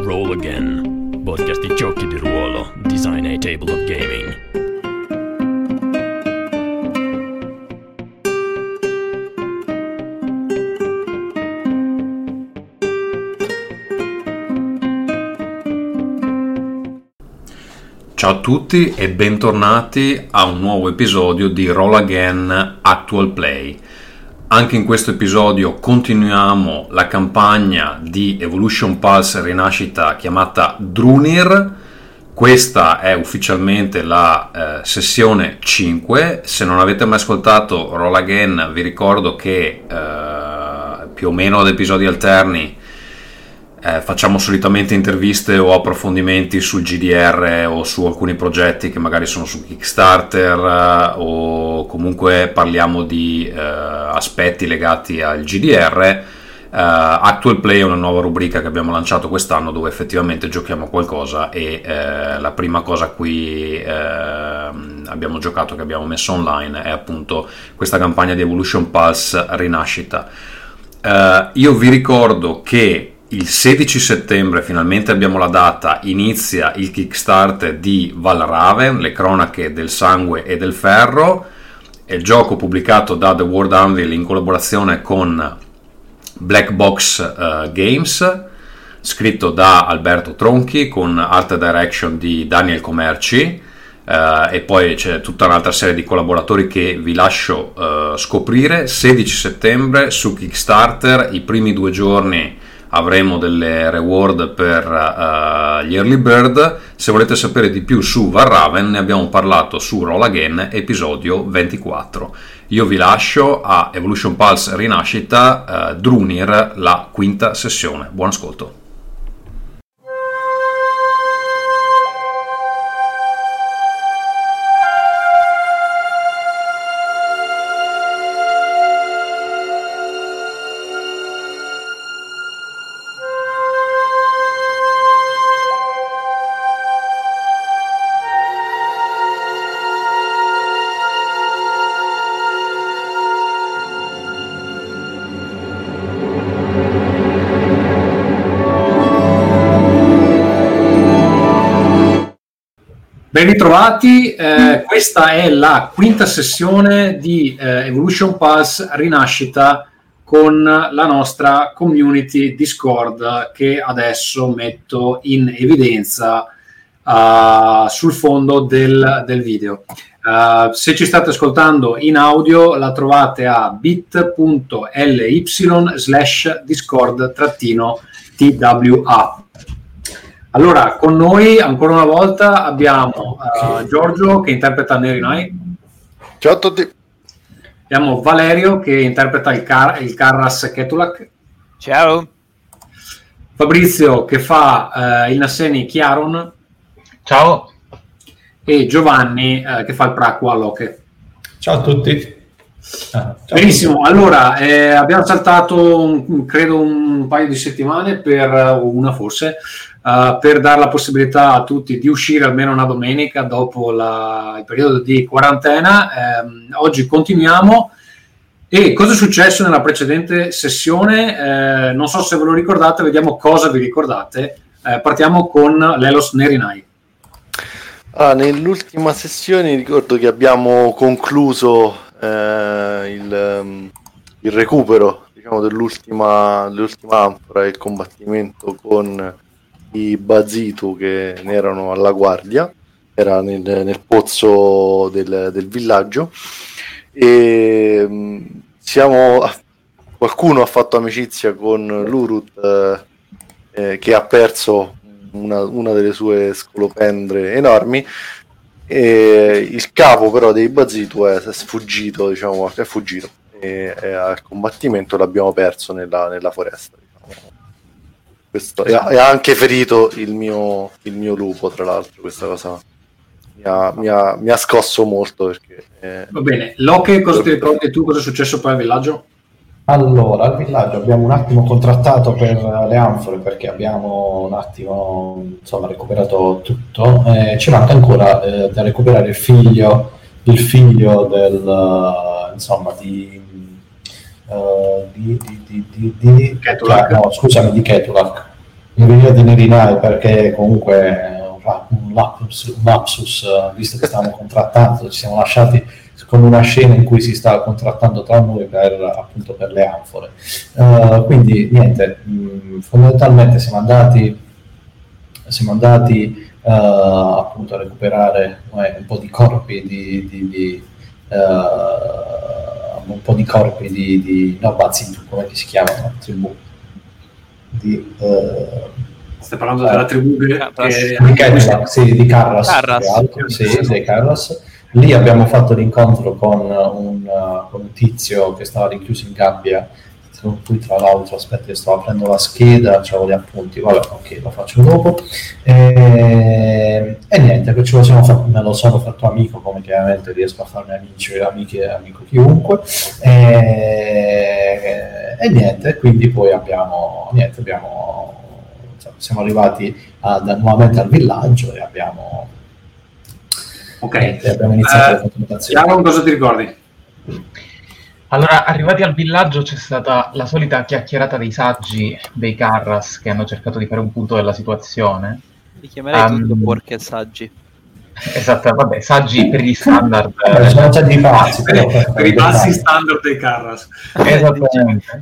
Roll Again, podcast di giochi di ruolo, design e table of gaming. Ciao a tutti e bentornati a un nuovo episodio di Roll Again Actual Play. Anche in questo episodio continuiamo la campagna di Evolution Pulse Rinascita chiamata Drunir. Questa è ufficialmente la sessione 5. Se non avete mai ascoltato Roll Again, vi ricordo che più o meno ad episodi alterni facciamo solitamente interviste o approfondimenti sul GDR o su alcuni progetti che magari sono su Kickstarter, o comunque parliamo di aspetti legati al GDR. Actual Play è una nuova rubrica che abbiamo lanciato quest'anno dove effettivamente giochiamo qualcosa, e la prima cosa a cui abbiamo giocato, che abbiamo messo online, è appunto questa campagna di Evolution Pulse Rinascita. Io vi ricordo che il 16 settembre, finalmente abbiamo la data, inizia il Kickstarter di Valraven, le cronache del sangue e del ferro. È il gioco pubblicato da The World Anvil in collaborazione con Black Box Games, scritto da Alberto Tronchi con art direction di Daniel Comerci, e poi c'è tutta un'altra serie di collaboratori che vi lascio scoprire. 16 settembre su Kickstarter, i primi 2 giorni avremo delle reward per gli early bird. Se volete sapere di più su Valraven, ne abbiamo parlato su Roll Again episodio 24. Io vi lascio a Evolution Pulse Rinascita Drunir, la quinta sessione. Buon ascolto. Ben ritrovati, questa è la quinta sessione di Evolution Pulse Rinascita con la nostra community Discord, che adesso metto in evidenza sul fondo del video. Se ci state ascoltando in audio, la trovate a bit.ly/discord-twa. Allora, con noi ancora una volta abbiamo Giorgio che interpreta Nerinai. Ciao a tutti. Abbiamo Valerio che interpreta il Karras Ketulak. Ciao. Fabrizio che fa il Nasseni Chiaron. Ciao. E Giovanni che fa il Praqua Loche. Ciao a tutti. Ciao. Benissimo, allora abbiamo saltato credo un paio di settimane, una forse, per dare la possibilità a tutti di uscire almeno una domenica dopo il periodo di quarantena. Oggi continuiamo. E cosa è successo nella precedente sessione? Non so se ve lo ricordate, vediamo cosa vi ricordate. Partiamo con Lelos Nerinai. Nell'ultima sessione ricordo che abbiamo concluso il recupero, diciamo, dell'ultima anfora e il combattimento con i Bazitu che ne erano alla guardia. Era nel pozzo del villaggio, e qualcuno ha fatto amicizia con l'Urut, che ha perso una delle sue scolopendre enormi, e il capo però dei Bazitu è sfuggito, diciamo, è fuggito, e al combattimento l'abbiamo perso nella foresta, diciamo. Questo, e ha anche ferito il mio lupo, tra l'altro. Questa cosa mi ha scosso molto, perché va bene. Loche, cosa ti ricordi tu? Cosa è successo poi al villaggio? Allora, al villaggio abbiamo un attimo contrattato per le anfore, perché abbiamo un attimo, insomma, recuperato tutto. Ci manca ancora da recuperare il figlio del, insomma, di Ketulak. No, scusami, di Ketulak. mi veniva di Nerinai perché comunque un lapsus, visto che stavamo contrattando, ci siamo lasciati con una scena in cui si stava contrattando tra noi appunto per le anfore. Quindi niente, fondamentalmente siamo andati appunto a recuperare un po' di corpi un po' di corpi di no, Bazitu, come si chiama? Tribù stai parlando della tribù di Carras, di Carras. Lì abbiamo fatto l'incontro con un tizio che stava rinchiuso in gabbia, con cui tra l'altro, aspetta, stavo aprendo la scheda, c'avevo gli appunti, vabbè, ok, lo faccio dopo. E niente, me lo sono fatto amico, come chiaramente riesco a farmi amici, amico chiunque. E niente, quindi poi siamo arrivati nuovamente al villaggio e abbiamo iniziato la contrattazione. Chiaro, cosa ti ricordi? Allora, arrivati al villaggio c'è stata la solita chiacchierata dei saggi dei Carras che hanno cercato di fare un punto della situazione. Li chiamerei tutti porche saggi. Esatto, vabbè, saggi per gli standard. Sono già di passi, per i bassi standard dei Carras. Esattamente.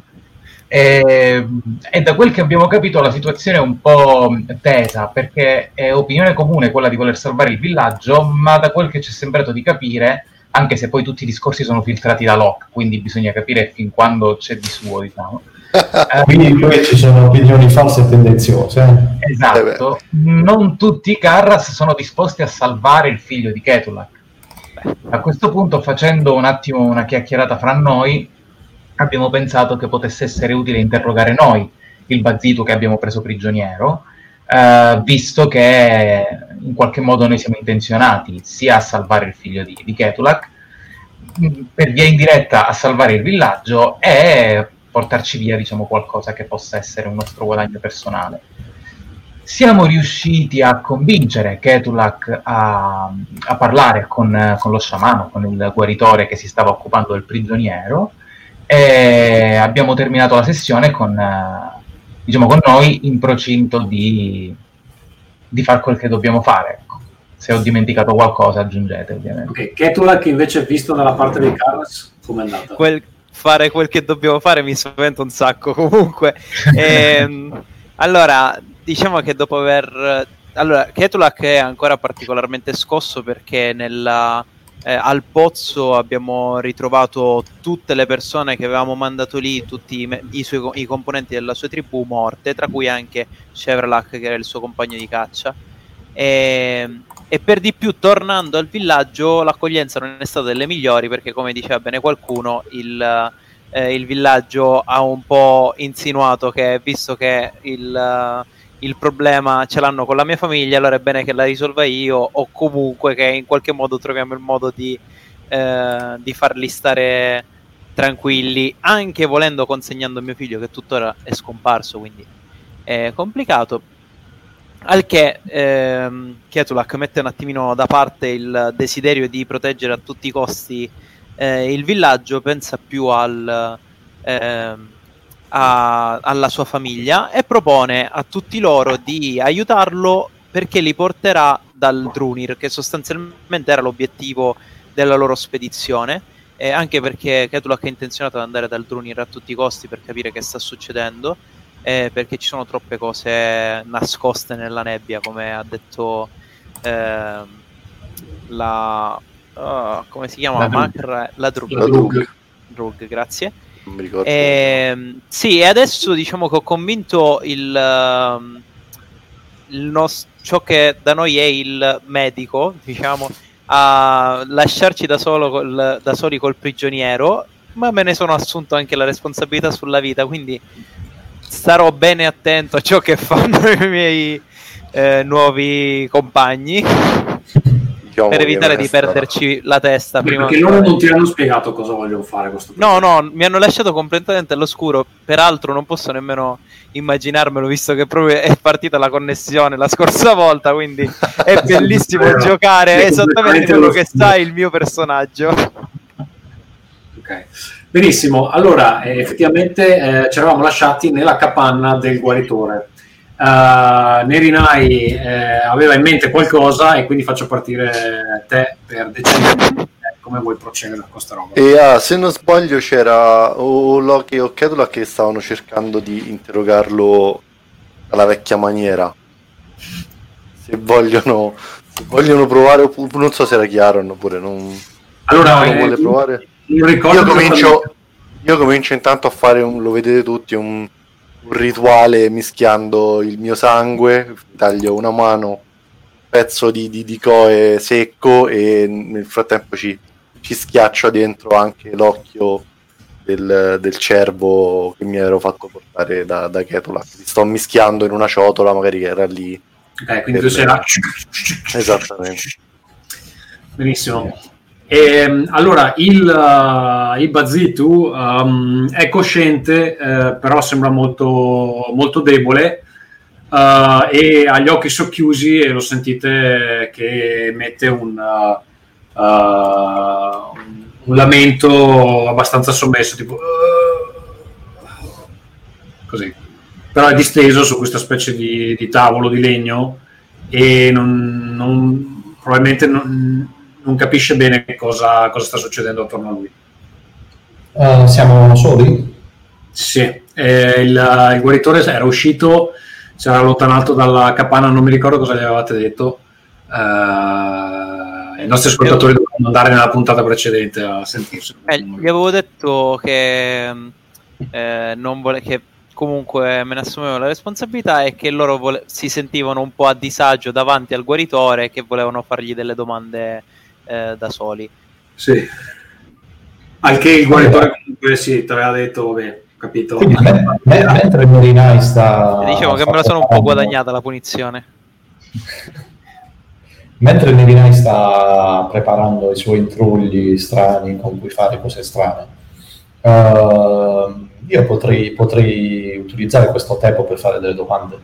E da quel che abbiamo capito la situazione è un po' tesa, perché è opinione comune quella di voler salvare il villaggio, ma da quel che ci è sembrato di capire, anche se poi tutti i discorsi sono filtrati da Locke, quindi bisogna capire fin quando c'è di suo, diciamo. Quindi poi ci sono opinioni false e tendenziose. Esatto. Non tutti i Carras sono disposti a salvare il figlio di Ketulak. A questo punto, facendo un attimo una chiacchierata fra noi, abbiamo pensato che potesse essere utile interrogare noi, il Bazitu che abbiamo preso prigioniero, visto che in qualche modo noi siamo intenzionati sia a salvare il figlio di Ketulak, per via indiretta a salvare il villaggio e portarci via, diciamo, qualcosa che possa essere un nostro guadagno personale. Siamo riusciti a convincere Ketulak a parlare con lo sciamano, con il guaritore che si stava occupando del prigioniero, e abbiamo terminato la sessione con noi in procinto di fare quel che dobbiamo fare. Ecco. Se ho dimenticato qualcosa aggiungete, ovviamente. Ok, Ketulak invece visto dalla parte dei Carras, com'è andata? Fare quel che dobbiamo fare mi spaventa un sacco comunque. Allora, diciamo che dopo aver... Allora, Ketulak è ancora particolarmente scosso perché al pozzo abbiamo ritrovato tutte le persone che avevamo mandato lì, tutti i componenti della sua tribù morte, tra cui anche Chevralak, che era il suo compagno di caccia. E per di più, tornando al villaggio, l'accoglienza non è stata delle migliori perché, come diceva bene qualcuno, il villaggio ha un po' insinuato che, visto che il problema ce l'hanno con la mia famiglia, allora è bene che la risolva io, o comunque che in qualche modo troviamo il modo di farli stare tranquilli, anche volendo, consegnando mio figlio che tuttora è scomparso, quindi è complicato. Al che Ketulak mette un attimino da parte il desiderio di proteggere a tutti i costi il villaggio, pensa più alla sua famiglia e propone a tutti loro di aiutarlo perché li porterà dal Drunir, che sostanzialmente era l'obiettivo della loro spedizione, anche perché Ketulak è intenzionato ad andare dal Drunir a tutti i costi per capire che sta succedendo, perché ci sono troppe cose nascoste nella nebbia, come ha detto come si chiama? La Drug, grazie. Non mi ricordo. Sì, e adesso diciamo che ho convinto ciò che da noi è il medico, diciamo, a lasciarci da soli col prigioniero, ma me ne sono assunto anche la responsabilità sulla vita, quindi starò bene attento a ciò che fanno i miei nuovi compagni, diciamo, per evitare di perderci la testa. Perché loro non ti hanno spiegato cosa vogliono fare questo progetto. No, mi hanno lasciato completamente all'oscuro. Peraltro non posso nemmeno immaginarmelo, visto che proprio è partita la connessione la scorsa volta, quindi è bellissimo giocare esattamente quello che sa il mio personaggio. Ok, benissimo. Allora, effettivamente ci eravamo lasciati nella capanna del guaritore. Nerinai aveva in mente qualcosa e quindi faccio partire te per decidere come vuoi procedere con questa roba. E se non sbaglio c'era o Loki o Ketula che stavano cercando di interrogarlo alla vecchia maniera. Se vogliono provare, oppure non so se era chiaro oppure non. Allora, non vuole provare. Io comincio intanto a fare lo vedete tutti, un rituale mischiando il mio sangue, taglio una mano, un pezzo di coe secco e nel frattempo ci schiaccio dentro anche l'occhio del cervo che mi ero fatto portare da Ketula. Sto mischiando in una ciotola magari che era lì. Ok, quindi tu sei là. Esattamente. Benissimo. Allora il Bazitu è cosciente, però sembra molto, molto debole e ha gli occhi socchiusi e lo sentite che emette un lamento abbastanza sommesso, tipo così, però è disteso su questa specie di tavolo di legno e probabilmente non capisce bene cosa sta succedendo attorno a lui. Siamo soli? Sì, il guaritore era uscito, si era allontanato dalla capanna, non mi ricordo cosa gli avevate detto. I nostri ascoltatori dovevano andare nella puntata precedente a sentirsi. Gli avevo detto che non che comunque me ne assumevo la responsabilità e che loro si sentivano un po' a disagio davanti al guaritore e che volevano fargli delle domande da soli. Sì. Al che il guaritore comunque ti aveva detto, vabbè, capito. Quindi, mentre Nerinai sta... Dicevo che me la sono un po' guadagnata la punizione. Mentre Nerinai sta preparando i suoi intrugli strani con cui fare cose strane, io potrei utilizzare questo tempo per fare delle domande.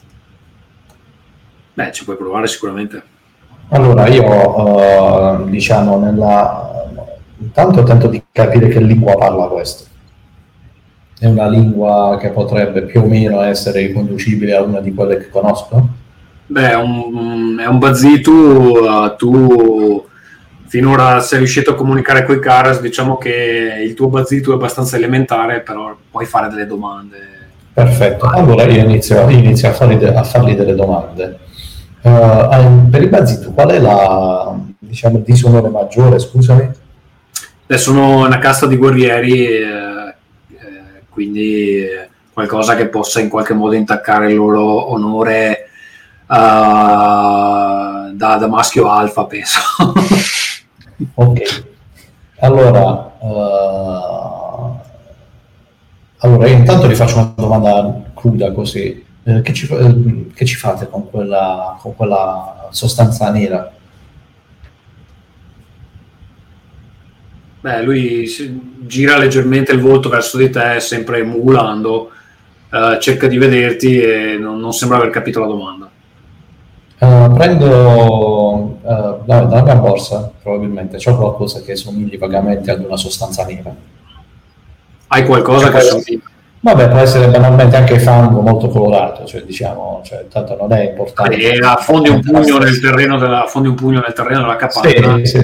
Beh, ci puoi provare sicuramente. Allora, io diciamo intanto tento di capire che lingua parla questo. È una lingua che potrebbe più o meno essere riconducibile a una di quelle che conosco? Beh, è un Bazitu, tu finora sei riuscito a comunicare coi Karas, diciamo che il tuo Bazitu è abbastanza elementare, però puoi fare delle domande. Perfetto, allora io inizio a fargli delle domande. Per i Bazitu qual è il disonore maggiore, scusami? Sono una casta di guerrieri, quindi qualcosa che possa in qualche modo intaccare il loro onore da maschio alfa, penso. Ok, allora io intanto vi faccio una domanda cruda così. Che ci fate con quella sostanza nera? Beh, lui gira leggermente il volto verso di te, sempre mugolando, cerca di vederti e non sembra aver capito la domanda. Prendo dalla mia borsa, probabilmente c'è qualcosa che somigli vagamente ad una sostanza nera. Hai qualcosa che somiglia? Vabbè, può essere banalmente anche fango molto colorato, tanto non è importante. Affondi un pugno nel terreno della capanna. Sì.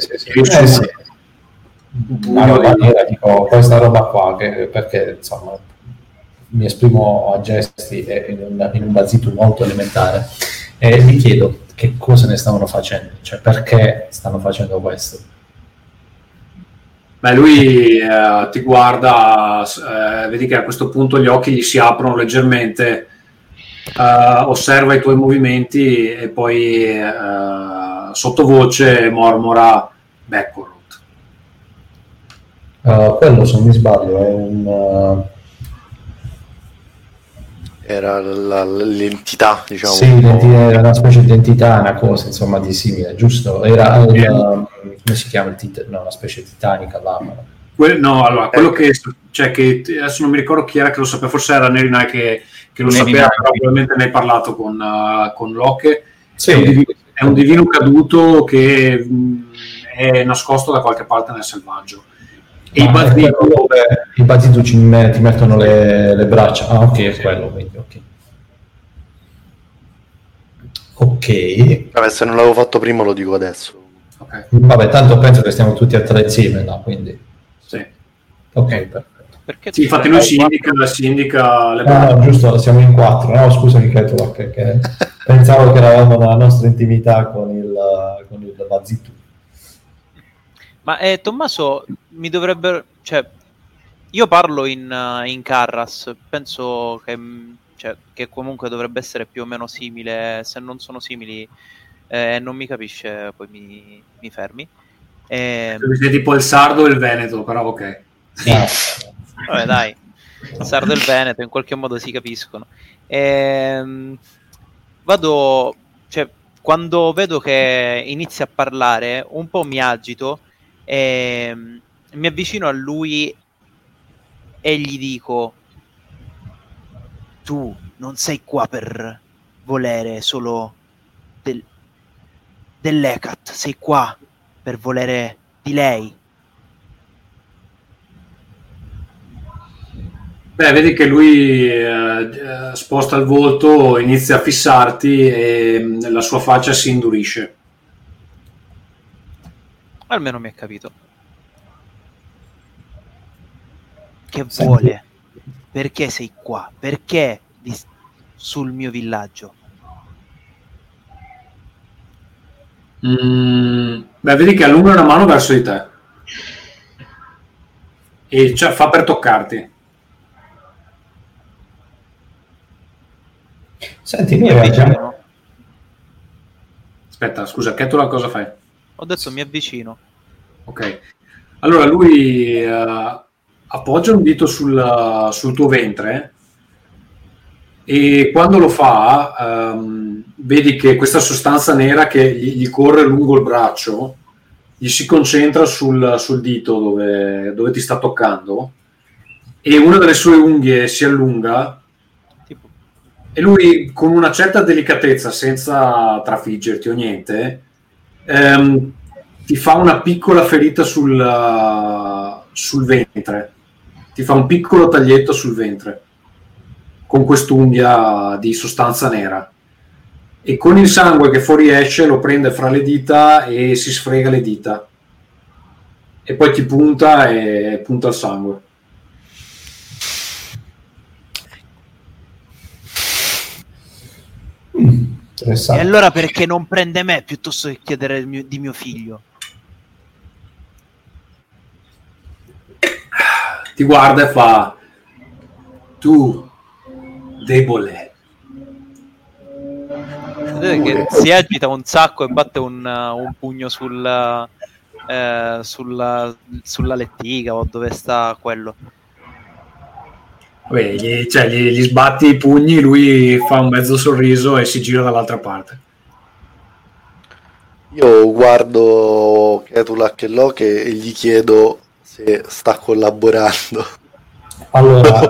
Una roba nera, dico questa roba qua, perché insomma mi esprimo a gesti e in un Bazitu molto elementare. E mi chiedo che cosa ne stavano facendo, cioè perché stanno facendo questo. Beh, lui ti guarda, vedi che a questo punto gli occhi gli si aprono leggermente, osserva i tuoi movimenti e poi sottovoce mormora Backward. Quello, se non mi sbaglio, è un... Era l'entità, diciamo. Sì, era una specie di entità, una cosa insomma di simile, giusto? Era come si chiama una specie titanica lama. Quello che adesso non mi ricordo chi era che lo sapeva, forse era Nerinai che lo sapeva, però probabilmente ne hai parlato con Locke. Sì. È un divino caduto che è nascosto da qualche parte nel selvaggio. E i Bazitu ti mettono le braccia. Ah, ok, è quello, quindi, ok. Ok. Vabbè, se non l'avevo fatto prima lo dico adesso. Ok. Vabbè, tanto penso che stiamo tutti e tre insieme, no? Quindi. Sì. Ok, perfetto. Perché Sì, infatti lui si indica le No, giusto, siamo in 4. No, scusami Ketulak, che pensavo che eravamo nella nostra intimità con il Bazzitu. Ma Tommaso mi dovrebbe, cioè, io parlo in Carras, penso che comunque dovrebbe essere più o meno simile. Se non sono simili non mi capisce, poi mi fermi. È tipo il sardo e il veneto, però ok. Sì, vabbè, dai, il sardo e il veneto in qualche modo si capiscono. Vado, cioè, quando vedo che inizia a parlare un po' mi agito e mi avvicino a lui e gli dico: tu non sei qua per volere solo dell'Ecat, sei qua per volere di lei. Beh, vedi che lui sposta il volto, inizia a fissarti e la sua faccia si indurisce. Almeno mi è capito. Che vuole? Perché sei qua? Perché sul mio villaggio? Beh, vedi che allunga una mano verso di te e fa per toccarti. Senti, mi avvicino. Aspetta, scusa, Ketulak, cosa fai? Ho detto mi avvicino. Ok. Allora lui appoggia un dito sul tuo ventre e quando lo fa vedi che questa sostanza nera che gli corre lungo il braccio gli si concentra sul dito dove ti sta toccando e una delle sue unghie si allunga e lui con una certa delicatezza, senza trafiggerti o niente, ti fa una piccola ferita sul ventre, ti fa un piccolo taglietto sul ventre con quest'unghia di sostanza nera e con il sangue che fuoriesce lo prende fra le dita e si sfrega le dita e poi ti punta e punta il sangue. E allora perché non prende me piuttosto che chiedere di mio figlio? Ti guarda e fa: tu debole. Vedete che si agita un sacco e batte un pugno sulla lettiga o dove sta quello. Beh, gli sbatti i pugni, lui fa un mezzo sorriso e si gira dall'altra parte. Io guardo Ketulak e Locke e gli chiedo se sta collaborando. Allora,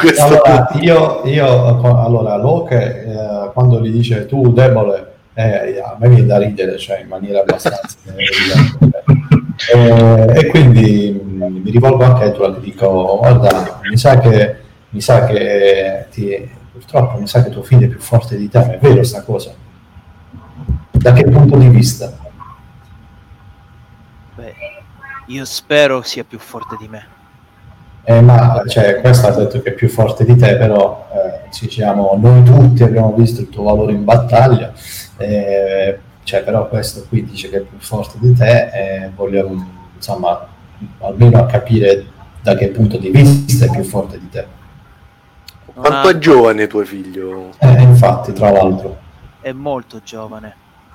allora Locke quando gli dice tu debole, a me viene da ridere, cioè in maniera abbastanza e quindi mi rivolgo anche a Ketulak e dico: guarda, mi sa che purtroppo mi sa che tuo figlio è più forte di te, è vero sta cosa? Da che punto di vista? Beh, io spero sia più forte di me. Ma cioè, questo ha detto che è più forte di te, però noi tutti abbiamo visto il tuo valore in battaglia, però questo qui dice che è più forte di te, voglio insomma almeno a capire da che punto di vista è più forte di te. Quanto è giovane tuo figlio? Infatti, tra l'altro. È molto giovane.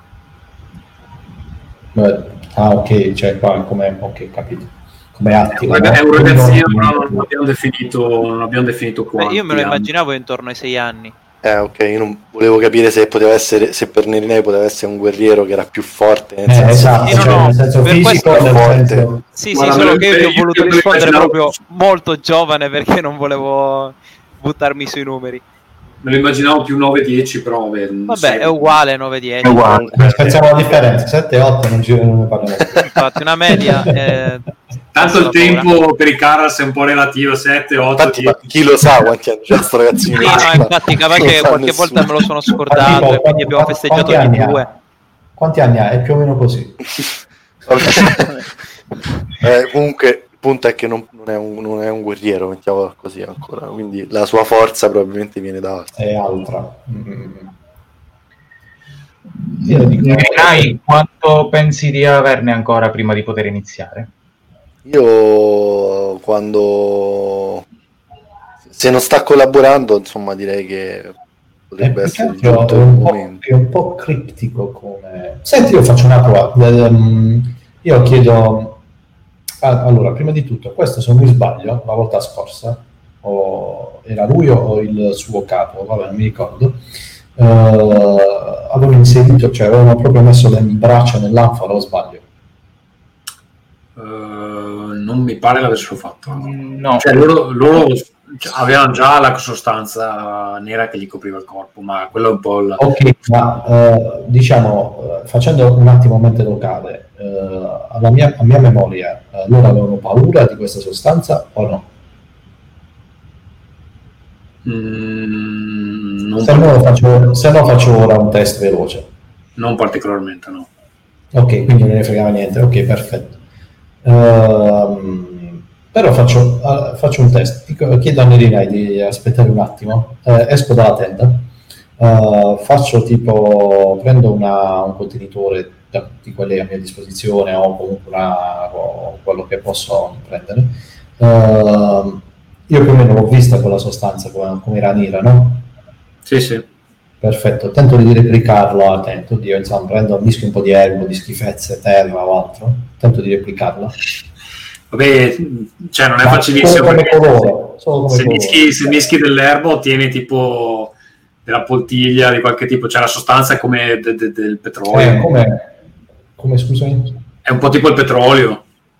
Ok, cioè qua come ok, capito. Come attimo. È un ragazzino, però non abbiamo definito quanti. Io me lo immaginavo intorno ai 6 anni. Ok, io non volevo capire se poteva essere, se per Nerinei poteva essere un guerriero che era più forte, nel senso, esatto, no, nel senso per fisico, questo nel senso... Sì, solo che io ho voluto rispondere proprio molto giovane perché non volevo buttarmi sui numeri. Me lo immaginavo più 9-10, però vabbè, è uguale 9-10. È uguale, facciamo la differenza, 7-8 non ne parliamo più. Infatti una media tanto il tempo per i Carras è un po' relativo, 7-8. Infatti, ma chi lo sa quanti anni c'è sto ragazzino? Sì, no, infatti capace qualche volta me lo sono scordato e quindi abbiamo festeggiato di 2. Quanti anni ha? È più o meno così. Comunque il punto è che non è un guerriero, mettiamola così ancora, quindi la sua forza probabilmente viene da altro. È altra. Io dico, quanto pensi di averne ancora prima di poter iniziare? Io quando se non sta collaborando, insomma, direi che potrebbe essere il giusto momento. È un po' criptico come... Senti, io faccio una prova. Io chiedo... Allora, prima di tutto, questo se non mi sbaglio, la volta scorsa, era lui o il suo capo, vabbè, non mi ricordo, avevano inserito, cioè avevano proprio messo le braccia nell'anfora, o sbaglio? Non mi pare l'avessero fatto. No. Cioè loro avevano già la sostanza nera che gli copriva il corpo, ma quello è un po' Ok, ma diciamo, facendo un attimo mente locale, a mia memoria, loro avevano paura di questa sostanza o no? Se no faccio ora un test veloce. Non particolarmente, no. Ok, quindi non ne fregava niente, ok, perfetto. Però faccio un test. Chiedo a Nerinai di aspettare un attimo, esco dalla tenda, faccio tipo, prendo un contenitore di quelli a mia disposizione o comunque quello che posso prendere. Io più o meno l'ho vista quella sostanza come era nera, no? Sì. Perfetto, tento di replicarla, insomma, prendo, mischio un po' di erbo, di schifezze, terra o altro, tento di replicarla. Vabbè, cioè non è facilissimo perché se mischi dell'erbo ottieni tipo della poltiglia di qualche tipo, cioè la sostanza è come del petrolio. Come scusami? È un po' tipo il petrolio.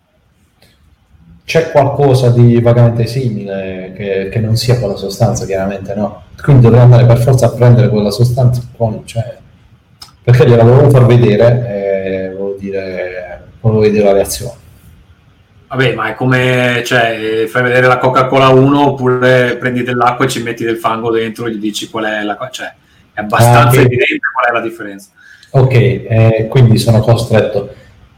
C'è qualcosa di vagamente simile che non sia quella sostanza, chiaramente, no? Quindi dovrei andare per forza a prendere quella sostanza perché gliela volevo far vedere, volevo vedere la reazione. Vabbè, ma è come, cioè, fai vedere la Coca-Cola 1 oppure prendi dell'acqua e ci metti del fango dentro e gli dici qual è la, cioè, è abbastanza evidente qual è la differenza. Ok, quindi sono costretto.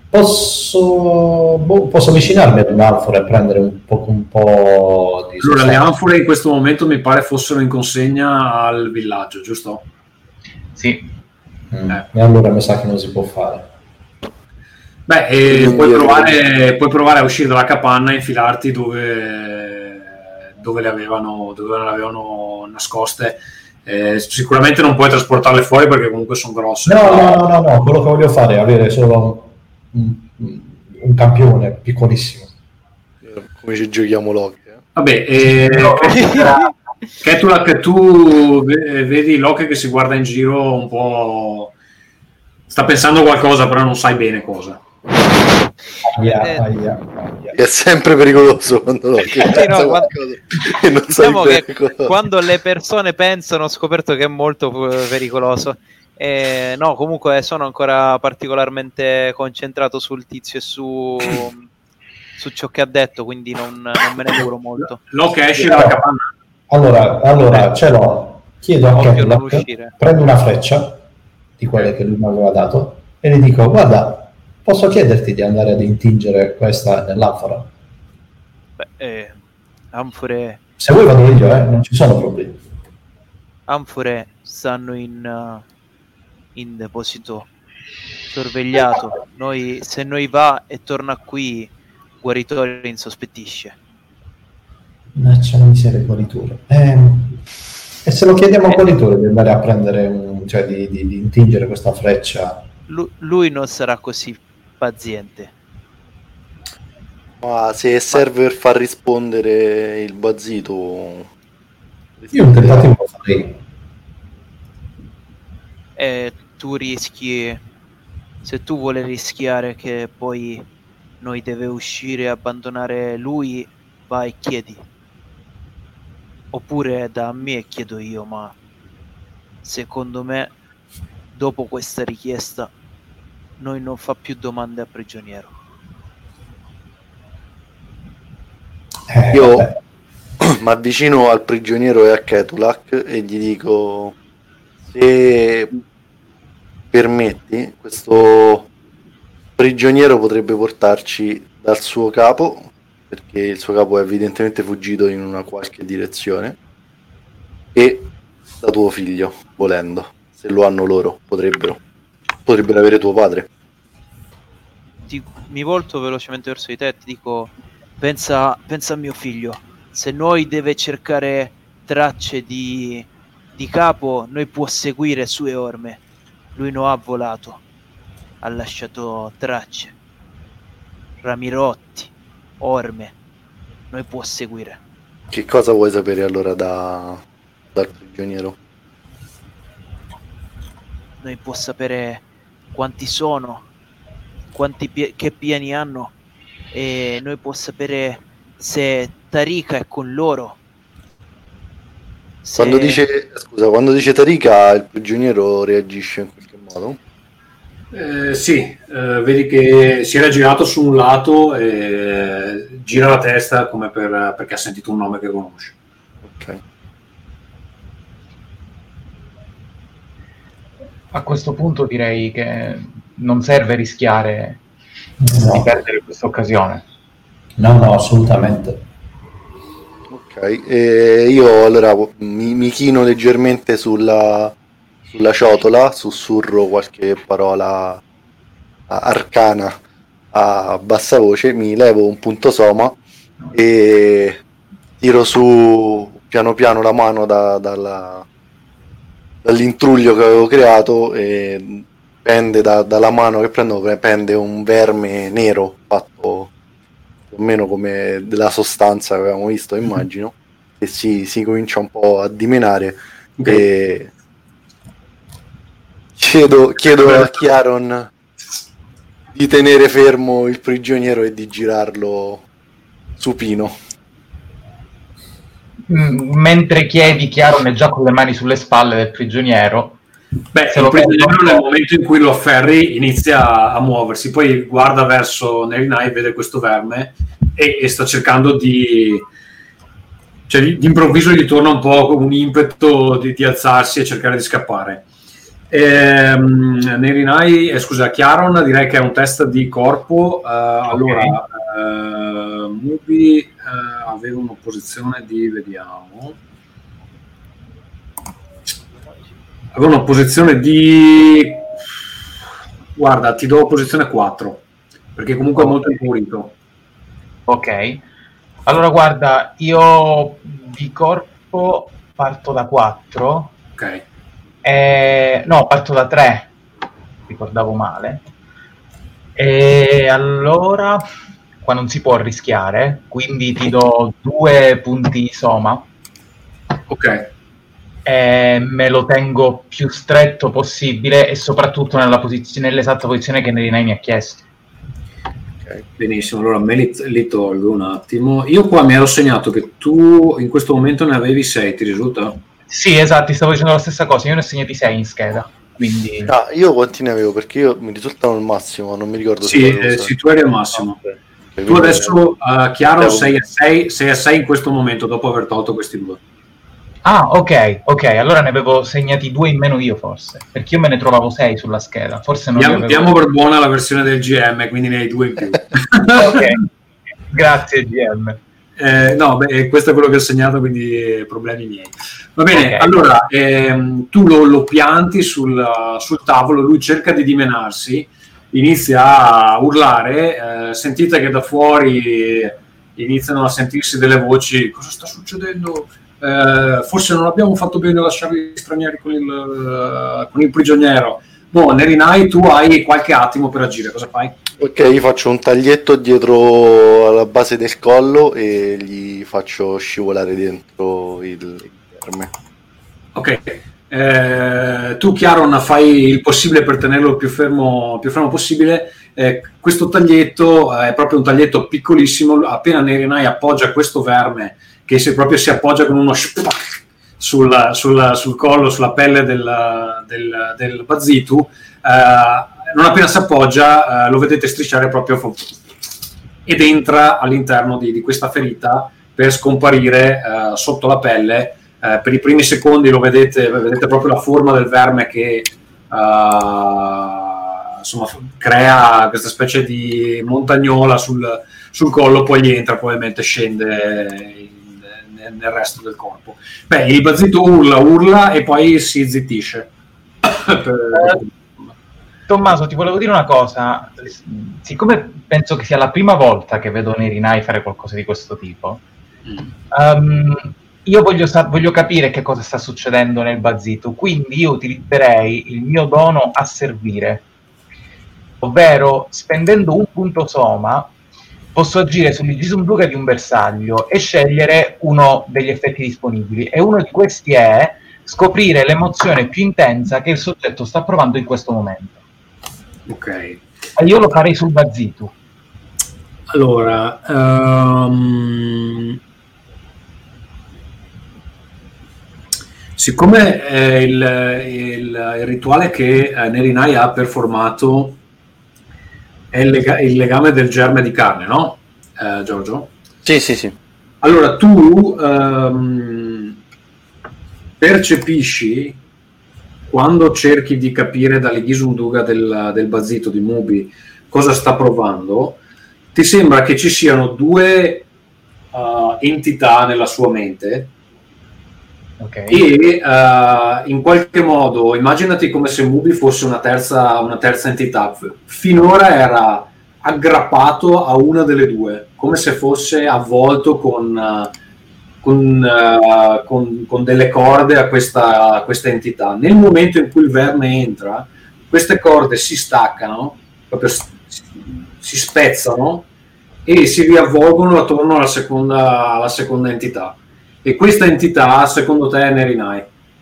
Posso avvicinarmi ad un'anfora e prendere un po' di... Allora, le anfore in questo momento mi pare fossero in consegna al villaggio, giusto? Sì. E allora mi sa che non si può fare. Beh, puoi provare a uscire dalla capanna e infilarti dove le avevano nascoste. Sicuramente non puoi trasportarle fuori perché comunque sono grosse. No, quello che voglio fare è avere solo un campione piccolissimo. Come ci giochiamo Loki. Vabbè, Ketulak, tu vedi Loki che si guarda in giro un po', sta pensando qualcosa però non sai bene cosa. È sempre pericoloso quando Loki diciamo che quando le persone pensano, ho scoperto che è molto pericoloso. No, comunque sono ancora particolarmente concentrato sul tizio e su ciò che ha detto, quindi non me ne curo molto. Loki esce dalla capanna. Allora ce l'ho. Chiedo a Ketulak, prendo una freccia di quelle che lui mi aveva dato e le dico: guarda, posso chiederti di andare ad intingere questa nell'anfora? Anfore, se vuoi vado io, non ci sono problemi. Anfore stanno in deposito sorvegliato. Se noi va e torna qui, guaritore insospettisce. C'è una miseria guaritore. E se lo chiediamo a guaritore di andare a prendere di intingere questa freccia, lui non sarà così paziente. Ma se serve per far rispondere il Bazzito, io un tentativo lo farei. Tu rischi, se tu vuoi rischiare che poi noi deve uscire e abbandonare lui, vai e chiedi, oppure da me chiedo io, ma secondo me, dopo questa richiesta, noi non fa più domande a prigioniero. Io mi avvicino al prigioniero e a Ketulak e gli dico: se permetti, questo prigioniero potrebbe portarci dal suo capo, perché il suo capo è evidentemente fuggito in una qualche direzione, e da tuo figlio, volendo, se lo hanno loro, potrebbero avere tuo padre. Mi volto velocemente verso di te e ti dico: pensa a mio figlio, se noi deve cercare tracce di capo, noi può seguire sue orme. Lui non ha volato, ha lasciato tracce, ramirotti, orme, noi può seguire. Che cosa vuoi sapere allora dal prigioniero? Noi può sapere quanti sono, che piani hanno, e noi può sapere se Tarika è con loro. Quando dice Tarika, il prigioniero reagisce in qualche modo? Sì, vedi che si era girato su un lato e gira la testa come perché ha sentito un nome che conosce. Ok. A questo punto direi che non serve rischiare di perdere questa occasione. No, assolutamente. Ok, io allora mi chino leggermente sulla ciotola, sussurro qualche parola arcana a bassa voce, mi levo un punto soma e tiro su piano piano la mano dall'intruglio che avevo creato, e pende dalla mano che prendo, pende un verme nero fatto più o meno come della sostanza che avevamo visto, immagino, e si comincia un po' a dimenare. Okay. E chiedo a Chiaron di tenere fermo il prigioniero e di girarlo supino. Mentre chiedi, Chiaron è già con le mani sulle spalle del prigioniero. Beh, il prigioniero nel momento in cui lo afferri inizia a muoversi, poi guarda verso Nerinai, vede questo verme e sta cercando d'improvviso gli torna un po' un impeto di alzarsi e cercare di scappare. Nerinai, Chiaron, direi che è un test di corpo. Allora, Mubi aveva un'opposizione di, vediamo, aveva un'opposizione di, guarda, ti do posizione 4 perché comunque è molto impurito. Ok, allora guarda, io di corpo parto da 4. Ok. No, parto da 3, ricordavo male. E allora qua non si può rischiare, quindi ti do 2 punti soma. Ok. Me lo tengo più stretto possibile e soprattutto nell'esatta posizione che Nerinai mi ha chiesto. Okay, benissimo, allora me li tolgo un attimo. Io qua mi ero segnato che tu in questo momento ne avevi 6, ti risulta? Sì, esatto, ti stavo dicendo la stessa cosa, io ne ho segnati 6 in scheda, quindi... io quanti ne avevo? Perché io mi risultano il massimo, non mi ricordo. Sì, tu eri al massimo. Okay, tu adesso, Chiaro, sei a 6 in questo momento, dopo aver tolto questi 2. Ah, ok, allora ne avevo segnati 2 in meno io forse, perché io me ne trovavo 6 sulla scheda, forse non diamo per buona la versione del GM, quindi ne hai 2 in più. Ok, grazie GM. Questo è quello che ho segnato, quindi problemi miei. Va bene, okay. Allora tu lo pianti sul tavolo, lui cerca di dimenarsi, inizia a urlare, sentite che da fuori iniziano a sentirsi delle voci: cosa sta succedendo? Forse non abbiamo fatto bene a lasciare gli stranieri con il prigioniero. Nerinai, tu hai qualche attimo per agire, cosa fai? Ok, io faccio un taglietto dietro alla base del collo e gli faccio scivolare dentro il verme. Ok, tu Chiaron fai il possibile per tenerlo più fermo possibile. Questo taglietto è proprio un taglietto piccolissimo. Appena Nerinai appoggia questo verme, che se proprio si appoggia con uno sul collo, sulla pelle del Bazitu, non appena si appoggia lo vedete strisciare proprio ed entra all'interno di questa ferita per scomparire sotto la pelle. Per i primi secondi lo vedete proprio la forma del verme che insomma crea questa specie di montagnola sul collo, poi gli entra, probabilmente scende nel resto del corpo. Il Bazitu urla e poi si zittisce. Tommaso, ti volevo dire una cosa. Siccome penso che sia la prima volta che vedo Nerinai fare qualcosa di questo tipo, io voglio capire che cosa sta succedendo nel Bazitu, quindi io utilizzerei il mio dono a servire, ovvero spendendo un punto soma posso agire sull'Igisumduga di un bersaglio e scegliere uno degli effetti disponibili, e uno di questi è scoprire l'emozione più intensa che il soggetto sta provando in questo momento. Ok. E io lo farei sul Bazitu. Allora, siccome il rituale che Nerinai ha performato è il legame del germe di carne, no? Giorgio? Sì. Allora, tu percepisci, quando cerchi di capire dall'Igisumduga del Bazitu di Mubi cosa sta provando, ti sembra che ci siano due entità nella sua mente. Okay. E in qualche modo immaginati come se Mubi fosse una terza entità. Finora era aggrappato a una delle due, come se fosse avvolto con delle corde a questa entità. Nel momento in cui il verme entra, queste corde si staccano, proprio si spezzano e si riavvolgono attorno alla seconda entità. E questa entità, secondo te, è Nerinai?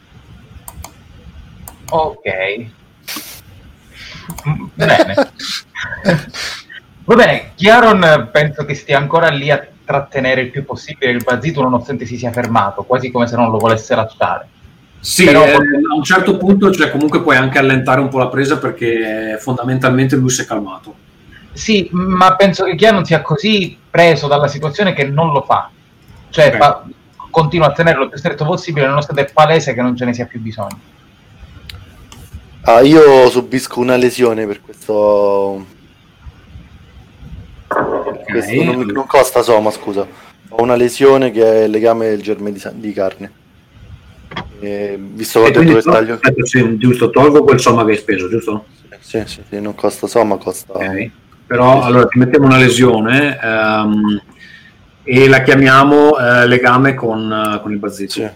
Ok. Bene. Va bene, Chiaron penso che stia ancora lì a trattenere il più possibile il Bazitu, nonostante si sia fermato, quasi come se non lo volesse lasciare. Sì, però a un certo punto, cioè, comunque puoi anche allentare un po' la presa, perché fondamentalmente lui si è calmato. Sì, ma penso che Chiaron sia così preso dalla situazione che non lo fa. Cioè, okay, continua a tenerlo il più stretto possibile, nonostante è palese che non ce ne sia più bisogno. Io subisco una lesione per questo. Okay. Questo non costa soma, scusa. Ho una lesione che è il legame del germe di carne. Visto che ho detto che taglio. Giusto, tolgo quel somma che hai speso, giusto? Sì, non costa somma, costa. Okay. Però allora ti mettiamo una lesione. E la chiamiamo legame con il Bazitu. Sì.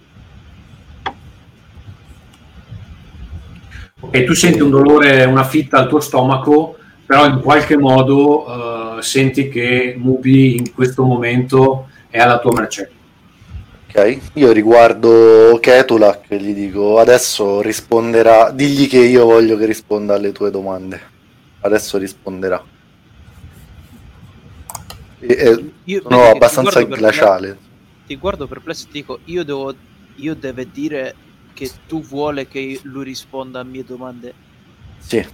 E tu senti un dolore, una fitta al tuo stomaco, però in qualche modo senti che Mubi in questo momento è alla tua mercé. Ok, io riguardo Ketulak e gli dico: adesso risponderà, digli che io voglio che risponda alle tue domande. Adesso risponderà. Sono abbastanza glaciale. Ti guardo perplesso e ti dico: io deve dire che tu vuole che lui risponda a mie domande? Sì.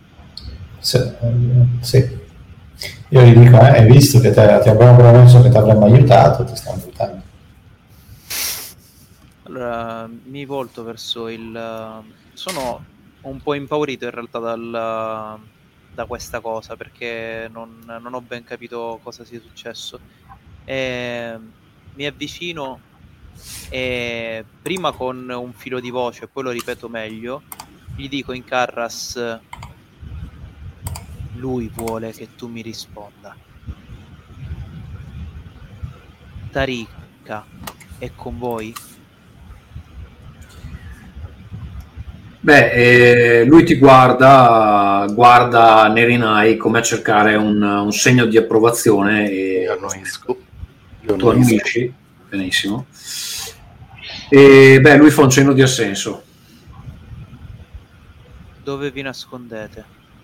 Io gli dico: hai visto che ti abbiamo promesso che ti avremmo aiutato, ti stiamo aiutando. Allora mi volto verso sono un po' impaurito in realtà da questa cosa, perché non ho ben capito cosa sia successo. Mi avvicino e prima con un filo di voce, poi lo ripeto meglio, gli dico in Carras: lui vuole che tu mi risponda. Tarika è con voi? Lui ti guarda Nerinai come a cercare un segno di approvazione e tu annuisci. Benissimo. E lui fa un cenno di assenso. Dove vi nascondete?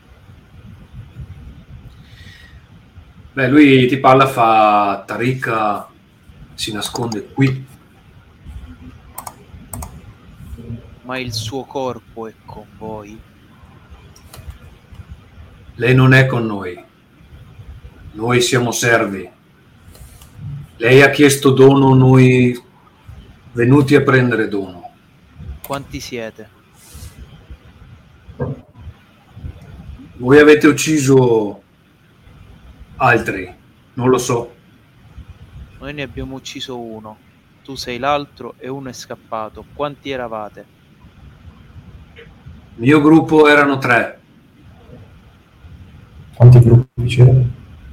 Lui ti parla, fa: Tarika si nasconde qui. ma il suo corpo è con voi. Lei non è con noi siamo servi. Lei ha chiesto dono, noi venuti a prendere dono. Quanti siete? Voi avete ucciso altri, non lo so. Noi ne abbiamo ucciso uno, tu sei l'altro e uno è scappato. Quanti eravate? Il mio gruppo erano 3. Quanti gruppi c'erano?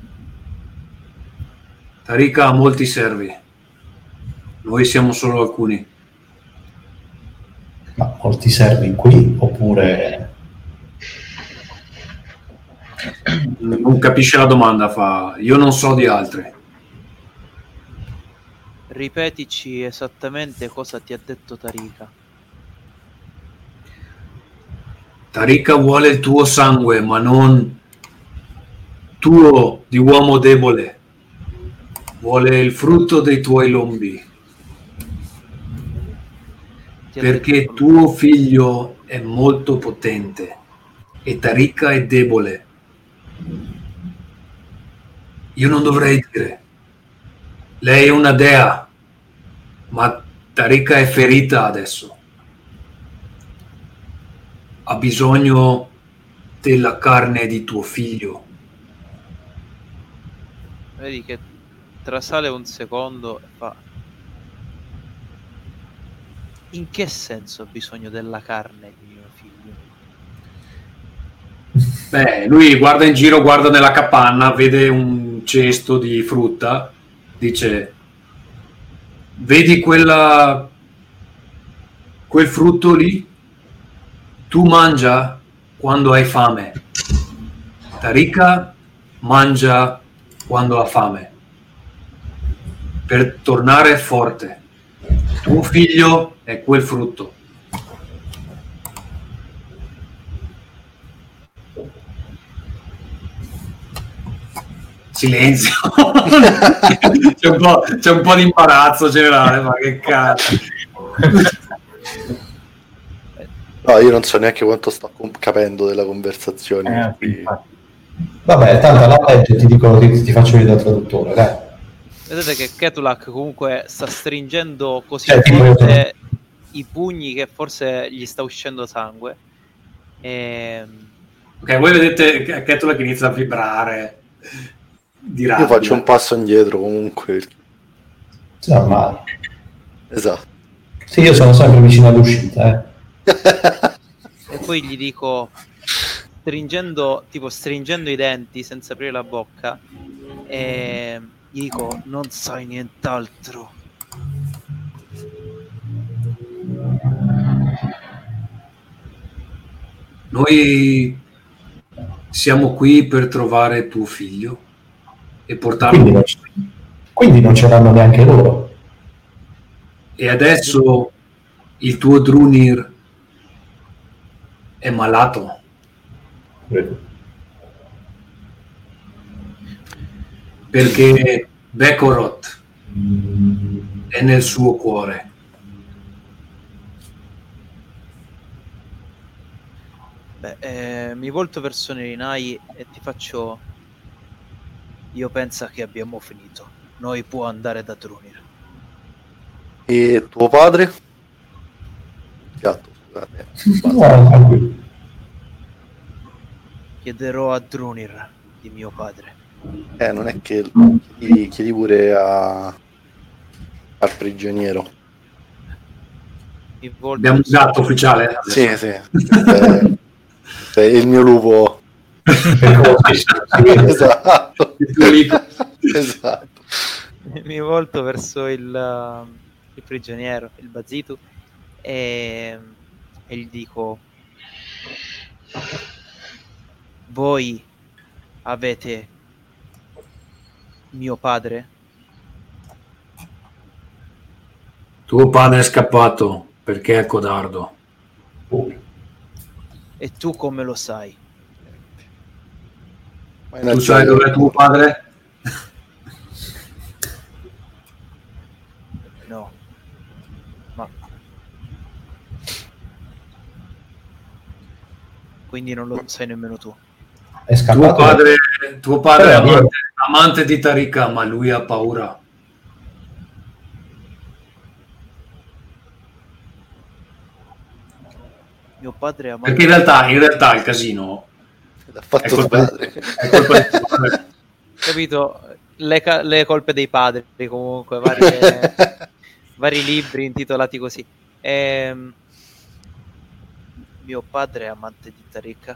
Tariqa ha molti servi. Noi siamo solo alcuni. Ma molti servi qui oppure... Non capisce la domanda, fa. Io non so di altri. Ripetici esattamente cosa ti ha detto Tariqa. Tariqa vuole il tuo sangue, ma non tuo di uomo debole. Vuole il frutto dei tuoi lombi. Perché tuo figlio è molto potente e Tariqa è debole. Io non dovrei dire. Lei è una dea, ma Tariqa è ferita adesso. Ha bisogno della carne di tuo figlio. Vedi che trasale un secondo e fa: in che senso ho bisogno della carne di mio figlio? Beh, lui guarda in giro, guarda nella capanna, vede un cesto di frutta, dice: vedi quel frutto lì? Tu mangia quando hai fame. Tariqa mangia quando ha fame, per tornare forte. Tuo figlio è quel frutto. Silenzio. c'è un po' di imbarazzo generale, ma che cazzo. No, io non so neanche quanto sto capendo della conversazione. Vabbè, tanto alla legge ti dico, ti faccio vedere da traduttore, dai. Vedete che Ketulak comunque sta stringendo così forte i pugni che forse gli sta uscendo sangue. Ok, voi vedete che Ketulak inizia a vibrare di rabbia. Io faccio un passo indietro comunque. Sì, normale. Esatto. Sì, io sono sempre vicino all'uscita, E poi gli dico, stringendo i denti senza aprire la bocca, e gli dico: non sai nient'altro. Noi siamo qui per trovare tuo figlio e portarlo. Quindi non c'erano neanche loro. E adesso il tuo Drunir è malato. Perché Bekoroth è nel suo cuore. Mi volto verso Nerinai e ti faccio: io penso che abbiamo finito. Noi può andare da Drunir. E tuo padre? Gatto, scusate. Chiederò a Drunir di mio padre. Non è che chiedi pure al prigioniero. Abbiamo un gatto ufficiale? Sì. È il mio lupo. Esatto. Esatto. Mi volto verso il prigioniero, il Bazitu, e gli dico: voi avete mio padre? Tuo padre è scappato perché è codardo. E tu come lo sai? Tu sai dov'è tuo padre? No. Ma quindi non lo sai nemmeno tu. È scappato. Tuo padre è amante di Tariqa, ma lui ha paura. Mio padre è amante. Perché in realtà il casino l'ha fatto tuo padre. È colpa di tuo padre. Capito? Le colpe dei padri, comunque, vari libri intitolati così. Mio padre è amante di Tariqa.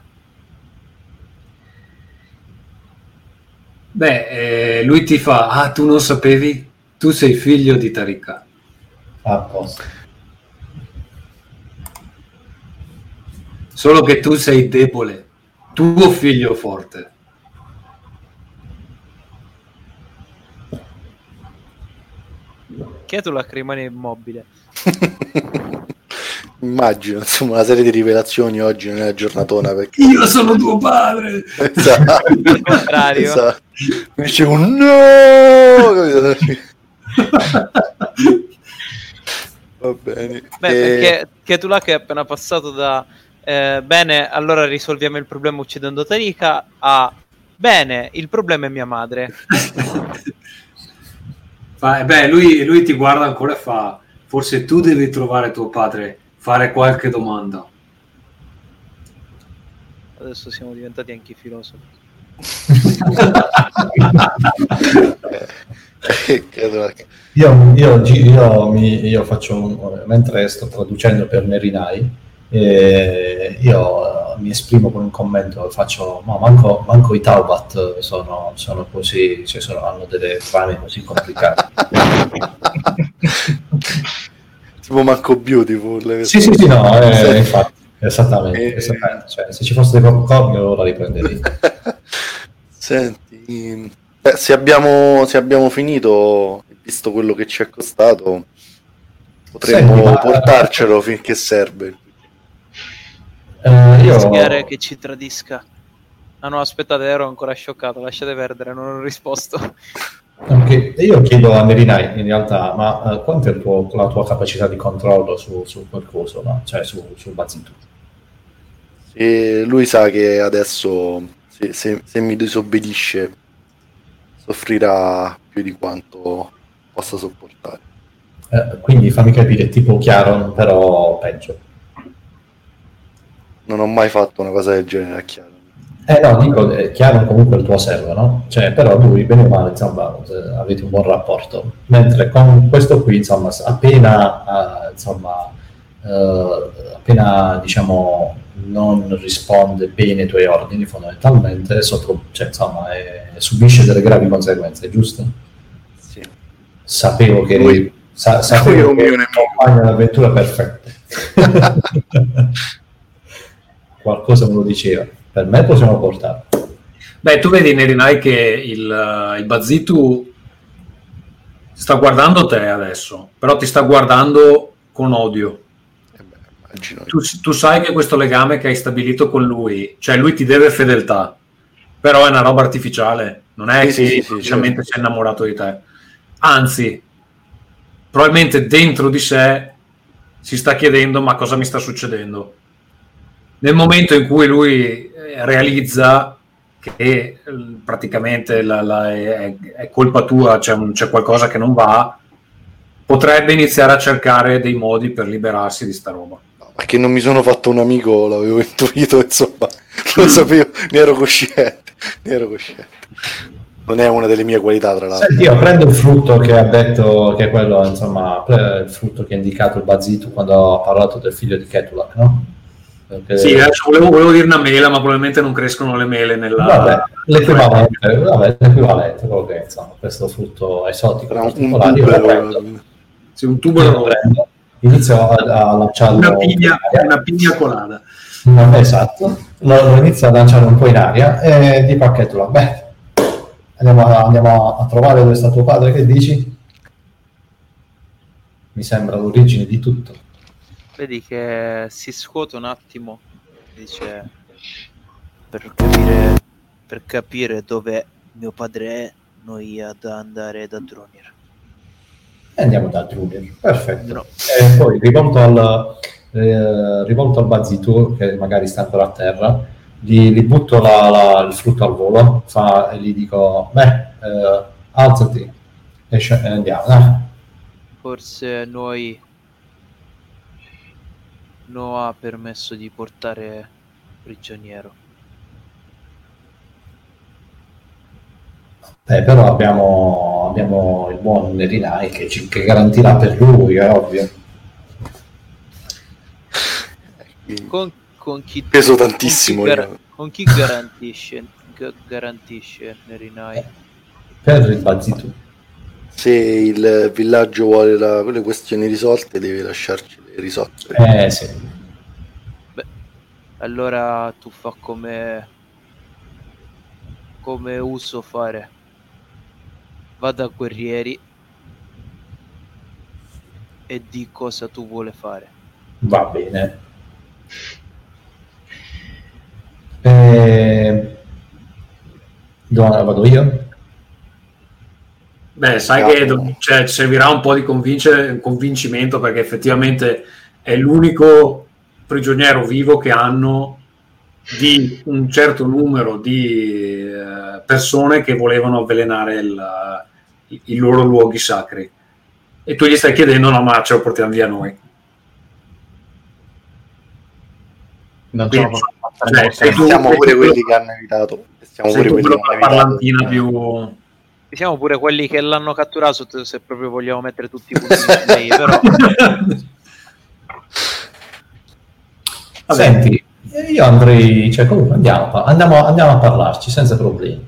Lui ti fa: tu non sapevi? Tu sei figlio di Tariqa. A posto. Solo che tu sei debole, tuo figlio forte. Ketulak rimane immobile. Immagino, insomma, una serie di rivelazioni oggi nella giornatona, perché Io sono tuo padre. esatto. Al contrario. Esatto. Mi dicevo no. Va bene. Perché Ketulak è appena passato da bene, allora risolviamo il problema uccidendo Tariqa a bene, il problema è mia madre. Lui ti guarda ancora e fa: forse tu devi trovare tuo padre, fare qualche domanda. Adesso siamo diventati anche filosofi. Io faccio mentre sto traducendo per Nerinai, io mi esprimo con un commento, faccio ma manco i Taubat sono così, cioè hanno delle trame così complicate. Tipo manco Beautiful. Sì, no, infatti, esattamente. Cioè, se ci fosse dei popcorn io la riprenderei. Senti, se abbiamo finito, visto quello che ci è costato, potremmo portarcelo finché serve. Rischiare che ci tradisca. Ah no, aspettate, ero ancora scioccato, lasciate perdere, non ho risposto. Okay. Io chiedo a Nerinai in realtà, ma quanto è la tua capacità di controllo su quel coso, no? Cioè sul Bazitu? E lui sa che adesso se mi disobbedisce soffrirà più di quanto possa sopportare. Quindi fammi capire, tipo Chiaron, però peggio. Non ho mai fatto una cosa del genere a Chiaron. No, dico, Chiaron comunque è il tuo servo, no? Cioè, però lui, bene o male, insomma, avete un buon rapporto. Mentre con questo qui, insomma, appena, diciamo, non risponde bene ai tuoi ordini, fondamentalmente, subisce delle gravi conseguenze, giusto? Sì. Sapevo che eri un compagno d'avventura perfetto. Qualcosa me lo diceva. Per me possiamo portare. Tu vedi, Nerinai, che il Bazitu sta guardando te adesso, però ti sta guardando con odio. Tu sai che questo legame che hai stabilito con lui, cioè lui ti deve fedeltà, però è una roba artificiale, non è che semplicemente si è innamorato di te. Anzi, probabilmente dentro di sé si sta chiedendo: ma cosa mi sta succedendo? Nel momento in cui lui realizza che praticamente è colpa tua, c'è qualcosa che non va, potrebbe iniziare a cercare dei modi per liberarsi di sta roba. Ma che non mi sono fatto un amico, l'avevo intuito, insomma, lo sapevo, ne ero cosciente. Non è una delle mie qualità, tra l'altro. Senti, io prendo il frutto che ha detto, che è quello, insomma, il frutto che ha indicato il Bazitu quando ha parlato del figlio di Ketulak, no? Perché... Sì, volevo dire una mela, ma probabilmente non crescono le mele nella... Vabbè, l'equivalente, perché, insomma, questo frutto esotico, un tubero, inizio a lanciarlo una pigna colada. Esatto, lo inizio a lanciare un po' in aria e dico a Ketulak: andiamo a trovare dove sta tuo padre, che dici? Mi sembra l'origine di tutto. Vedi che si scuote un attimo, dice: per capire dove mio padre è, noi ad andare da Drunir. Andiamo da Drunir, perfetto. No. Poi rivolto rivolto al Bazitu, che magari sta ancora a terra, gli butto il frutto al volo, e gli dico, alzati e andiamo. Forse Noah ha permesso di portare prigioniero. Però abbiamo il buon Nerinai che garantirà per lui, è ovvio. Con chi peso tantissimo. Con chi garantisce Nerinai? Per il Bazitu. Se il villaggio vuole le questioni risolte, deve lasciarci le risolte. Sì. Beh, allora tu fa come uso fare. Vada a guerrieri e di cosa tu vuole fare. Va bene. Dove vado io? Beh, sai che servirà un po' di convincimento, perché effettivamente è l'unico prigioniero vivo che hanno di un certo numero di persone che volevano avvelenare i loro luoghi sacri, e tu gli stai chiedendo no, ma ce lo portiamo via noi. Non siamo pure quelli che hanno evitato. Siamo pure quelli che hanno parlantina più. Siamo pure quelli che l'hanno catturato, se proprio vogliamo mettere tutti i punti su lei, però. Senti, io andrei, comunque andiamo a parlarci senza problemi.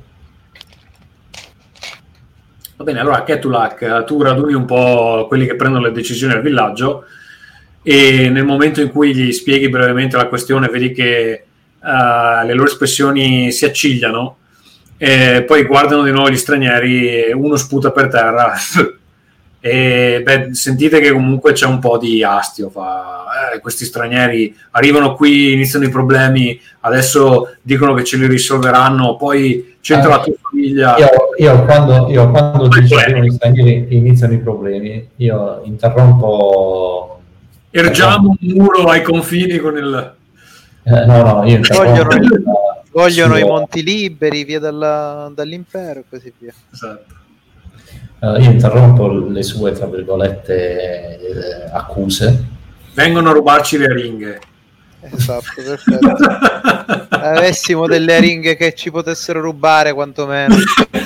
Va bene, allora Ketulak, tu raduni un po' quelli che prendono le decisioni al villaggio, e nel momento in cui gli spieghi brevemente la questione vedi che le loro espressioni si accigliano, e poi guardano di nuovo gli stranieri, uno sputa per terra e sentite che comunque c'è un po' di astio. Questi stranieri arrivano qui, iniziano i problemi, adesso dicono che ce li risolveranno, poi c'entra la tua famiglia. Io quando dico che gli stranieri iniziano i problemi, io interrompo. Ergiamo un muro ai confini con il. Io vogliono i monti liberi, via dall'impero e così via. Esatto. Io interrompo le sue, tra virgolette, accuse. Vengono a rubarci le aringhe. Esatto, perfetto. Avessimo delle aringhe che ci potessero rubare, quantomeno.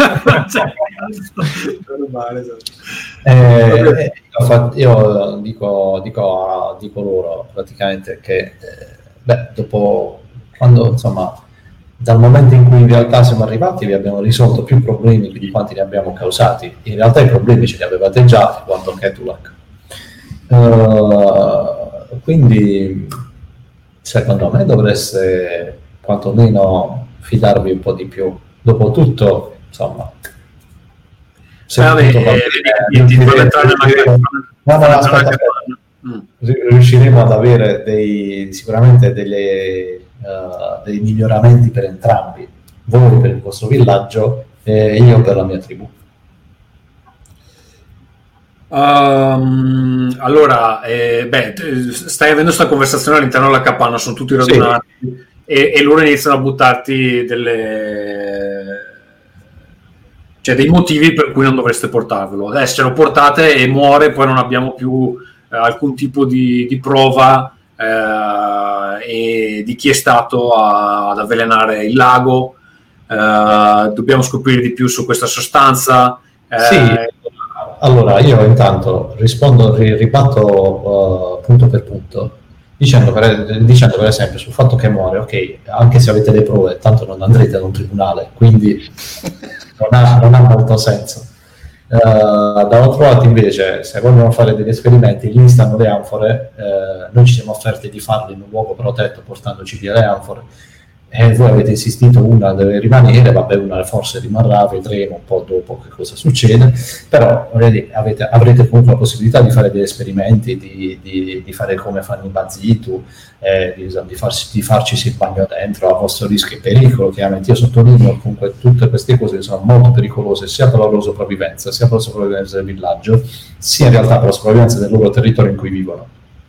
Io dico loro praticamente che dopo, quando insomma, dal momento in cui in realtà siamo arrivati, vi abbiamo risolto più problemi di quanti ne abbiamo causati. In realtà i problemi ce li avevate già quando Ketulak. Quindi secondo me dovreste quantomeno fidarvi un po' di più. Dopotutto, insomma, riusciremo ad avere sicuramente dei miglioramenti per entrambi, voi per il vostro villaggio e io per la mia tribù. Allora, stai avendo questa conversazione all'interno della capanna, sono tutti radunati, sì. e loro iniziano a buttarti dei motivi per cui non dovreste portarvelo. Adesso lo portate e muore, poi non abbiamo più alcun tipo di prova e di chi è stato ad avvelenare il lago. Dobbiamo scoprire di più su questa sostanza. Sì. Allora, io intanto ribatto punto per punto, dicendo per esempio sul fatto che muore, ok, anche se avete le prove, tanto non andrete ad un tribunale, quindi non ha molto senso. Dall'altro lato invece, se vogliono fare degli esperimenti, lì stanno le anfore, noi ci siamo offerti di farli in un luogo protetto portandoci via le anfore, e voi avete insistito, una deve rimanere, una forse rimarrà, vedremo un po' dopo che cosa succede, però avrete comunque la possibilità di fare degli esperimenti, di fare come fanno i Bazitu, di farci il bagno dentro a vostro rischio e pericolo. Chiaramente io sottolineo comunque tutte queste cose sono molto pericolose sia per la loro sopravvivenza, sia per la sopravvivenza del villaggio, sia in realtà per la sopravvivenza del loro territorio in cui vivono.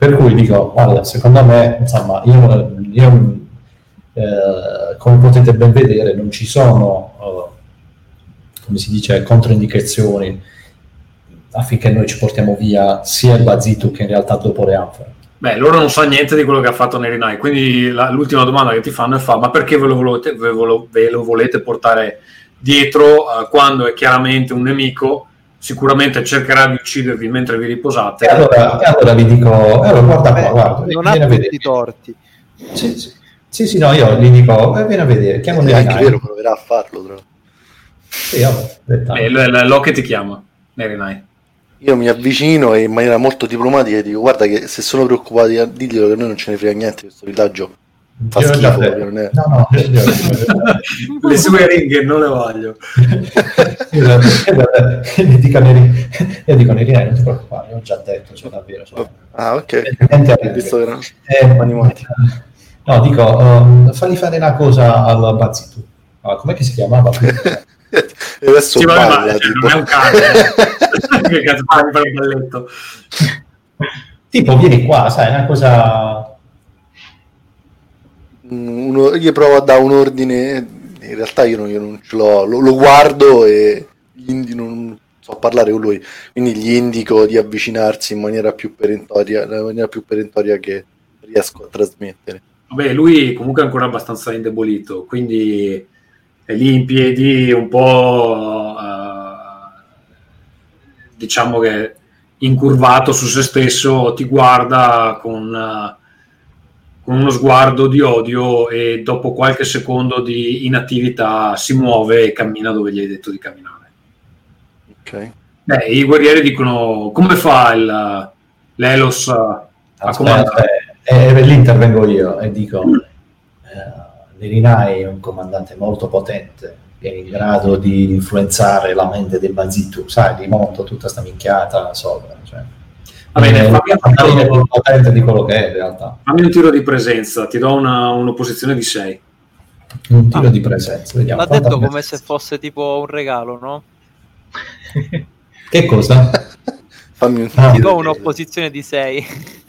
Per cui dico, guarda, secondo me, insomma, io come potete ben vedere, non ci sono, come si dice, controindicazioni affinché noi ci portiamo via sia il Bazitu che in realtà dopo le anfore. Beh, loro non sanno niente di quello che ha fatto Nerinai, quindi l'ultima domanda che ti fanno è ma perché ve lo volete portare dietro quando è chiaramente un nemico, sicuramente cercherà di uccidervi mentre vi riposate. E allora vi dico, guarda qua, guarda, non ha tutti i torti. Sì, no, io gli dico, vieni a vedere, chiamo Nerinai. È anche vero, proverà a farlo, però. Sì, Locke ti chiama, Nerinai. Io mi avvicino e in maniera molto diplomatica dico, guarda che se sono preoccupati, diglielo che noi non ce ne frega niente, questo villaggio fa schifo, non è... No, le sue ringhe non le voglio. Io dico Nerinai, non ti preoccupare, ho già detto, cioè davvero. Ok, visto che erano animati. No, dico, fagli fare una cosa al Bazitu. Com'è che si chiamava? E adesso sì, balla, non è un cane. Che cazzo fai fare il balletto? Tipo, vieni qua, sai, una cosa... Io provo a dare un ordine, in realtà io non ce l'ho, lo guardo e non so parlare con lui, quindi gli indico di avvicinarsi in maniera più perentoria, la maniera più perentoria che riesco a trasmettere. Vabbè, lui comunque è ancora abbastanza indebolito, quindi è lì in piedi un po' diciamo che incurvato su se stesso, ti guarda con uno sguardo di odio e dopo qualche secondo di inattività si muove e cammina dove gli hai detto di camminare. Ok. I guerrieri dicono: come fa l'Elos a comandare? Lì intervengo io e dico: Nerinai è un comandante molto potente, è in grado di influenzare la mente del Bazitu, sai, li monto tutta sta minchiata sopra, cioè. Va bene, è più potente di quello che è in realtà. Fammi un tiro di presenza, ti do un'opposizione di 6. Un tiro di presenza, vediamo. L'ha detto come se fosse tipo un regalo, no? Che cosa? Fammi un tiro. Ti do un'opposizione di 6.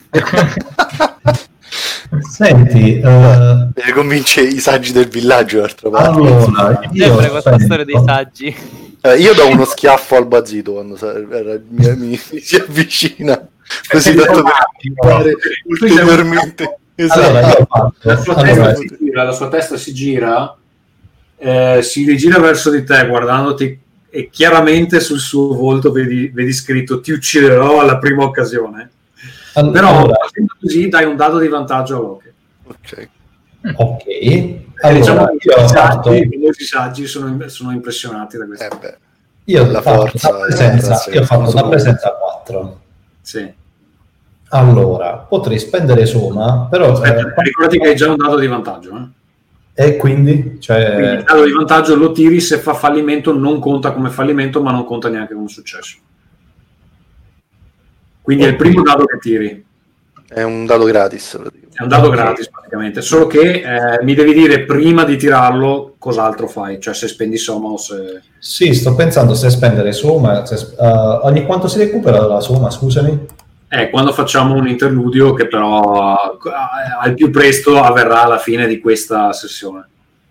Senti, convince i saggi del villaggio l'altra parte. Allora, sempre questa storia dei saggi. Io do uno schiaffo al Bazitu quando mi si avvicina, così tanto per fare ulteriormente. Esatto. La sua testa si gira, si rigira verso di te guardandoti e chiaramente sul suo volto vedi scritto: ti ucciderò alla prima occasione. Però così dai un dado di vantaggio a Locke. Ok. Allora, diciamo che i saggi sono impressionati da questo. Io ho fatto la presenza a 4. Sì. Allora, potrei spendere somma, però... ricordati che hai già un dado di vantaggio. E quindi? Quindi il dado di vantaggio lo tiri, se fa fallimento non conta come fallimento, ma non conta neanche come successo. Quindi è il primo dado che tiri. È un dado gratis. È un dado gratis praticamente, solo che mi devi dire prima di tirarlo cos'altro fai, cioè se spendi somma o se... Sì, sto pensando se spendere somma, ogni quanto si recupera la somma, scusami? Quando facciamo un interludio che però al più presto avverrà alla fine di questa sessione.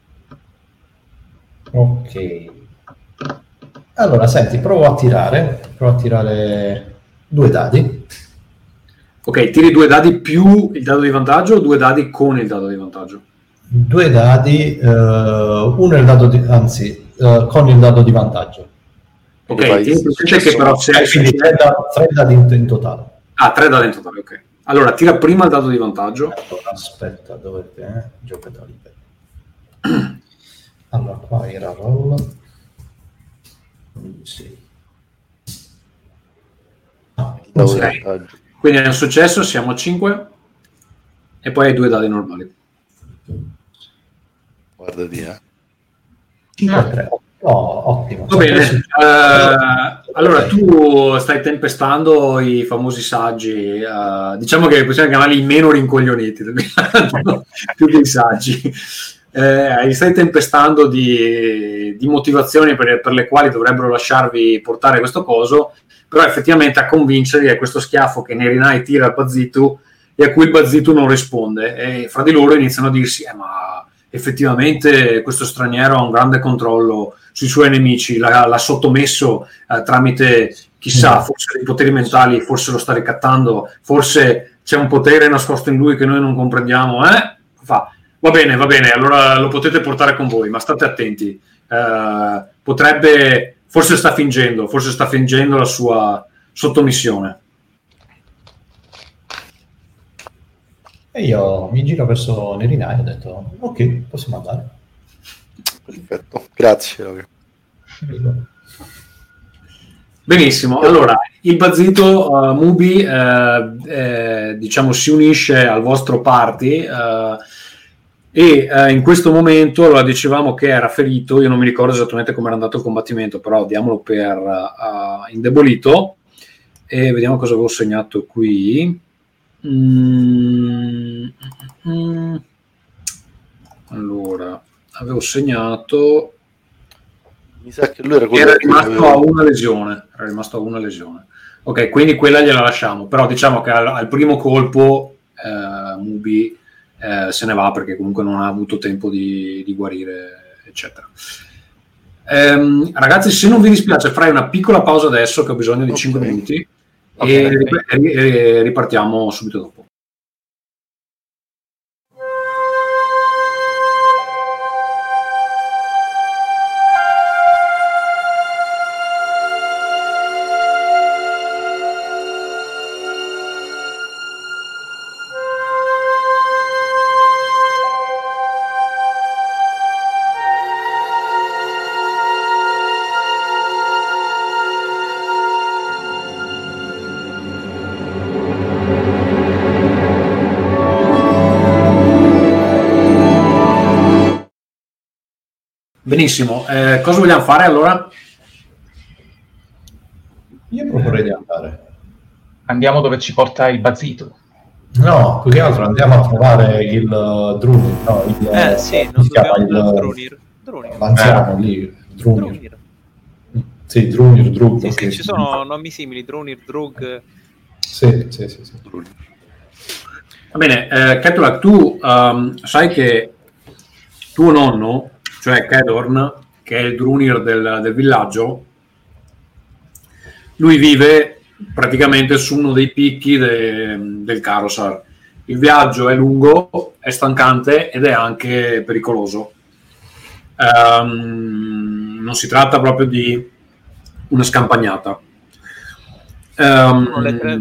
Ok. Allora, senti, provo a tirare 2 dadi. Ok, tiri 2 dadi più il dado di vantaggio o 2 dadi con il dado di vantaggio? 2 dadi, uno è il dado di... anzi, con il dado di vantaggio. Ok, che però se quindi 3 dadi in totale. 3 dadi in totale, ok. Allora, tira prima il dado di vantaggio. Allora, aspetta, dove è? Gioco allora, qua era roll. Sì. Quindi è un successo, siamo a 5 e poi hai 2 dadi normali. Guarda di 5-3. Ottimo. Va bene. Allora tu stai tempestando i famosi saggi, diciamo che possiamo chiamarli i meno rincoglioniti più dei saggi. Stai tempestando di motivazioni per le quali dovrebbero lasciarvi portare questo coso, però effettivamente a convincerli è questo schiaffo che Nerinai tira al Bazitu e a cui il Bazzitu non risponde, e fra di loro iniziano a dirsi ma effettivamente questo straniero ha un grande controllo sui suoi nemici, l'ha sottomesso tramite chissà, forse dei poteri mentali, forse lo sta ricattando, forse c'è un potere nascosto in lui che noi non comprendiamo. Va bene, allora lo potete portare con voi, ma state attenti, forse sta fingendo la sua sottomissione. E io mi giro verso Nerinai e ho detto ok, possiamo andare. Perfetto, grazie. Benissimo, allora il Bazzitu Mubi diciamo si unisce al vostro party e in questo momento, allora dicevamo che era ferito, io non mi ricordo esattamente come era andato il combattimento, però diamolo per indebolito e vediamo cosa avevo segnato qui. Allora avevo segnato, mi sa che lui era rimasto a una lesione, ok, quindi quella gliela lasciamo, però diciamo che al primo colpo Mubi se ne va perché comunque non ha avuto tempo di guarire, eccetera. Ragazzi, se non vi dispiace farei una piccola pausa adesso che ho bisogno di 5 minuti e ripartiamo subito dopo. Benissimo, cosa vogliamo fare allora? Io proporrei di andare. Andiamo dove ci porta il Bazzitu. No, più che altro andiamo a trovare il Drunir. No, sì, non dobbiamo Drunir. L'anziano lì, Drunir. Sì, Drug. Sì, ci sono nomi simili, Drunir, Drug. Sì. Va bene, Ketulak, tu sai che tuo nonno, cioè Kedorn, che è il Drunir del villaggio, lui vive praticamente su uno dei picchi del Karosar. Il viaggio è lungo, è stancante ed è anche pericoloso. Non si tratta proprio di una scampagnata. Sono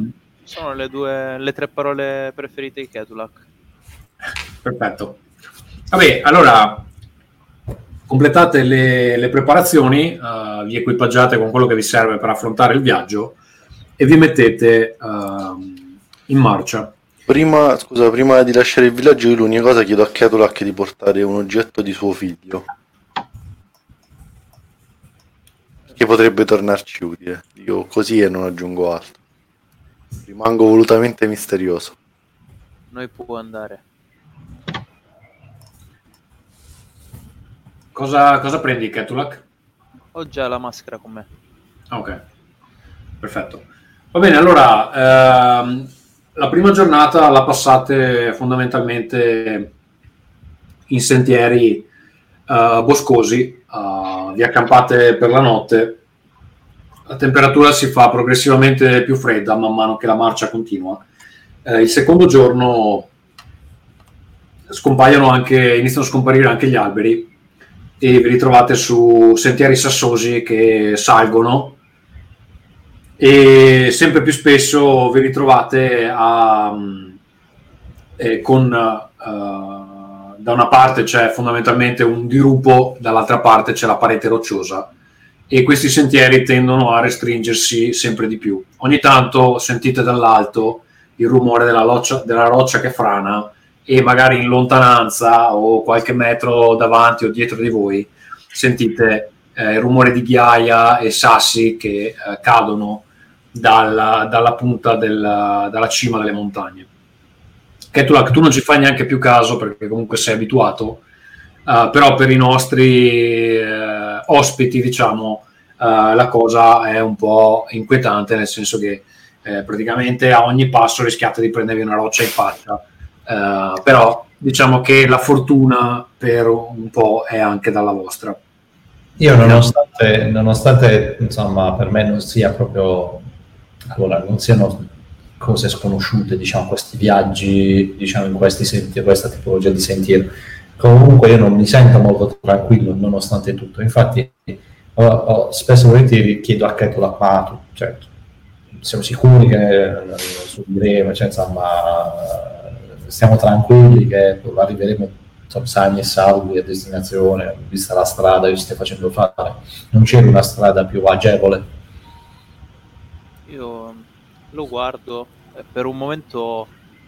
le tre parole preferite di Ketulak. Perfetto. Vabbè, allora completate le preparazioni, vi equipaggiate con quello che vi serve per affrontare il viaggio e vi mettete in marcia. Prima di lasciare il villaggio, io l'unica cosa chiedo a Ketulak di portare un oggetto di suo figlio che potrebbe tornarci utile. Io così e non aggiungo altro. Rimango volutamente misterioso. Noi può andare. Cosa prendi, Ketulak? Ho già la maschera con me. Ok, perfetto. Va bene, allora la prima giornata la passate fondamentalmente in sentieri boscosi, vi accampate per la notte, la temperatura si fa progressivamente più fredda man mano che la marcia continua. Il secondo giorno iniziano a scomparire anche gli alberi e vi ritrovate su sentieri sassosi che salgono e sempre più spesso vi ritrovate da una parte c'è fondamentalmente un dirupo, dall'altra parte c'è la parete rocciosa e questi sentieri tendono a restringersi sempre di più. Ogni tanto sentite dall'alto il rumore della roccia che frana e magari in lontananza o qualche metro davanti o dietro di voi sentite il rumore di ghiaia e sassi che cadono dalla punta dalla cima delle montagne. Ketulak, tu non ci fai neanche più caso perché comunque sei abituato, però per i nostri ospiti diciamo la cosa è un po' inquietante, nel senso che praticamente a ogni passo rischiate di prendervi una roccia in faccia, però diciamo che la fortuna per un po' è anche dalla vostra. Io nonostante insomma per me non sia proprio, allora non siano cose sconosciute, diciamo, questi viaggi, diciamo, in questa tipologia di sentiero, comunque io non mi sento molto tranquillo nonostante tutto. Infatti spesso e volentieri chiedo a Ketula, ma tu, cioè, siamo sicuri che subiremo, cioè, insomma, stiamo tranquilli che arriveremo, insomma, sani e salvi a destinazione, vista la strada che ci stai facendo fare? Non c'era una strada più agevole? Io lo guardo e per un momento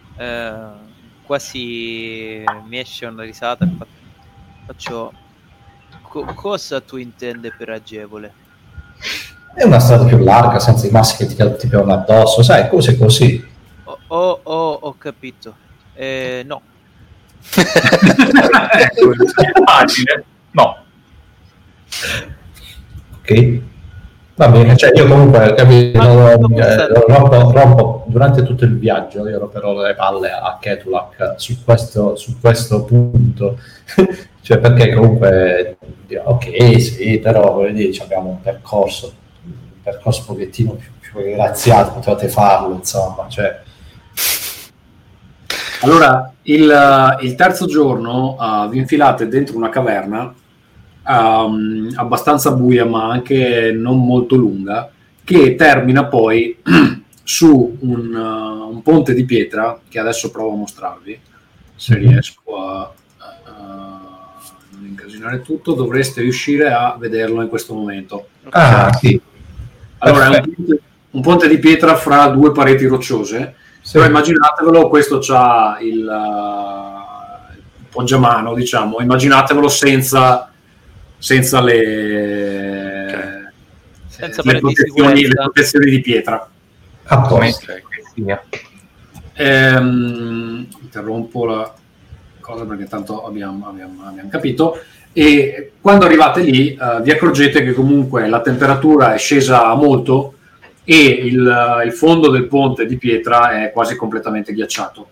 quasi mi esce una risata e faccio cosa tu intendi per agevole? È una strada più larga, senza i maschi che ti piovono addosso, sai, cose così. Ho capito. No. Facile. No. Ok. Va bene, cioè io comunque rompo durante tutto il viaggio, io romperò le palle a Ketulak su questo punto, cioè perché comunque ok, sì, però voglio dire, abbiamo un percorso un pochettino più graziato, potevate farlo, insomma, cioè. Allora, il terzo giorno vi infilate dentro una caverna abbastanza buia, ma anche non molto lunga, che termina poi su un ponte di pietra che adesso provo a mostrarvi, se riesco a non incasinare tutto. Dovreste riuscire a vederlo in questo momento. Sì. Allora, è un ponte di pietra fra due pareti rocciose. Sì. Però immaginatevelo, questo c'ha il poggiamano, diciamo, immaginatevelo senza le protezioni di pietra. Interrompo la cosa perché tanto abbiamo capito. E quando arrivate lì vi accorgete che comunque la temperatura è scesa molto e il fondo del ponte di pietra è quasi completamente ghiacciato.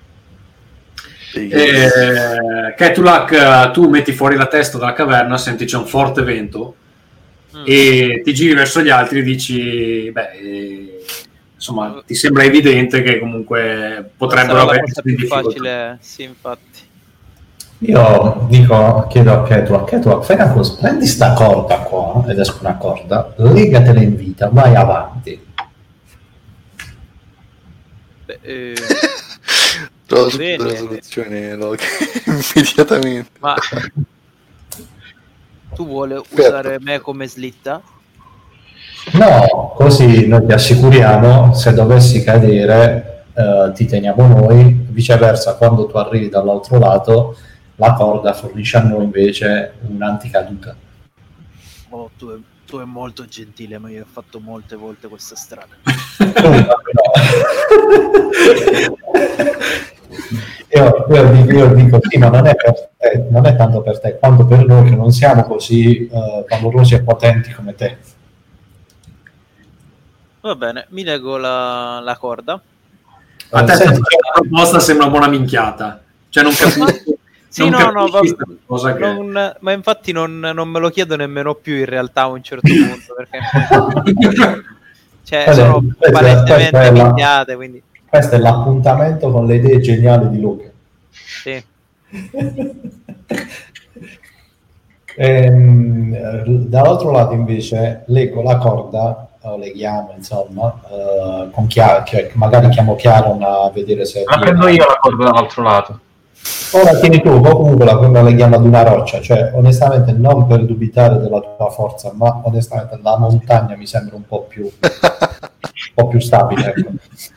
Ketulak, tu metti fuori la testa dalla caverna, senti c'è un forte vento e ti giri verso gli altri e dici insomma, ti sembra evidente che comunque potrebbero avere più facile. Sì, infatti. Io chiedo a Ketulak, fai una cosa, prendi sta corda qua, ed esco una corda, legatela in vita, vai avanti. Trovo tutte le soluzioni immediatamente. Ma tu vuoi usare me come slitta? No, così noi ti assicuriamo, se dovessi cadere ti teniamo noi, viceversa quando tu arrivi dall'altro lato la corda fornisce a noi invece un'anticaduta. Oh, tu è molto gentile, ma io ho fatto molte volte questa strada. Io dico sì, ma non è per te, non è tanto per te quanto per noi che non siamo così valorosi e potenti come te. Va bene, mi leggo la corda. A te la proposta sembra una buona minchiata, cioè non capisco. Sì, ma infatti non me lo chiedo nemmeno più in realtà a un certo punto, perché cioè, sono palesemente minchiate, quindi. Questo è l'appuntamento con le idee geniali di Luca. Sì. Dall'altro lato invece leggo la corda, o leghiamo insomma, con magari chiamo Chiaron a vedere se... Ma prendo io la corda dall'altro lato. Ora tieni tu, comunque la leghiamo ad una roccia, cioè onestamente non per dubitare della tua forza, ma onestamente la montagna mi sembra un po' più stabile, ecco.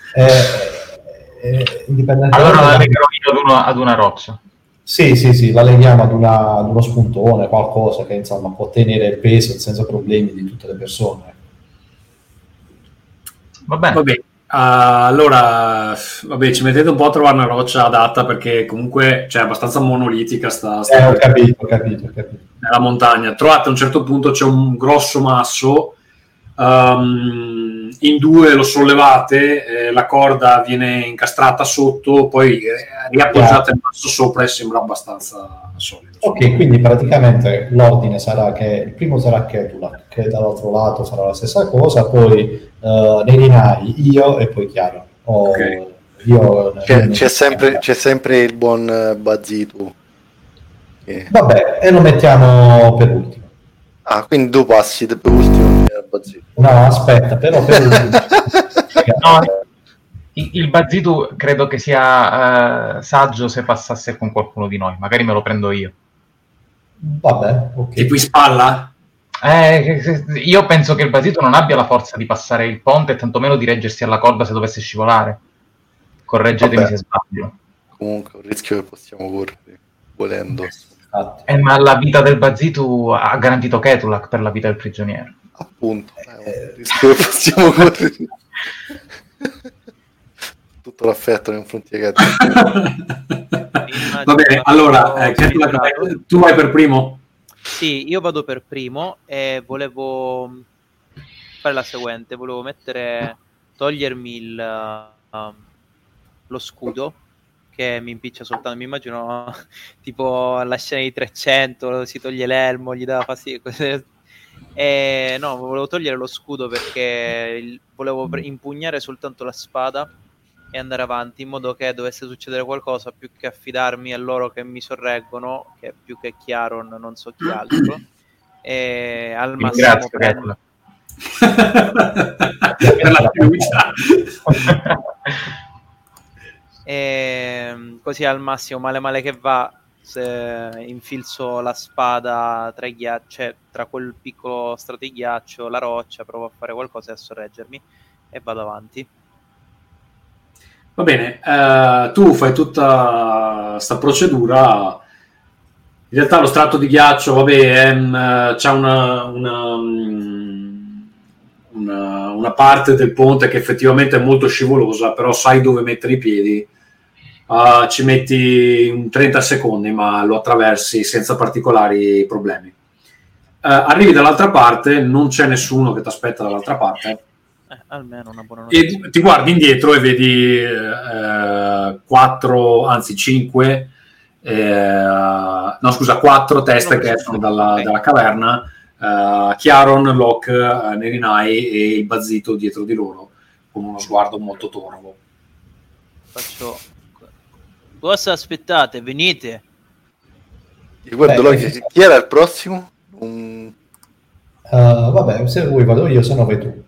Allora la legherò io ad una roccia. Sì, la leghiamo ad uno spuntone, qualcosa che insomma può tenere il peso senza problemi di tutte le persone. Va bene. Vabbè. Allora, ci mettete un po' a trovare una roccia adatta, perché comunque c'è abbastanza monolitica ho capito. nella montagna. Trovate a un certo punto c'è un grosso masso in in due lo sollevate, la corda viene incastrata sotto, poi riappoggiate il masso sopra e sembra abbastanza solido. Ok, quindi praticamente l'ordine sarà che il primo sarà Ketulak, che dall'altro lato farà la stessa cosa, poi Nerinai, io e poi Chiaro. Okay. C'è sempre il buon Bazitu. Vabbè, e lo mettiamo per ultimo. Ah, quindi tu passi per ultimo Bazitu. No, aspetta, però per ultimo. No, il Bazitu credo che sia saggio se passasse con qualcuno di noi, magari me lo prendo io. Vabbè, ok. Tipo in spalla? Io penso che il Bazitu non abbia la forza di passare il ponte e tantomeno di reggersi alla corda se dovesse scivolare. Correggetemi se sbaglio. Comunque è un rischio che possiamo correre volendo. Ma la vita del Bazitu ha garantito Ketulak per la vita del prigioniero. Appunto, è un rischio che possiamo correre. Tutto l'affetto nei confronti di Ketulak. Va bene, allora Ketulak, tu vai per primo? Sì, io vado per primo e volevo fare la seguente, volevo togliermi lo scudo che mi impiccia soltanto, mi immagino tipo alla scena di 300, si toglie l'elmo, gli dà fastidio, e no, volevo togliere lo scudo perché volevo impugnare soltanto la spada e andare avanti, in modo che dovesse succedere qualcosa, più che affidarmi a loro che mi sorreggono, che più che Chiaron non so chi altro, e al massimo per la fiducia. E così al massimo, male che va, se infilzo la spada tra i ghiacci, tra quel piccolo strato di ghiaccio, la roccia, provo a fare qualcosa e a sorreggermi e vado avanti. Va bene, tu fai tutta sta procedura. In realtà lo strato di ghiaccio, vabbè, c'ha una parte del ponte che effettivamente è molto scivolosa, però sai dove mettere i piedi. Ci metti 30 secondi, ma lo attraversi senza particolari problemi. Arrivi dall'altra parte, non c'è nessuno che ti aspetta dall'altra parte. Almeno una buona notizia. E ti guardi indietro e vedi 4 teste che escono dalla caverna, Chiaron, Locke, Nerinai e il Bazzito dietro di loro con uno sguardo molto torvo. Faccio: cosa aspettate? Venite. Guarda, chi era il prossimo? Vabbè, se vuoi vado io, se no vai tu.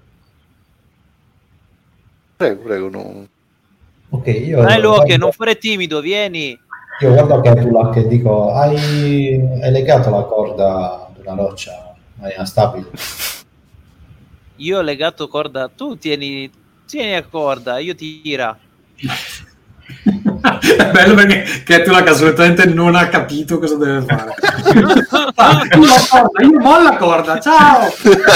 Prego, no. Ok, io... Dai Locke, non fare timido, vieni. Io guardo Ketulak e dico: hai legato la corda ad una roccia, ma è instabile. Io ho legato corda, tu tieni a corda, io tira. È bello perché Ketulak assolutamente non ha capito cosa deve fare. Io mollo la corda, ciao.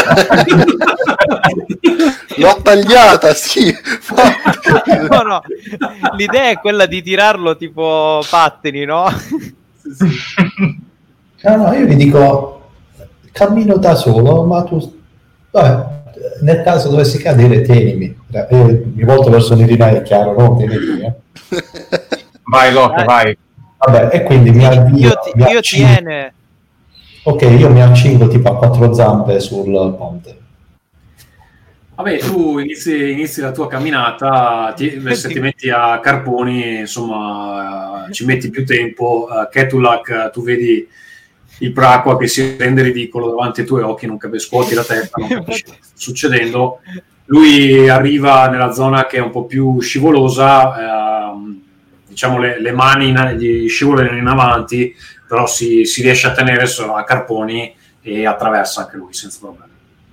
L'ho tagliata, sì. No, l'idea è quella di tirarlo tipo pattini, no? Sì. No, io vi dico: cammino da solo, ma tu... Vabbè, nel caso dovessi cadere, tienimi. Mi volto verso Nerinai, è chiaro, no? Tienimi, Vai Locke, vai. Vabbè, e quindi mi avvio... Io tiene. Ok, io mi accingo tipo a 4 zampe sul ponte. Vabbè, tu inizi la tua camminata, se ti metti a carponi, insomma, ci metti più tempo. Ketulak, tu vedi il Praqua che si rende ridicolo davanti ai tuoi occhi, non capisci, scuoti la testa, non capisci cosa sta succedendo. Lui arriva nella zona che è un po' più scivolosa, diciamo le mani gli scivolano in avanti, però si riesce a tenere a carponi e attraversa anche lui senza problemi.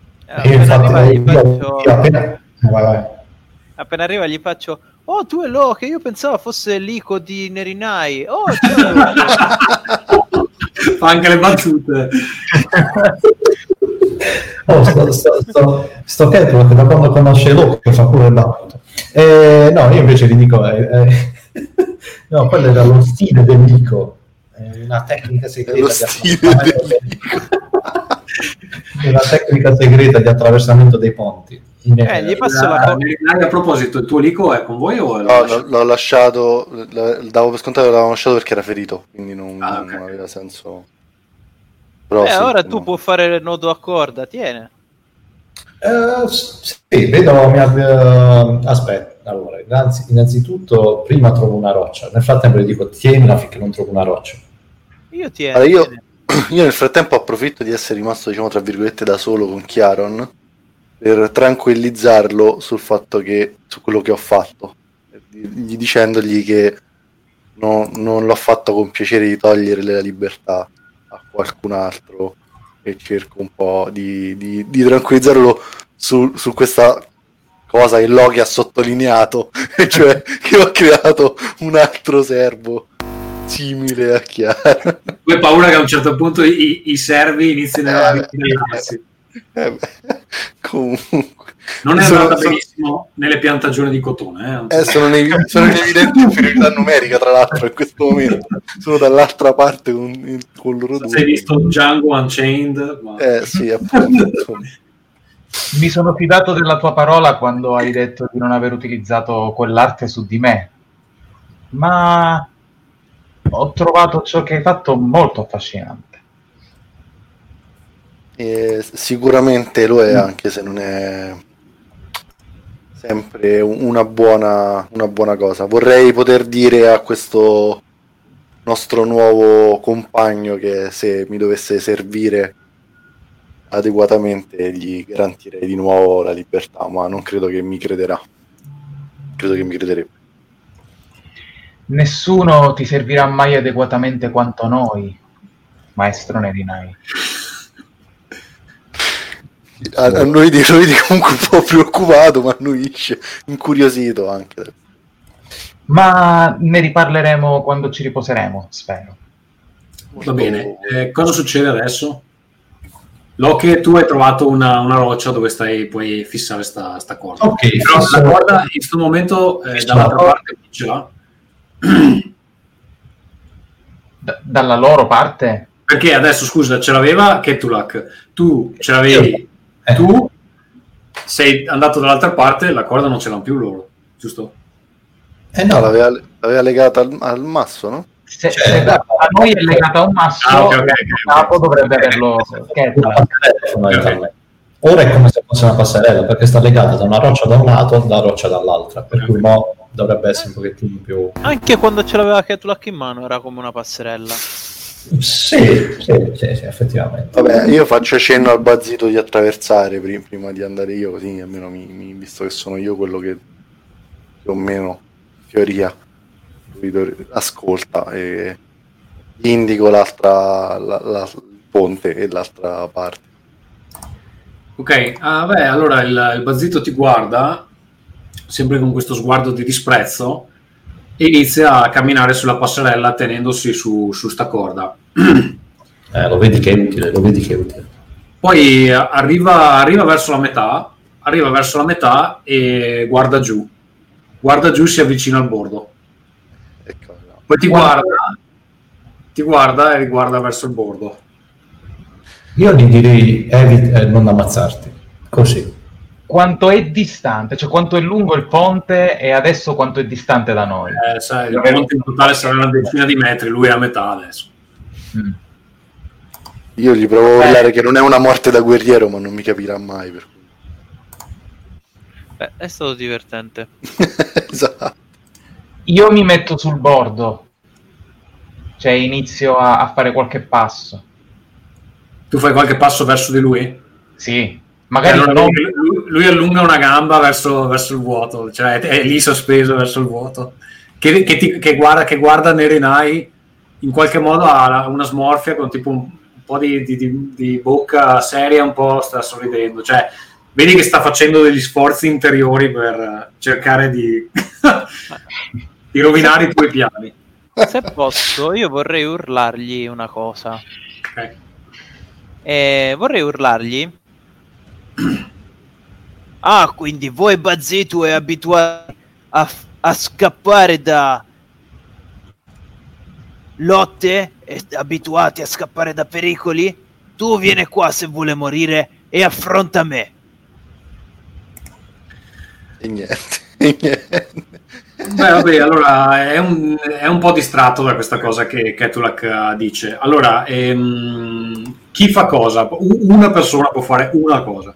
Appena arriva gli faccio: oh, tu e Locke, io pensavo fosse l'Ico di Nerinai. Oh, fa anche le battute. Sto Ketulak da quando conosce Locke fa pure le battute. No, io invece gli dico no, quello era lo stile dell'Ico, una tecnica segreta di attraversamento dei ponti. Gli passo la a proposito, il tuo Lico è con voi o l'ho lasciato, davo per scontato che l'avevamo lasciato perché era ferito, quindi non aveva senso. Però ora tu puoi fare nodo a corda, tiene. Sì, vedo. Aspetta, allora, innanzitutto prima trovo una roccia, nel frattempo gli dico tienila finché non trovo una roccia. Io tieno. Allora, io nel frattempo approfitto di essere rimasto, diciamo, tra virgolette da solo con Chiaron per tranquillizzarlo sul fatto su quello che ho fatto, dicendogli che non l'ho fatto con piacere di togliere la libertà a qualcun altro, e cerco un po' di tranquillizzarlo su questa cosa che Loki ha sottolineato, cioè che ho creato un altro servo simile a Chiara. Tu hai paura che a un certo punto i servi inizino a avvicinarsi. Comunque non è andata benissimo nelle piantagioni di cotone. Sono in evidente inferiorità numerica, tra l'altro, in questo momento. Sono dall'altra parte con loro due. Hai visto Django Unchained? Sì, appunto. Mi sono fidato della tua parola quando hai detto di non aver utilizzato quell'arte su di me, ma ho trovato ciò che hai fatto molto affascinante. Sicuramente lo è, anche se non è sempre una buona cosa. Vorrei poter dire a questo nostro nuovo compagno che se mi dovesse servire adeguatamente gli garantirei di nuovo la libertà, ma non credo che mi crederà. Credo che mi crederebbe. Nessuno ti servirà mai adeguatamente quanto noi, maestro Nerinai. Lo vedi comunque un po' preoccupato, ma annuisce, incuriosito anche. Ma ne riparleremo quando ci riposeremo, spero. Va bene, cosa succede adesso? Loki, tu hai trovato una roccia dove puoi fissare sta corda. Ok, però la corda in questo momento dall'altra parte non ce l'ha. Dalla loro parte? Perché adesso, scusa, ce l'aveva Ketulak, tu ce l'avevi, tu sei andato dall'altra parte, la corda non ce l'hanno più loro, giusto? No, l'aveva legata al masso, no? Se a noi è legata a un masso, il capo dovrebbe averlo. Ora è come se fosse una passerella, perché sta legata da una roccia da un lato e da roccia dall'altra, per cui dovrebbe essere un pochettino più... Anche quando ce l'aveva Ketulak in mano era come una passerella. Sì, effettivamente. Vabbè, io faccio cenno al Bazzito di attraversare prima di andare io, così almeno visto che sono io quello che più o meno in teoria ascolta, e indico il ponte e l'altra parte. Ok, allora il Bazzito ti guarda sempre con questo sguardo di disprezzo e inizia a camminare sulla passerella tenendosi su sta corda. Lo vedi che è utile. Poi arriva verso la metà e guarda giù, si avvicina al bordo. Poi ti guarda e riguarda verso il bordo. Io gli direi non ammazzarti, così. Quanto è distante, cioè quanto è lungo il ponte e adesso quanto è distante da noi? Sai, il ponte in totale sarà una decina di metri, lui è a metà adesso. Io gli provo a urlare che non è una morte da guerriero, ma non mi capirà mai. Per cui. È stato divertente. Esatto. Io mi metto sul bordo, cioè inizio a fare qualche passo. Tu fai qualche passo verso di lui? Sì, magari allora lui allunga una gamba verso il vuoto, cioè è lì sospeso verso il vuoto, che guarda Nerinai, in qualche modo ha una smorfia con tipo un po' di bocca seria, un po' sta sorridendo, cioè vedi che sta facendo degli sforzi interiori per cercare di rovinare i tuoi piani. Se posso, io vorrei urlargli una cosa. Ok. Vorrei urlargli: quindi voi Bazzito è abituati a scappare da lotte, e abituati a scappare da pericoli? Tu vieni qua se vuole morire e affronta me. E niente. Beh, vabbè, allora è un po' distratto da questa cosa che Ketulak dice. Allora, chi fa cosa? Una persona può fare una cosa.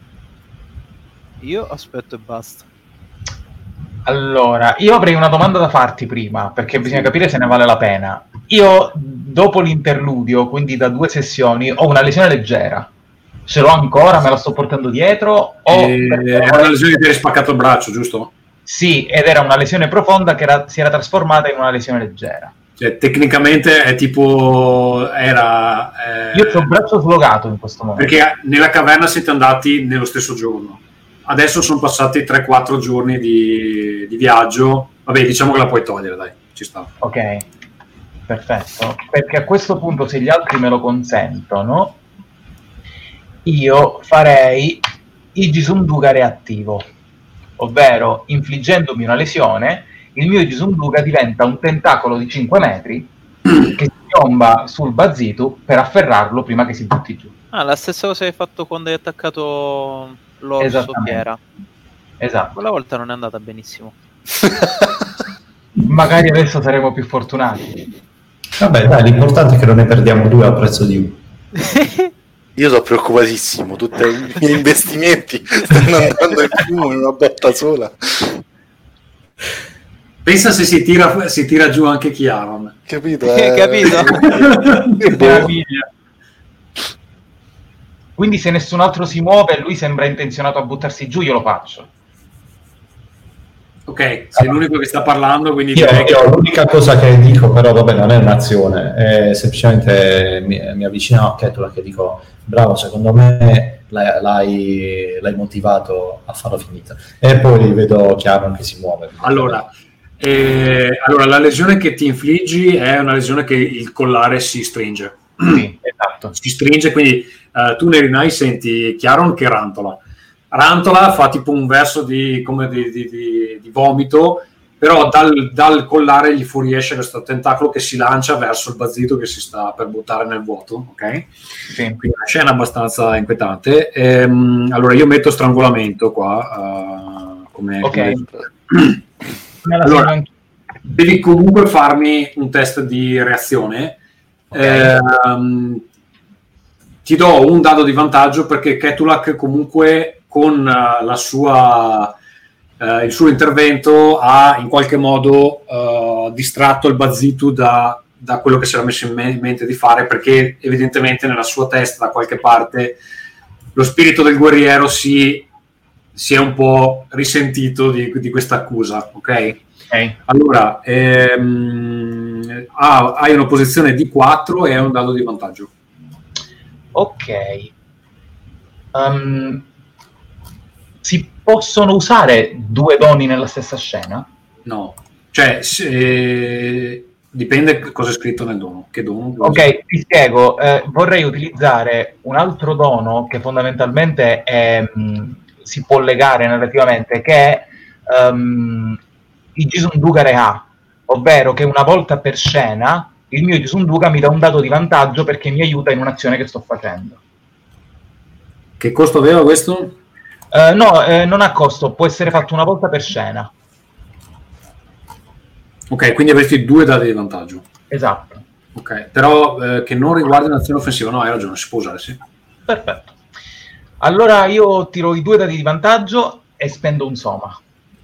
Io aspetto e basta. Allora, io avrei una domanda da farti prima, perché bisogna capire se ne vale la pena. Io, dopo l'interludio, quindi da 2 sessioni, ho una lesione leggera. Ce l'ho ancora, me la sto portando dietro? È una lesione che ti hai spaccato il braccio, giusto? Sì, ed era una lesione profonda che si era trasformata in una lesione leggera. Cioè, tecnicamente è tipo... Io ho il braccio slogato in questo momento. Perché nella caverna siete andati nello stesso giorno. Adesso sono passati 3-4 giorni di viaggio. Vabbè, diciamo che la puoi togliere, dai, ci sta. Ok, perfetto. Perché a questo punto, se gli altri me lo consentono, io farei Igisunduga reattivo, ovvero infliggendomi una lesione, il mio Igisunduga diventa un tentacolo di 5 metri che si piomba sul Bazitu per afferrarlo prima che si butti giù. Ah, la stessa cosa che hai fatto quando hai attaccato l'orso Piera. Esatto. Quella volta non è andata benissimo. Magari adesso saremo più fortunati. Vabbè, dai, l'importante è che non ne perdiamo 2 al prezzo di 1. Io sono preoccupatissimo, tutti i miei investimenti stanno andando in fumo in una botta sola. Pensa se si tira giù anche Chiaron. Capito? Capito? Che meraviglia. Quindi se nessun altro si muove e lui sembra intenzionato a buttarsi giù, io lo faccio. Ok, sei l'unico che sta parlando, quindi io l'unica cosa che dico, però vabbè, non è un'azione, è semplicemente mi avvicino a Ketulak e dico bravo, secondo me l'hai motivato a farlo finita, e poi vedo Chiaron che si muove. Allora, la lesione che ti infliggi è una lesione che il collare si stringe. Sì, esatto. Si stringe, quindi tu Nerinai senti Chiaron che rantola, fa tipo un verso di vomito, però dal collare gli fuoriesce questo tentacolo che si lancia verso il Bazitu che si sta per buttare nel vuoto, ok? Sì. Quindi una scena abbastanza inquietante. Allora io metto strangolamento qua come... Ok. Allora, devi comunque farmi un test di reazione. Okay. Ti do un dado di vantaggio perché Ketulak comunque con il suo intervento ha in qualche modo distratto il Bazitu da quello che si era messo in mente di fare, perché evidentemente nella sua testa da qualche parte lo spirito del guerriero si è un po' risentito di questa accusa, ok? Allora hai una posizione di 4 e hai un dado di vantaggio. Ok. Si possono usare 2 doni nella stessa scena? No, cioè dipende cosa è scritto nel dono. Che dono? Ok, ti spiego. Vorrei utilizzare un altro dono che fondamentalmente si può legare narrativamente, che è il Igisunduga Reha, ovvero che una volta per scena il mio Igisunduga mi dà un dato di vantaggio perché mi aiuta in un'azione che sto facendo. Che costo aveva questo? Non ha costo, può essere fatto una volta per scena. Ok, quindi avresti 2 dati di vantaggio. Esatto. Ok, però che non riguarda un'azione offensiva, no, hai ragione, si può usare, sì. Perfetto. Allora io tiro i 2 dati di vantaggio e spendo un soma.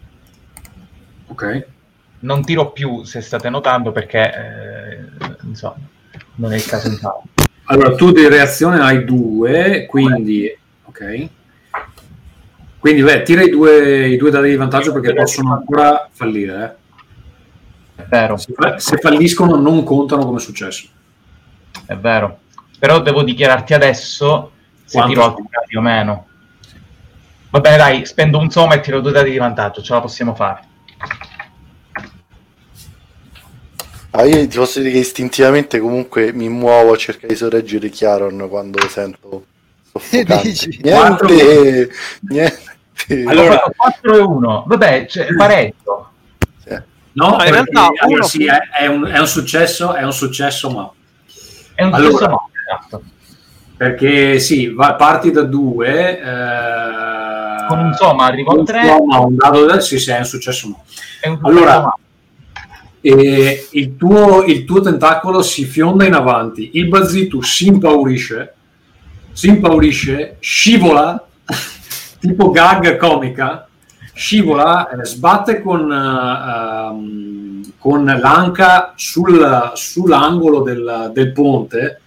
Ok. Non tiro più, se state notando, perché insomma, non è il caso di farlo. Allora, tu di reazione hai 2, quindi... Ok. Quindi, tira i due dati di vantaggio perché possono ancora fallire. È vero. Se falliscono non contano come successo. È vero. Però devo dichiararti adesso se tiro altri dati o meno. Va bene, dai, spendo un soma e tiro 2 dati di vantaggio, ce la possiamo fare. Io ti posso dire che istintivamente comunque mi muovo a cercare di sorreggere Chiaron quando sento soffocante. Niente. Allora, 4 e 1. Vabbè, c'è pareggio. No, in realtà allora, sì, è un successo, ma... È un successo, esatto. Perché sì, parti da 2, con un soma arrivo a 3. Un dado sì, è un successo no. Allora, il tuo tentacolo si fionda in avanti, il Bazzitu si impaurisce, scivola, tipo gag comica, scivola, sbatte con l'anca sull'angolo del ponte,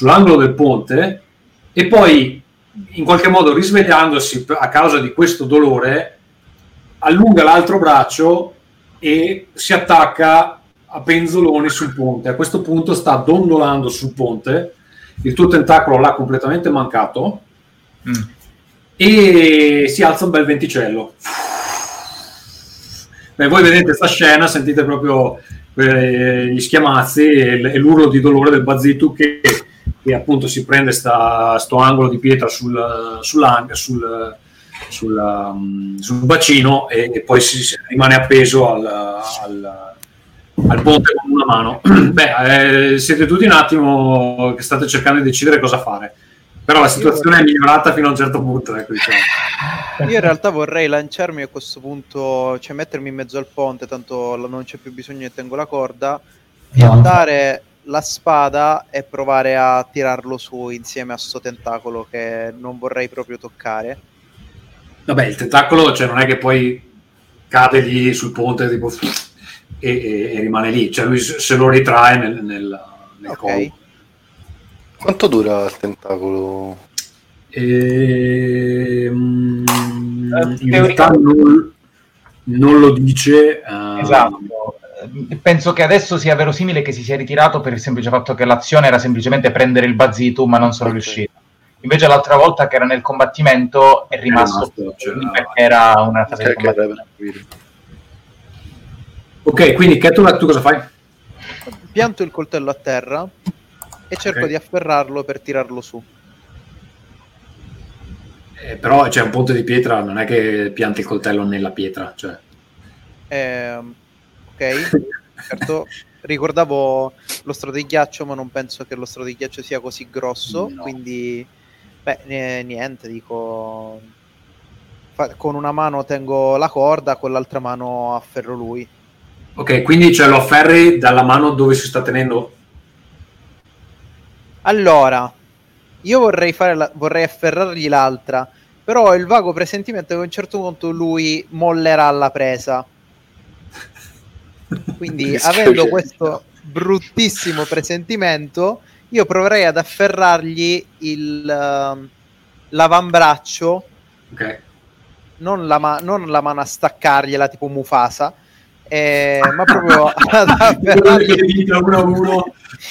e poi in qualche modo risvegliandosi a causa di questo dolore allunga l'altro braccio e si attacca a penzoloni sul ponte. A questo punto sta dondolando sul ponte, il tuo tentacolo l'ha completamente mancato e si alza un bel venticello. Beh, voi vedete sta scena, sentite proprio gli schiamazzi e l'urlo di dolore del Bazzitu che appunto si prende sto angolo di pietra sul bacino e poi si rimane appeso al ponte con una mano. Beh, siete tutti un attimo che state cercando di decidere cosa fare, però la situazione è migliorata fino a un certo punto, ecco, diciamo. Io in realtà vorrei lanciarmi a questo punto, cioè mettermi in mezzo al ponte, tanto non c'è più bisogno che tengo la corda, e andare la spada e provare a tirarlo su insieme a sto tentacolo che non vorrei proprio toccare. Vabbè, il tentacolo, cioè non è che poi cade lì sul ponte tipo, e rimane lì, cioè lui se lo ritrae nel collo. Quanto dura il tentacolo? In realtà non lo dice. Esatto. Penso che adesso sia verosimile che si sia ritirato per il semplice fatto che l'azione era semplicemente prendere il Bazzitu, ma non sono riuscito. Invece l'altra volta che era nel combattimento è rimasto perché era una fase di combattimento. Ok, quindi Ketulak, tu cosa fai? Pianto il coltello a terra e cerco di afferrarlo per tirarlo su. Però c'è un ponte di pietra, non è che pianti il coltello nella pietra, cioè. Ok, certo, ricordavo lo strato di ghiaccio, ma non penso che lo strato di ghiaccio sia così grosso, no. Quindi niente, dico, con una mano tengo la corda, con l'altra mano afferro lui. Ok, quindi lo afferri dalla mano dove si sta tenendo? Allora, io vorrei afferrargli l'altra, però ho il vago presentimento che a un certo punto lui mollerà alla presa. Quindi, avendo questo bruttissimo presentimento, io proverei ad afferrargli l'avambraccio, okay. Non la mano a staccargliela tipo Mufasa, ma proprio ad afferrargli uno a uno.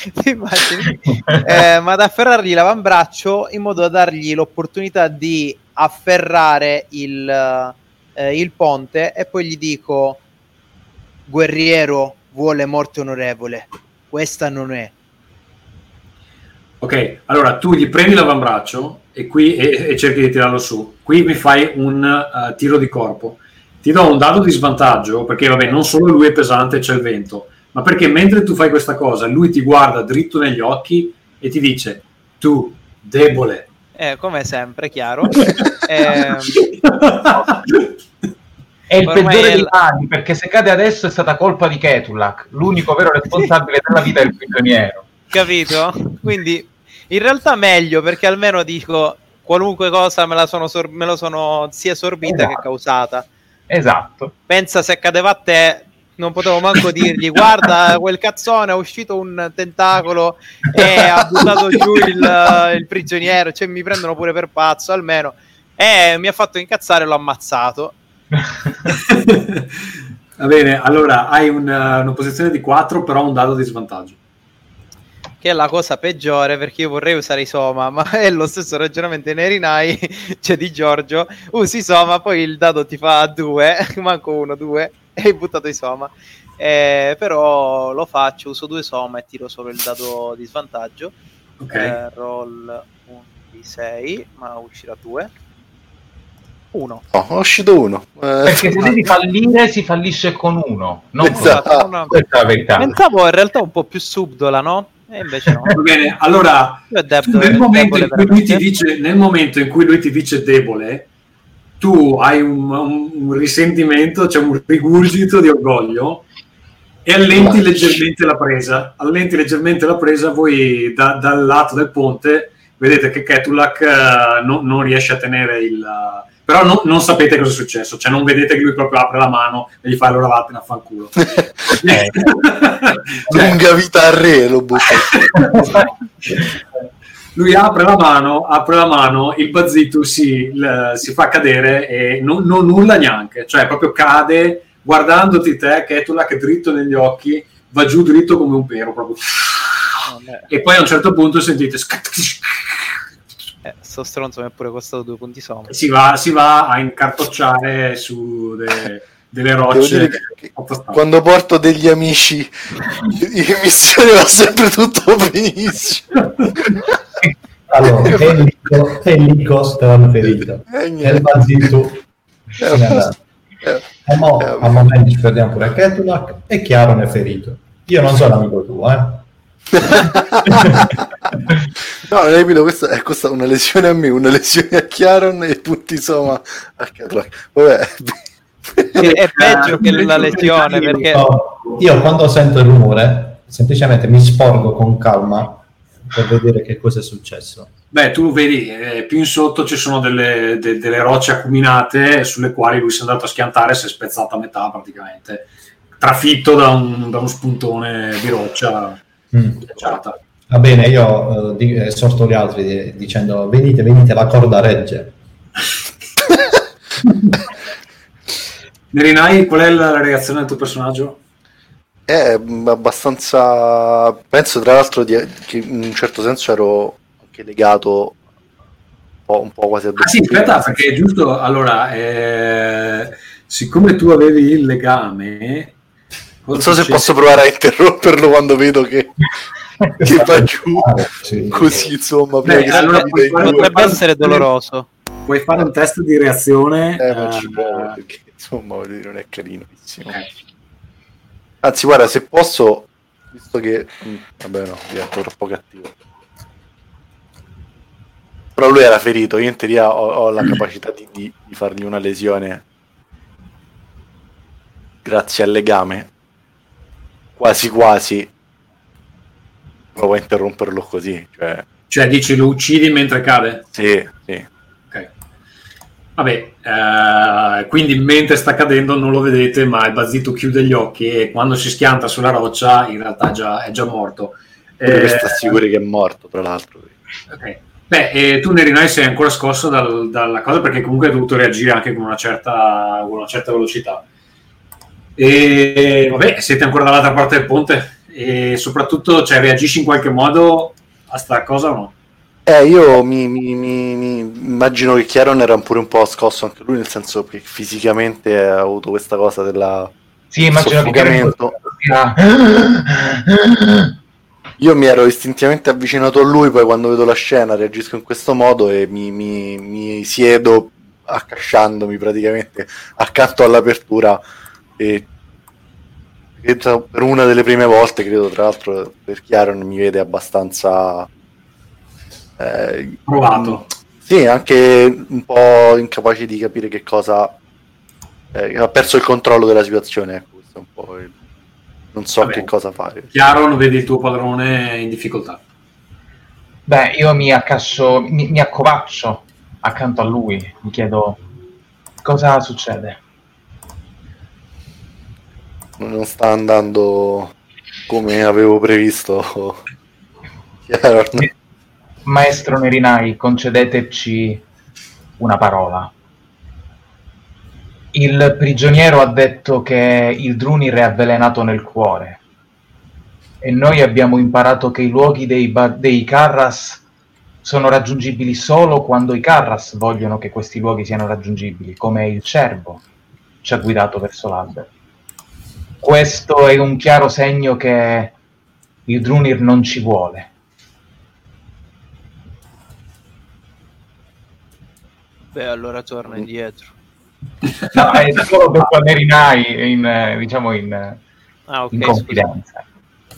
Ma ad afferrargli l'avambraccio in modo da dargli l'opportunità di afferrare il ponte, e poi gli dico: guerriero vuole morte onorevole, questa non è. Ok, allora tu gli prendi l'avambraccio e cerchi di tirarlo su. Qui mi fai un tiro di corpo. Ti do un dado di svantaggio perché vabbè, non solo lui è pesante, c'è il vento, ma perché mentre tu fai questa cosa lui ti guarda dritto negli occhi e ti dice: tu debole. Come sempre, chiaro. È il peggiore dei mali, perché se cade adesso è stata colpa di Ketulak, l'unico vero responsabile della vita del prigioniero. Capito? Quindi in realtà meglio, perché almeno dico qualunque cosa me lo sono sia sorbita che causata. Esatto. Pensa se cadeva a te, non potevo manco dirgli: guarda, quel cazzone è uscito un tentacolo e ha buttato giù il prigioniero, cioè mi prendono pure per pazzo, almeno. Mi ha fatto incazzare e l'ho ammazzato. Va bene, allora hai una posizione di 4, però un dado di svantaggio, che è la cosa peggiore, perché io vorrei usare i Soma, ma è lo stesso ragionamento in Erinai, cioè di Giorgio: usi Soma, poi il dado ti fa 2, manco 1, 2, e hai buttato i Soma. Però lo faccio, uso 2 Soma e tiro solo il dado di svantaggio. Ok. Roll un D6, ma uscirà 2. 1. Oh, è uscito 1. Perché se devi fallire si fallisce con 1. Non esatto. Questa è la verità. Pensavo in realtà un po' più subdola, no? E invece no. Va bene, allora nel momento in cui lui ti dice debole, tu hai un risentimento, c'è un rigurgito di orgoglio e allenti leggermente la presa, voi dal lato del ponte vedete che Ketulak non riesce a tenere però non sapete cosa è successo, cioè non vedete che lui proprio apre la mano e gli fa allora vattene a fanculo. Lunga vita al re, lo butta. Lui apre la mano, il Bazzitu si fa cadere e non urla neanche, cioè proprio cade guardandoti te, Ketulak, dritto negli occhi, va giù dritto come un pero proprio. E poi a un certo punto sentite sto stronzo mi è pure costato 2 punti somma. Si va a incartocciare su delle rocce. Quando porto degli amici in missione va sempre tutto benissimo. Allora, te Nikos te l'hanno ferito e il Bazzitu se n'è andato. E mo a momenti ci perdiamo pure Ketulak e Chiaron è ferito. Io non sono amico tuo, No, non hai capito, questa è costata una lesione a me, una lesione a Chiaron e punti insomma a Ketulak. Vabbè. È peggio che la lesione, perché io quando sento il rumore semplicemente mi sporgo con calma per vedere che cosa è successo. Beh, tu vedi, più in sotto ci sono delle rocce acuminate sulle quali lui si è andato a schiantare e si è spezzata a metà praticamente, trafitto da uno spuntone di roccia ghiacciata. Va bene, io esorto gli altri dicendo venite, la corda regge. Nerinai, qual è la reazione del tuo personaggio? È abbastanza, penso tra l'altro che in un certo senso ero anche legato un po' quasi a sì, aspetta, perché è giusto, allora siccome tu avevi il legame, non so se posso provare a interromperlo quando vedo che va giù così, insomma. Allora, potrebbe essere doloroso. Puoi fare un test di reazione, non ci provo perché insomma voglio dire non è carinissimo. Anzi, guarda, se posso, visto che vabbè no, divento troppo cattivo. Però lui era ferito, io in teoria ho la capacità di fargli una lesione grazie al legame. Quasi provo a interromperlo così, cioè dici lo uccidi mentre cade? Sì. Ok. Vabbè, quindi mentre sta cadendo non lo vedete, ma il Bazzitu chiude gli occhi e quando si schianta sulla roccia in realtà è già morto. Questo assicuri che è morto, tra l'altro. Ok. Beh, e tu Nerinai sei ancora scosso dalla cosa perché comunque hai dovuto reagire anche con una certa velocità. E vabbè, siete ancora dall'altra parte del ponte e soprattutto reagisci in qualche modo a sta cosa o no? Io mi immagino che Chiaron era pure un po' scosso anche lui, nel senso che fisicamente ha avuto questa cosa della soffocamento. Io mi ero istintivamente avvicinato a lui, poi quando vedo la scena reagisco in questo modo e mi siedo accasciandomi praticamente accanto all'apertura e per una delle prime volte, credo tra l'altro per Chiaron, mi vede abbastanza provato. Sì, anche un po' incapace di capire che cosa ha perso il controllo della situazione, ecco, questo è un po' non so che cosa fare. Chiaro, vedi il tuo padrone in difficoltà. Beh, io mi accovaccio accanto a lui, mi chiedo cosa succede. Non sta andando come avevo previsto. Chiaro. Maestro Nerinai, concedeteci una parola. Il prigioniero ha detto che il Drunir è avvelenato nel cuore e noi abbiamo imparato che i luoghi dei Karras sono raggiungibili solo quando i Karras vogliono che questi luoghi siano raggiungibili, come il cervo ci ha guidato verso l'albero. Questo è un chiaro segno che il Drunir non ci vuole. Beh, allora torna indietro. No, è solo per Nerinai in confidenza.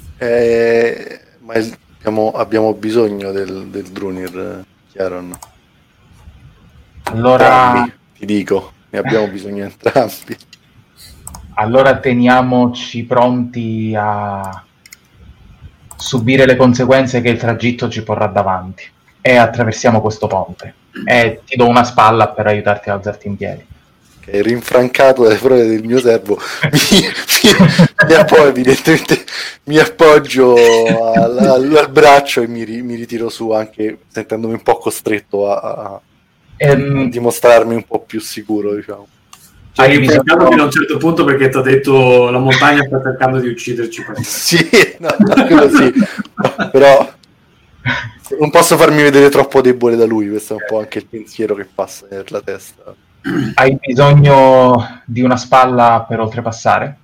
Ma abbiamo bisogno del Drunir, Chiaron. Allora ti dico, ne abbiamo bisogno entrambi. Allora teniamoci pronti a subire le conseguenze che il tragitto ci porrà davanti e attraversiamo questo ponte e ti do una spalla per aiutarti ad alzarti in piedi. Che rinfrancato dalle prove del mio servo evidentemente mi appoggio al braccio e mi ritiro su, anche sentendomi un po' costretto a dimostrarmi un po' più sicuro, diciamo. Hai rinfrancato fino a un certo punto perché ti ha detto la montagna sta cercando di ucciderci. Sì, no, così. Però non posso farmi vedere troppo debole da lui, questo è un po' anche il pensiero che passa per la testa. Hai bisogno di una spalla per oltrepassare?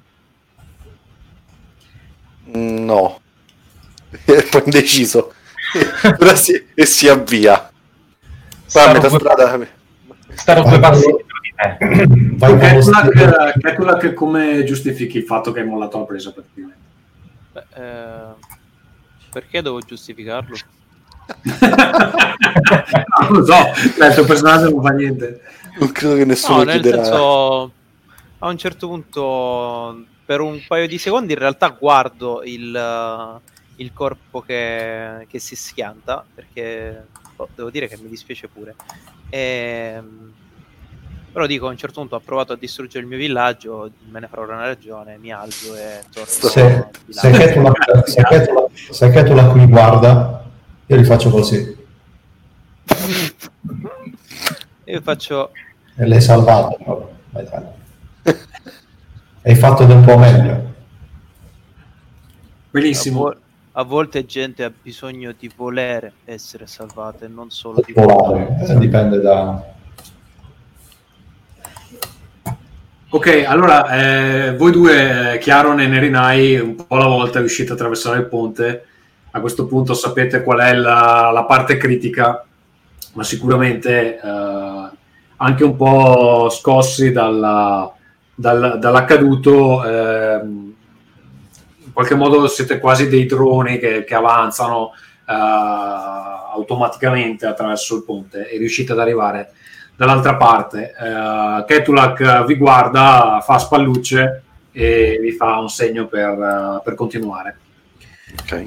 No, è poi indeciso. Però si avvia. Poi a metà strada starò due passi dietro di te. Ketulak, come giustifichi il fatto che hai mollato la presa praticamente? Perché devo giustificarlo? Non lo so, il tuo personaggio non fa niente. Non credo che nessuno nel chiederà. senso, a un certo punto, per un paio di secondi, in realtà guardo il corpo che si schianta, perché devo dire che mi dispiace pure. Però dico, a un certo punto ha provato a distruggere il mio villaggio, me ne farò una ragione, mi alzo e torno. Se Ketulak qui guarda, io li faccio così. Io faccio... E l'hai salvato proprio. Hai fatto del tuo meglio. Benissimo. A volte gente ha bisogno di volere essere salvata e non solo di volare. Dipende da... Ok, allora voi due, Chiaron e Nerinai, un po' alla volta riuscite a attraversare il ponte. A questo punto sapete qual è la parte critica, ma sicuramente anche un po' scossi dall'accaduto, in qualche modo siete quasi dei droni che avanzano automaticamente attraverso il ponte e riuscite ad arrivare dall'altra parte. Ketulak vi guarda, fa spallucce e vi fa un segno per continuare. Ok.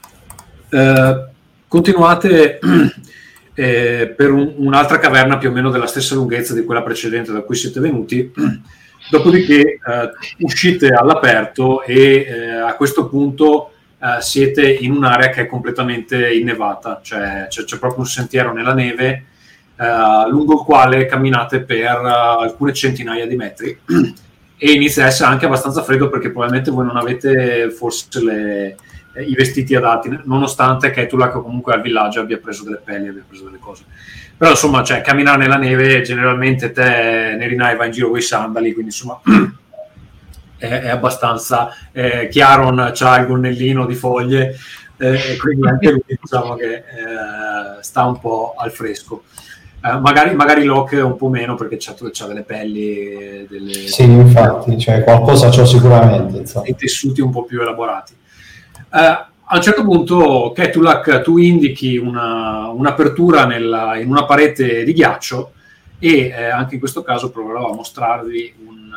Continuate per un'altra caverna più o meno della stessa lunghezza di quella precedente da cui siete venuti, dopodiché uscite all'aperto e a questo punto siete in un'area che è completamente innevata, cioè c'è proprio un sentiero nella neve lungo il quale camminate per alcune centinaia di metri e inizia a essere anche abbastanza freddo perché probabilmente voi non avete forse i vestiti adatti, nonostante Ketulak comunque al villaggio abbia preso delle pelli, abbia preso delle cose. Però insomma, cioè, camminare nella neve, generalmente te, Nerinai, va in giro con i sandali, quindi insomma è abbastanza... Chiaron c'ha il gonnellino di foglie, quindi anche lui diciamo che sta un po' al fresco. Magari Locke un po' meno perché c'ha delle pelli, sì, infatti, cioè, qualcosa c'ho sicuramente, insomma. Dei tessuti un po' più elaborati. A un certo punto Ketulak, tu indichi un'apertura in una parete di ghiaccio e anche in questo caso proverò a mostrarvi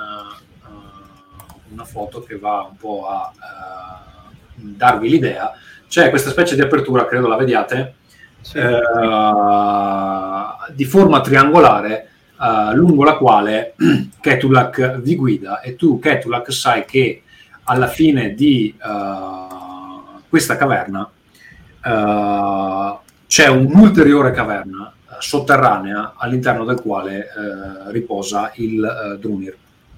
una foto che va un po' a darvi l'idea. C'è questa specie di apertura, credo la vediate, sì. Di forma triangolare lungo la quale Ketulak vi guida e tu, Ketulak, sai che alla fine di questa caverna c'è un'ulteriore caverna sotterranea all'interno del quale riposa il Drunir.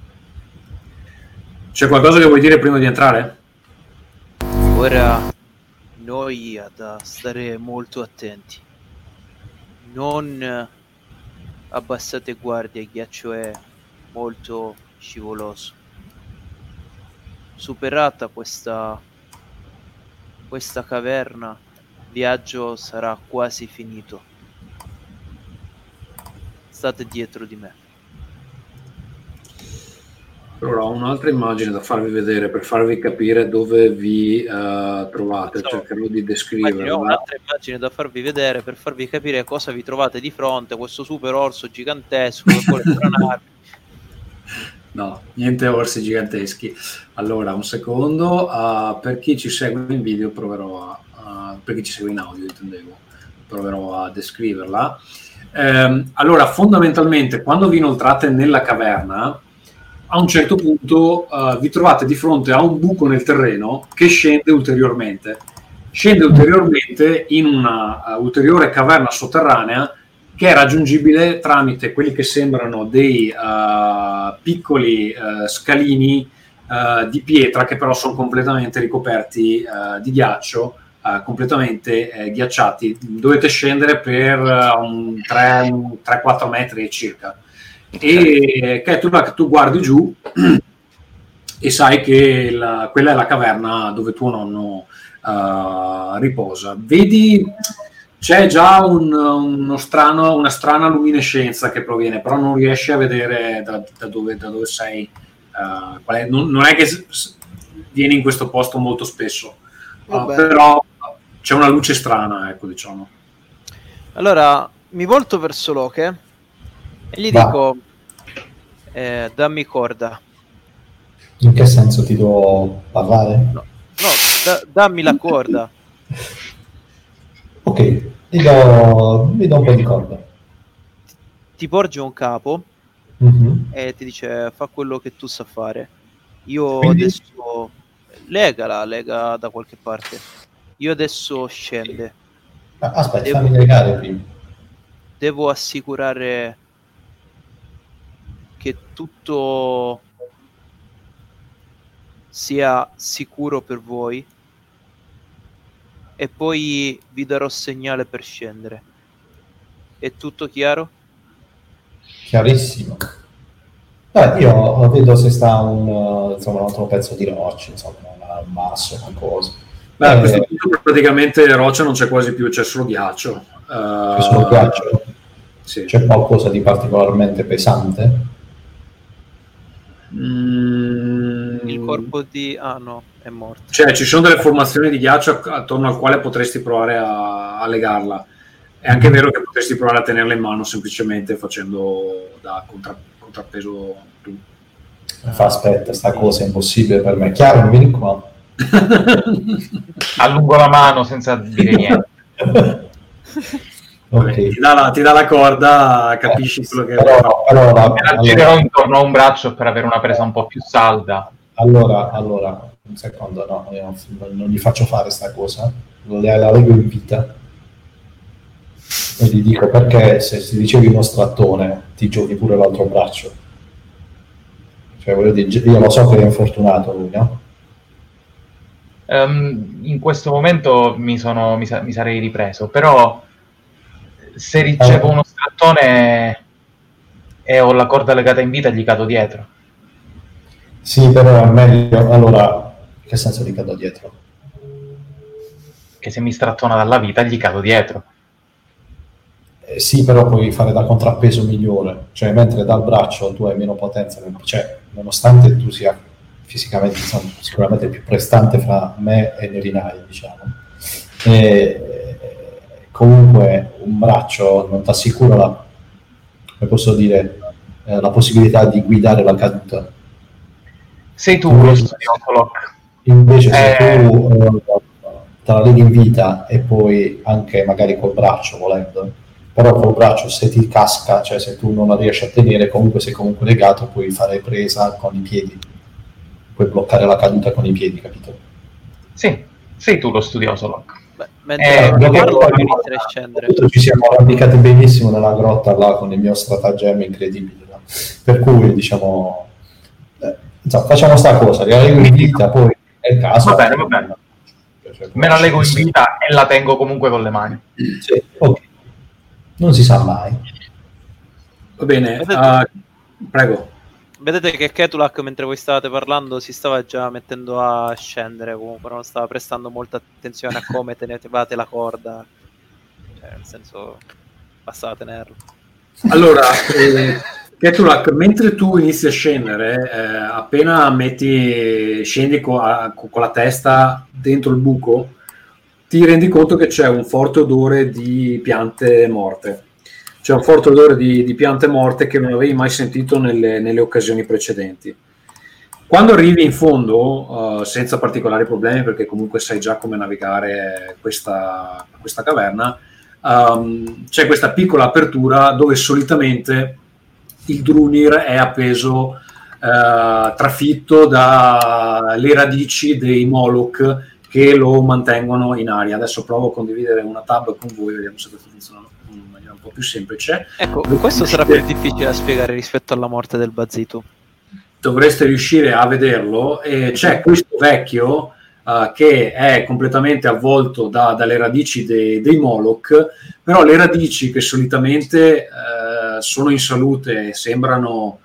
C'è qualcosa che vuoi dire prima di entrare? Ora noi da stare molto attenti, non abbassate guardia, il ghiaccio è molto scivoloso. Superata questa caverna, il viaggio sarà quasi finito. State dietro di me. Allora, ho un'altra immagine da farvi vedere per farvi capire dove vi trovate. Cercherò di descriverla. Ho un'altra immagine da farvi vedere per farvi capire cosa vi trovate di fronte, questo super orso gigantesco che vuole stranarvi. No, niente orsi giganteschi. Allora, un secondo. Per chi ci segue in video proverò per chi ci segue in audio intendevo, proverò a descriverla. Allora, fondamentalmente, quando vi inoltrate nella caverna, a un certo punto vi trovate di fronte a un buco nel terreno che scende ulteriormente in una ulteriore caverna sotterranea che è raggiungibile tramite quelli che sembrano dei piccoli scalini di pietra che però sono completamente ricoperti di ghiaccio, completamente ghiacciati. Dovete scendere per 3-4 metri circa. E Keturak, tu guardi giù e sai che quella è la caverna dove tuo nonno riposa. Vedi, c'è già una strana luminescenza che proviene, però non riesci a vedere da dove sei. Non è che vieni in questo posto molto spesso, però c'è una luce strana, ecco, diciamo. Allora mi volto verso Loke e gli dico dammi corda. In che senso ti devo parlare? No, dammi la corda. Ok, mi do un po' di corda. Ti porge un capo e ti dice fa quello che tu sa fare. Io adesso lega da qualche parte. Io adesso scende. Aspetta, fammi legare prima. Devo assicurare che tutto sia sicuro per voi e poi vi darò segnale per scendere. È tutto chiaro? Chiarissimo. Io vedo se sta un altro pezzo di roccia, insomma, un masso, qualcosa. A questo punto praticamente roccia non c'è quasi più, c'è solo ghiaccio. C'è solo ghiaccio? Sì. C'è qualcosa di particolarmente pesante? Il corpo di... Ah no, è morto. Cioè, ci sono delle formazioni di ghiaccio attorno al quale potresti provare a legarla. È anche vero che potresti provare a tenerla in mano semplicemente facendo da contrappeso tu. Aspetta, sta cosa è impossibile per me. Chiaro, vieni qua. Allungo la mano senza dire niente. Okay. Ti dà la corda, capisci quello che allora, girerò intorno a un braccio per avere una presa un po' più salda. Allora, un secondo, no, io non gli faccio fare sta cosa, la leggo in vita e gli dico perché se si dicevi uno strattone ti giochi pure l'altro braccio. Cioè, voglio dire, io lo so che è infortunato lui, no? In questo momento mi sarei ripreso, però se ricevo uno strattone e ho la corda legata in vita gli cado dietro. Sì, però è meglio. Allora, che senso gli cado dietro? Che se mi strattona dalla vita gli cado dietro. Sì, però puoi fare da contrappeso migliore, cioè mentre dal braccio tu hai meno potenza, cioè nonostante tu sia fisicamente sicuramente più prestante fra me e Nerinai, diciamo, comunque un braccio non ti assicura la possibilità di guidare la caduta. Sei tu lo studiolo. Invece se tu te la leghi in vita e poi anche magari col braccio volendo, però col braccio se ti casca, cioè se tu non la riesci a tenere, comunque sei comunque legato, puoi fare presa con i piedi, puoi bloccare la caduta con i piedi, capito? Sì, sei tu lo studioso, Locke. Ci siamo arrampicati benissimo nella grotta là con il mio stratagemma incredibile, no? Per cui diciamo facciamo sta cosa, la leggo in vita, poi è il caso. Va bene. Me la leggo in vita e la tengo comunque con le mani. Sì, ok. Non si sa mai. Va bene, prego. Vedete che Ketulak, mentre voi stavate parlando, si stava già mettendo a scendere, comunque non stava prestando molta attenzione a come tenevate la corda, cioè nel senso bastava tenerlo. Allora Ketulak, mentre tu inizi a scendere, appena scendi con la testa dentro il buco, ti rendi conto che c'è un forte odore di piante morte. C'è un forte odore di piante morte che non avevi mai sentito nelle occasioni precedenti. Quando arrivi in fondo, senza particolari problemi, perché comunque sai già come navigare questa caverna, c'è questa piccola apertura dove solitamente il Drunir è appeso, trafitto dalle radici dei Moloch che lo mantengono in aria. Adesso provo a condividere una tab con voi, vediamo se questo funziona in maniera un po' più semplice. Ecco, questo sarà più difficile da spiegare rispetto alla morte del Bazitu. Dovreste riuscire a vederlo, e c'è questo vecchio che è completamente avvolto dalle radici dei Moloch, però le radici che solitamente sono in salute, sembrano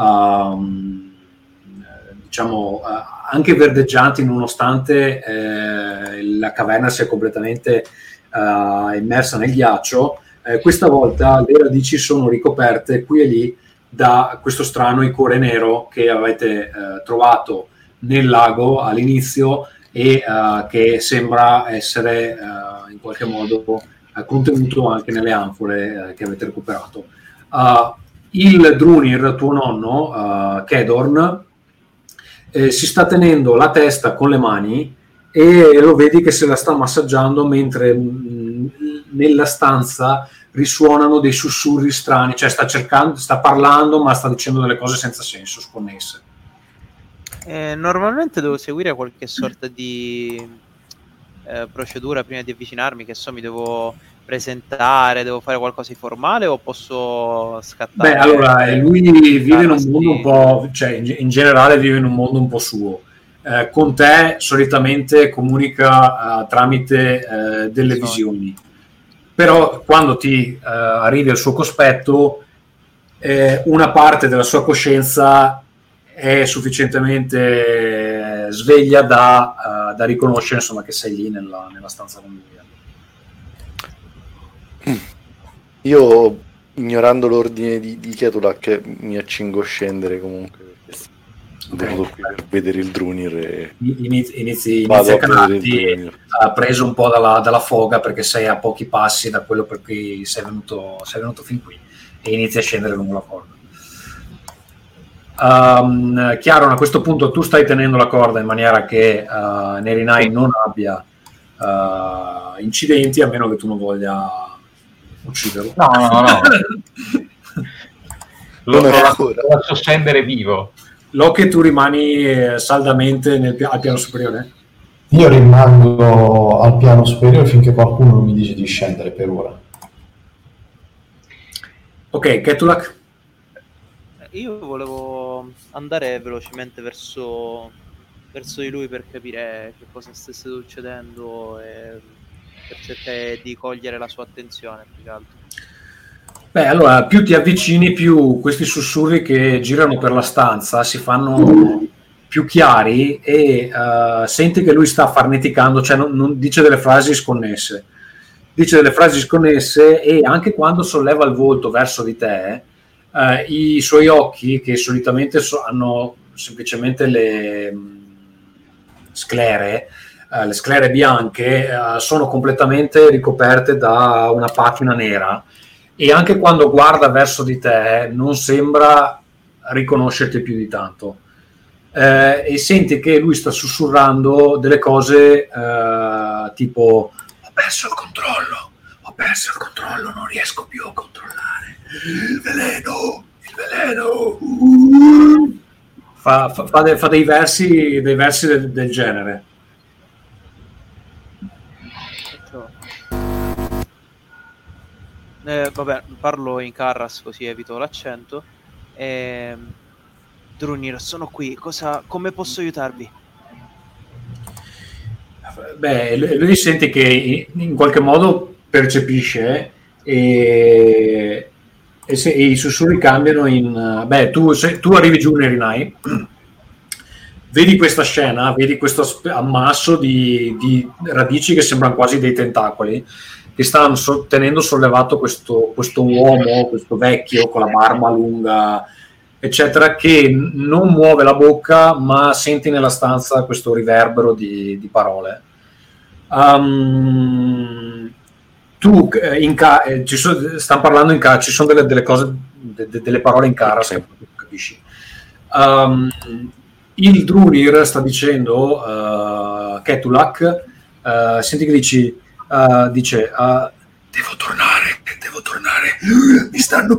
anche verdeggianti nonostante la caverna sia completamente immersa nel ghiaccio, questa volta le radici sono ricoperte qui e lì da questo strano icore nero che avete trovato nel lago all'inizio e che sembra essere in qualche modo contenuto anche nelle anfore che avete recuperato. Il Drunir, tuo nonno, Kedorn, si sta tenendo la testa con le mani e lo vedi che se la sta massaggiando mentre nella stanza risuonano dei sussurri strani, cioè sta parlando ma sta dicendo delle cose senza senso, sconnesse. Normalmente devo seguire qualche sorta di procedura prima di avvicinarmi, che so, mi devo presentare, devo fare qualcosa di formale o posso scattare? Beh, allora, lui vive in un mondo un po', cioè in generale vive in un mondo un po' suo. Con te solitamente comunica tramite delle visioni, però quando ti arrivi al suo cospetto una parte della sua coscienza è sufficientemente sveglia da riconoscere, insomma, che sei lì nella stanza con lui. Io, ignorando l'ordine di Ketulak, mi accingo a scendere comunque, perché sono venuto qui per vedere il Drunir e inizi a calarti, preso un po' dalla foga, perché sei a pochi passi da quello per cui sei venuto fin qui, e inizi a scendere lungo la corda. Chiaron, a questo punto tu stai tenendo la corda in maniera che Nerinai non abbia incidenti, a meno che tu non voglia ucciderlo. No. Lo faccio scendere vivo. Locke, tu rimani saldamente al piano superiore? Io rimango al piano superiore finché qualcuno non mi dice di scendere per ora. Ok, Ketulak? Io volevo andare velocemente verso di lui per capire che cosa stesse succedendo e per cercare di cogliere la sua attenzione, più che altro. Beh, allora, più ti avvicini, più questi sussurri che girano per la stanza si fanno più chiari e senti che lui sta farneticando, cioè non dice delle frasi sconnesse. Dice delle frasi sconnesse e anche quando solleva il volto verso di te, i suoi occhi, che solitamente hanno semplicemente le sclere bianche, sono completamente ricoperte da una patina nera, e anche quando guarda verso di te non sembra riconoscerti più di tanto, e senti che lui sta sussurrando delle cose tipo ho perso il controllo, non riesco più a controllare il veleno. Fa dei versi del genere. Vabbè, parlo in Carras così evito l'accento. Drunir, sono qui, come posso aiutarvi? Beh, lui sente che in qualche modo percepisce e i sussurri cambiano in... Beh, tu arrivi giù Nerinai, vedi questa scena, vedi questo ammasso di radici che sembrano quasi dei tentacoli, che stanno tenendo sollevato questo uomo, questo vecchio con la barba lunga, eccetera, che non muove la bocca, ma senti nella stanza questo riverbero di parole. Tu stanno parlando in Karas, ci sono delle cose, delle parole in Karas che tu capisci. Il Drunir sta dicendo Ketulak, senti che dice devo tornare, mi stanno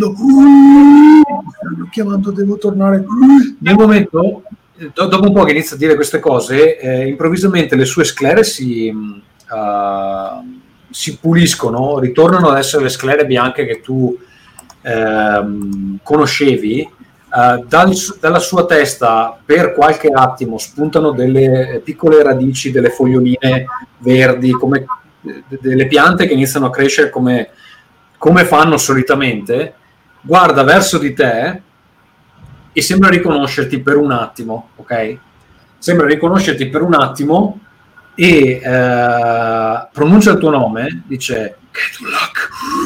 chiamando, devo tornare. Nel momento, dopo un po' che inizia a dire queste cose, improvvisamente le sue sclere si puliscono, ritornano ad essere le sclere bianche che tu conoscevi. Dalla sua testa per qualche attimo spuntano delle piccole radici, delle foglioline verdi, come delle piante che iniziano a crescere come fanno solitamente. Guarda verso di te e sembra riconoscerti per un attimo, ok? Sembra riconoscerti per un attimo e pronuncia il tuo nome, dice Ketulak.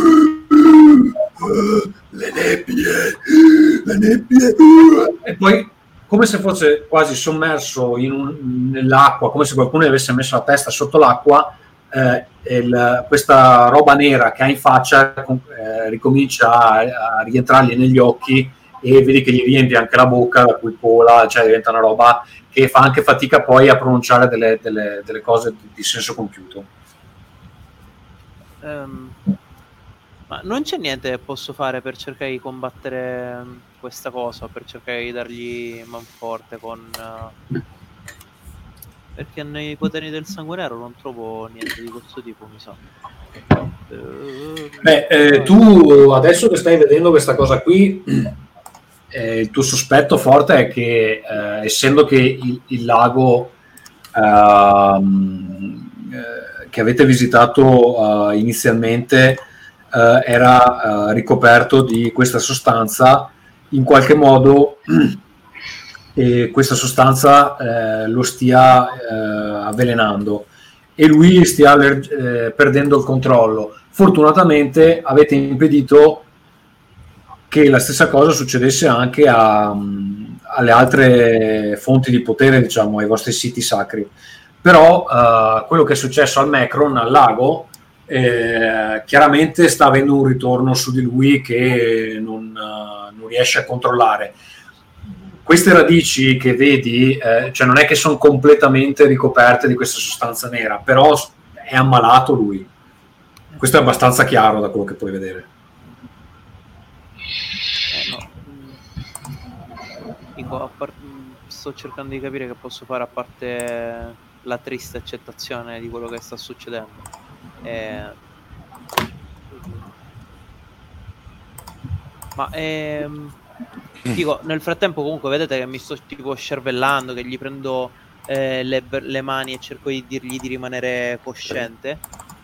Le nebbie, e poi come se fosse quasi sommerso nell'acqua, come se qualcuno gli avesse messo la testa sotto l'acqua, questa roba nera che ha in faccia ricomincia a rientrargli negli occhi e vedi che gli riempie anche la bocca, da cui cola, cioè diventa una roba che fa anche fatica poi a pronunciare delle cose di senso compiuto. Ma non c'è niente che posso fare per cercare di combattere questa cosa, per cercare di dargli manforte perché nei poteri del sangue nero non trovo niente di questo tipo, mi sa. Tu adesso che stai vedendo questa cosa qui, il tuo sospetto forte è che essendo che il lago che avete visitato inizialmente era ricoperto di questa sostanza, in qualche modo questa sostanza lo stia avvelenando e lui stia perdendo il controllo. Fortunatamente avete impedito che la stessa cosa succedesse anche alle altre fonti di potere, diciamo, ai vostri siti sacri. Però quello che è successo al Mecron, al lago, chiaramente sta avendo un ritorno su di lui che non riesce a controllare. Queste radici che vedi, cioè non è che sono completamente ricoperte di questa sostanza nera, però è ammalato lui. Questo è abbastanza chiaro da quello che puoi vedere. Dico, sto cercando di capire che posso fare a parte la triste accettazione di quello che sta succedendo. Dico, nel frattempo comunque vedete che mi sto tipo scervellando, che gli prendo le mani e cerco di dirgli di rimanere cosciente.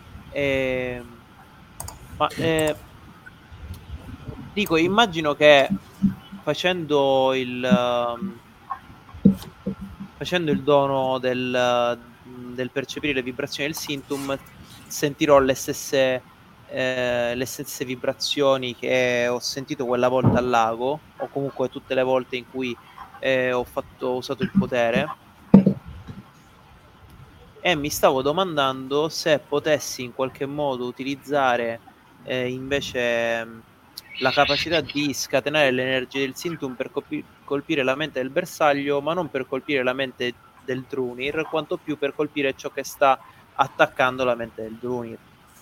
Dico, immagino che facendo il dono del percepire le vibrazioni del Sintum, sentirò le stesse vibrazioni che ho sentito quella volta al lago, o comunque tutte le volte in cui ho usato il potere, e mi stavo domandando se potessi in qualche modo utilizzare invece la capacità di scatenare l'energia del Sintum per colpire la mente del bersaglio, ma non per colpire la mente del Drunir, quanto più per colpire ciò che sta attaccando la mente del Drunir.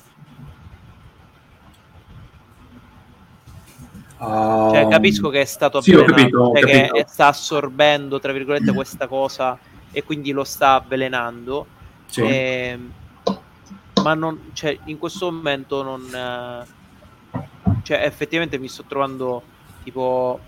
Cioè, capisco che è stato avvelenato, che sta assorbendo, tra virgolette, questa cosa e quindi lo sta avvelenando. Sì. Ma non, cioè, in questo momento non, cioè, effettivamente mi sto trovando tipo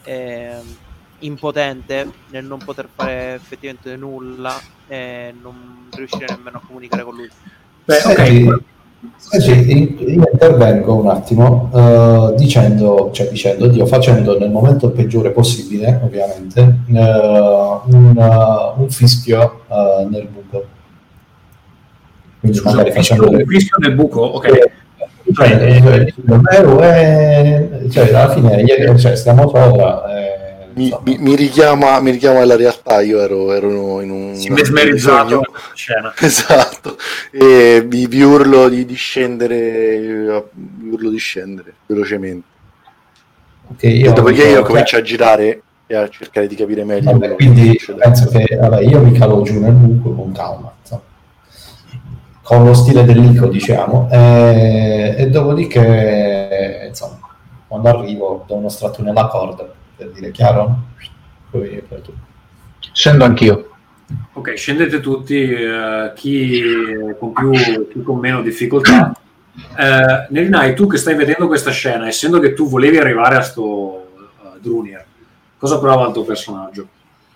impotente nel non poter fare effettivamente nulla e non riuscire nemmeno a comunicare con lui. Ok. Io intervengo un attimo facendo nel momento peggiore possibile, ovviamente, un fischio nel buco. quindi magari facendo un fischio nel buco, ok. Il vero è, cioè, alla fine stiamo sopra. Mi richiama alla realtà. Io ero in un mesmerizzato per questa scena. Esatto, e vi urlo di scendere velocemente. Dopodiché io comincio a girare e a cercare di capire meglio. Vabbè, quindi penso che io mi calo giù nel buco con calma, insomma, con lo stile dell'Ico, diciamo, e dopodiché, insomma, quando arrivo do uno stratto nella corda, per dire, chiaro? Poi tu. Scendo anch'io. Ok, scendete tutti, chi con più, chi con meno difficoltà. Nerinai, tu che stai vedendo questa scena, essendo che tu volevi arrivare a sto Drunir, cosa prova il tuo personaggio?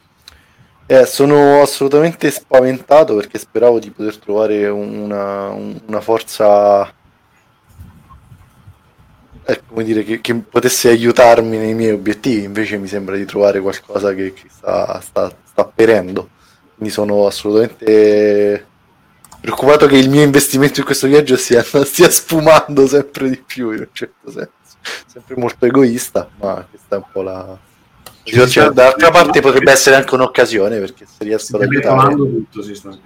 Sono assolutamente spaventato perché speravo di poter trovare una forza, come dire, che potesse aiutarmi nei miei obiettivi. Invece mi sembra di trovare qualcosa che sta perendo. Quindi sono assolutamente preoccupato che il mio investimento in questo viaggio stia sfumando sempre di più, in un certo senso. Sempre molto egoista, ma questa è un po' la situazione. D'altra parte potrebbe essere anche un'occasione, perché se riesco ad aiutare tutto, si sta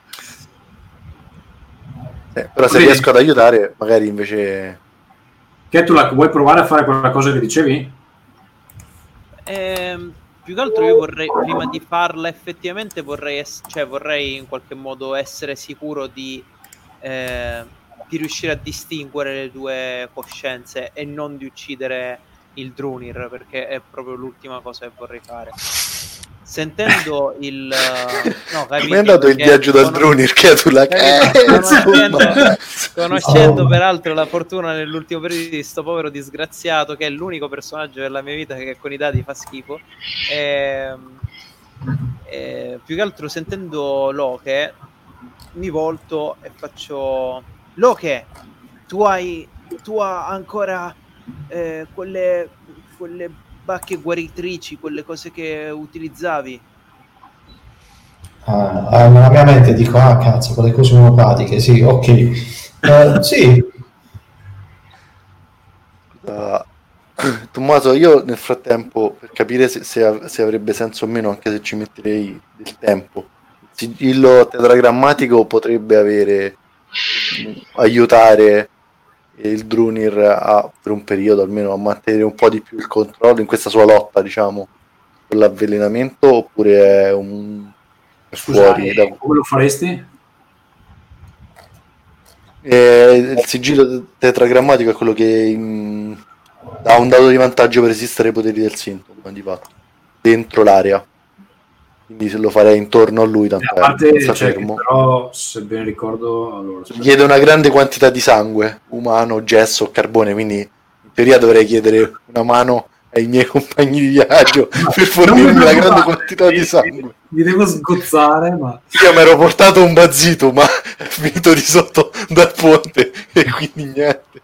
però se riesco ad aiutare, magari invece... Ketulak, vuoi provare a fare quella cosa che dicevi? Più che altro io vorrei, prima di farla effettivamente, vorrei in qualche modo essere sicuro di riuscire a distinguere le due coscienze e non di uccidere il Drunir, perché è proprio l'ultima cosa che vorrei fare. Sentendo il... No, come è andato il viaggio dal Drunir, Ketulak? Conoscendo peraltro la fortuna nell'ultimo periodo di sto povero disgraziato, che è l'unico personaggio della mia vita che con i dadi fa schifo, più che altro sentendo Loke mi volto e faccio: Loke, tu hai ancora quelle bacche guaritrici, quelle cose che utilizzavi? Nella mia mente dico, cazzo, quelle cose omeopatiche, sì, ok, sì. Tommaso, io nel frattempo, per capire se avrebbe senso o meno, anche se ci metterei del tempo, il sigillo tetragrammatico potrebbe aiutare il Drunir per un periodo almeno a mantenere un po' di più il controllo in questa sua lotta, diciamo, con l'avvelenamento, oppure è fuori da... Come lo faresti? Il sigillo tetragrammatico è quello che dà un dato di vantaggio per resistere ai poteri del sintomo, di fatto, dentro l'area. Quindi se lo farei intorno a lui, tanto a parte, fermo. Però, se ben ricordo, allora, chiede una grande quantità di sangue, umano, gesso, carbone, quindi in teoria dovrei chiedere una mano ai miei compagni di viaggio per fornirmi una grande quantità di sangue. Mi devo sgozzare, ma... Io mi ero portato un bazzito, ma è finito di sotto dal ponte, e quindi niente.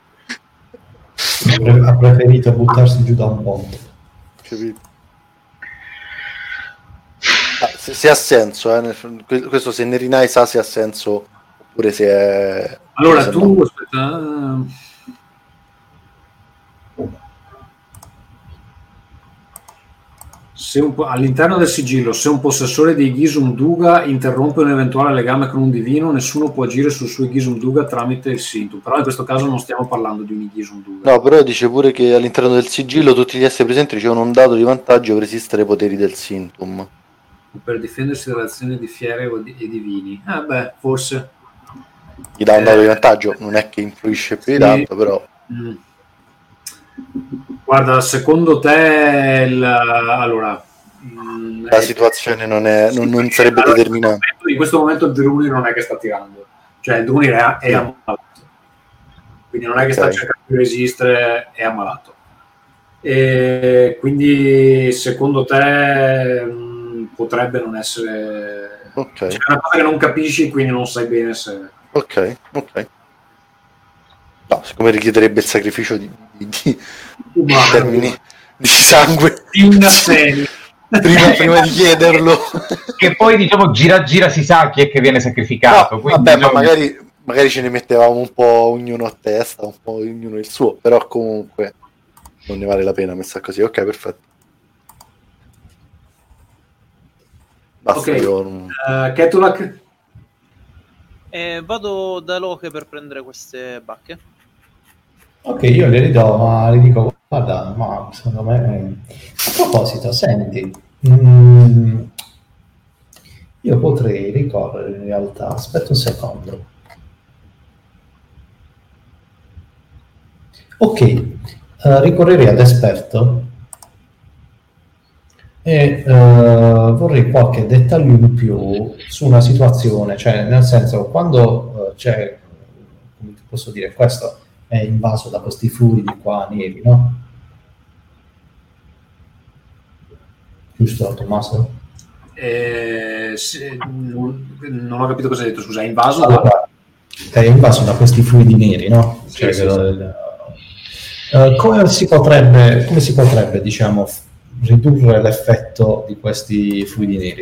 Ha preferito buttarsi giù da un ponte. Capito? Se ha senso, questo se Nerinai sa se ha senso oppure se è... Allora se tu, aspetta... all'interno del sigillo, se un possessore di Ghisum Duga interrompe un eventuale legame con un divino, nessuno può agire sul suo Ghisum Duga tramite il Sintum. Però in questo caso non stiamo parlando di un Ghisum Duga. No, però dice pure che all'interno del sigillo tutti gli esseri presenti ricevono un dato di vantaggio per resistere ai poteri del Sintum. Per difendersi dalle azioni di fiere e divini. Beh, forse. Gli dà un dato di vantaggio, non è che influisce più di tanto, però... Guarda, secondo te la situazione non sarebbe determinante. In questo momento il Drunir non è che sta tirando, cioè il Drunir è ammalato, quindi non è che sta cercando di resistere, è ammalato, e quindi secondo te potrebbe non essere c'è una cosa che non capisci, quindi non sai bene se ok. No, siccome richiederebbe il sacrificio di termini di sangue prima di chiederlo, che poi diciamo gira si sa chi è che viene sacrificato, no, quindi, vabbè, diciamo... ma magari ce ne mettevamo un po' ognuno a testa, un po' ognuno il suo, però comunque non ne vale la pena messa così. Ok, perfetto. Basta, ok, Ketulak? Vado da Loche per prendere queste bacche. Ok, io le ridò, ma le dico, guarda, ma secondo me... A proposito, senti, io potrei ricorrere in realtà, aspetta un secondo. Ok, ricorrerei ad esperto e vorrei qualche dettaglio in più su una situazione, cioè nel senso, quando c'è, come ti posso dire, questo è invaso da questi fluidi qua neri, no? Giusto, Tommaso? Non ho capito cosa hai detto, scusa, è invaso? Allora, è invaso da questi fluidi neri, no? Sì, cioè, come si potrebbe, diciamo, ridurre l'effetto di questi fluidi neri?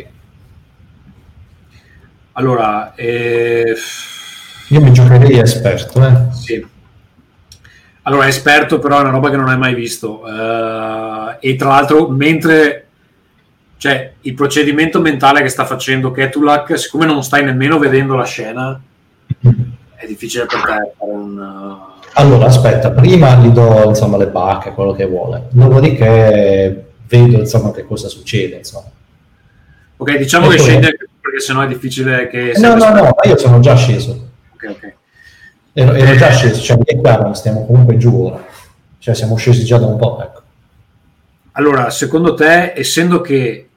Allora, io mi giocherei esperto, Sì. Allora, esperto però è una roba che non hai mai visto. E tra l'altro, mentre... Cioè, il procedimento mentale che sta facendo Ketulak, siccome non stai nemmeno vedendo la scena, è difficile per te fare un... Allora, aspetta, prima gli do, insomma, le bacche, quello che vuole. Dopodiché vedo, insomma, che cosa succede, insomma. Ok, diciamo che scendi anche perché sennò è difficile che... No, ma io sono già sceso. Ok. Ero già sceso, cioè, è chiaro, stiamo comunque giù ora. Cioè, siamo scesi già da un po', ecco. Allora, secondo te, essendo che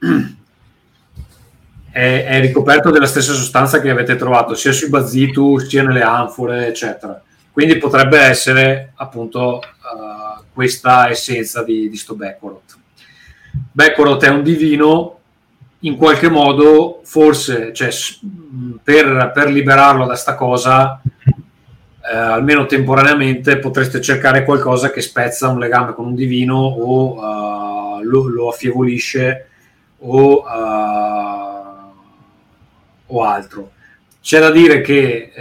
è ricoperto della stessa sostanza che avete trovato sia sui Bazitu sia nelle anfore, eccetera, quindi potrebbe essere appunto questa essenza di sto Bekorot. Bekorot è un divino, in qualche modo, forse, cioè, per liberarlo da sta cosa, almeno temporaneamente, potreste cercare qualcosa che spezza un legame con un divino o lo affievolisce o altro. C'è da dire che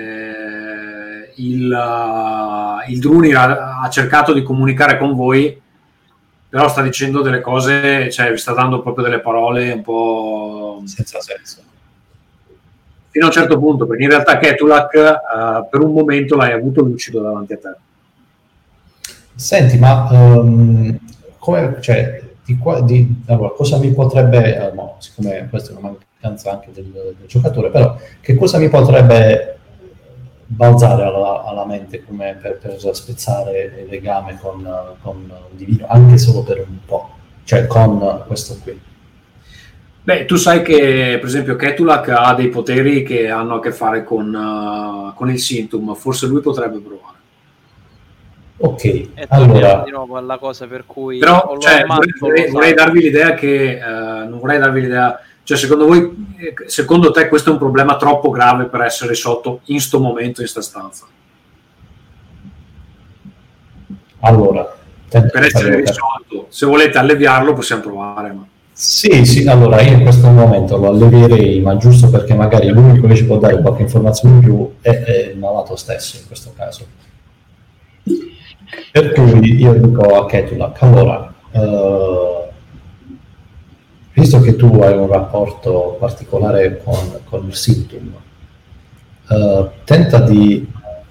il Drunir ha cercato di comunicare con voi, però sta dicendo delle cose, cioè vi sta dando proprio delle parole un po' senza senso. Fino a un certo punto, perché in realtà Ketulak per un momento l'hai avuto lucido davanti a te. Senti, ma allora, cosa mi potrebbe, no, siccome questa è una mancanza anche del giocatore, però che cosa mi potrebbe balzare alla mente come per spezzare il legame con un divino, anche solo per un po', cioè con questo qui? Beh, tu sai che per esempio Ketulak ha dei poteri che hanno a che fare con il Sintum, forse lui potrebbe provare. Ok, e allora di nuovo alla cosa per cui però vorrei darvi l'idea che non vorrei darvi l'idea, cioè secondo te questo è un problema troppo grave per essere risolto in sto momento, in sta stanza? Allora, per essere risolto, se volete alleviarlo possiamo provare, ma... Sì, allora io in questo momento lo allevierei, ma giusto perché magari l'unico che ci può dare qualche informazione in più è il malato stesso in questo caso. Per cui io dico a Ketulak, allora, visto che tu hai un rapporto particolare con il Sintum, tenta di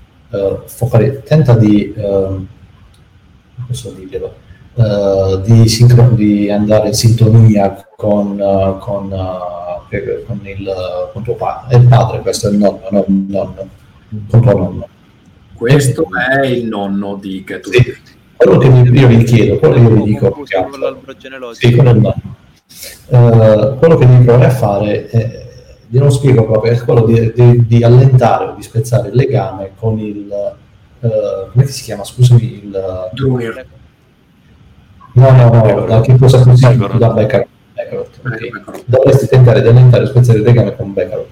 posso dirglielo, di andare in sintonia con tuo padre. È il padre, questo è il nonno, no? Il nonno, con tuo nonno. Questo è il nonno di Ketulak. Sì. Quello che io vi chiedo, quello che io vi dico, sì, quello è il nonno. Quello che devi provare a fare glielo spiego proprio, è quello di allentare o di spezzare il legame con il come si chiama, scusami, il Drunir. No, che cosa così da Bekarot. Okay. Dovresti tentare di allentare e spezzare il legame con Bekarot.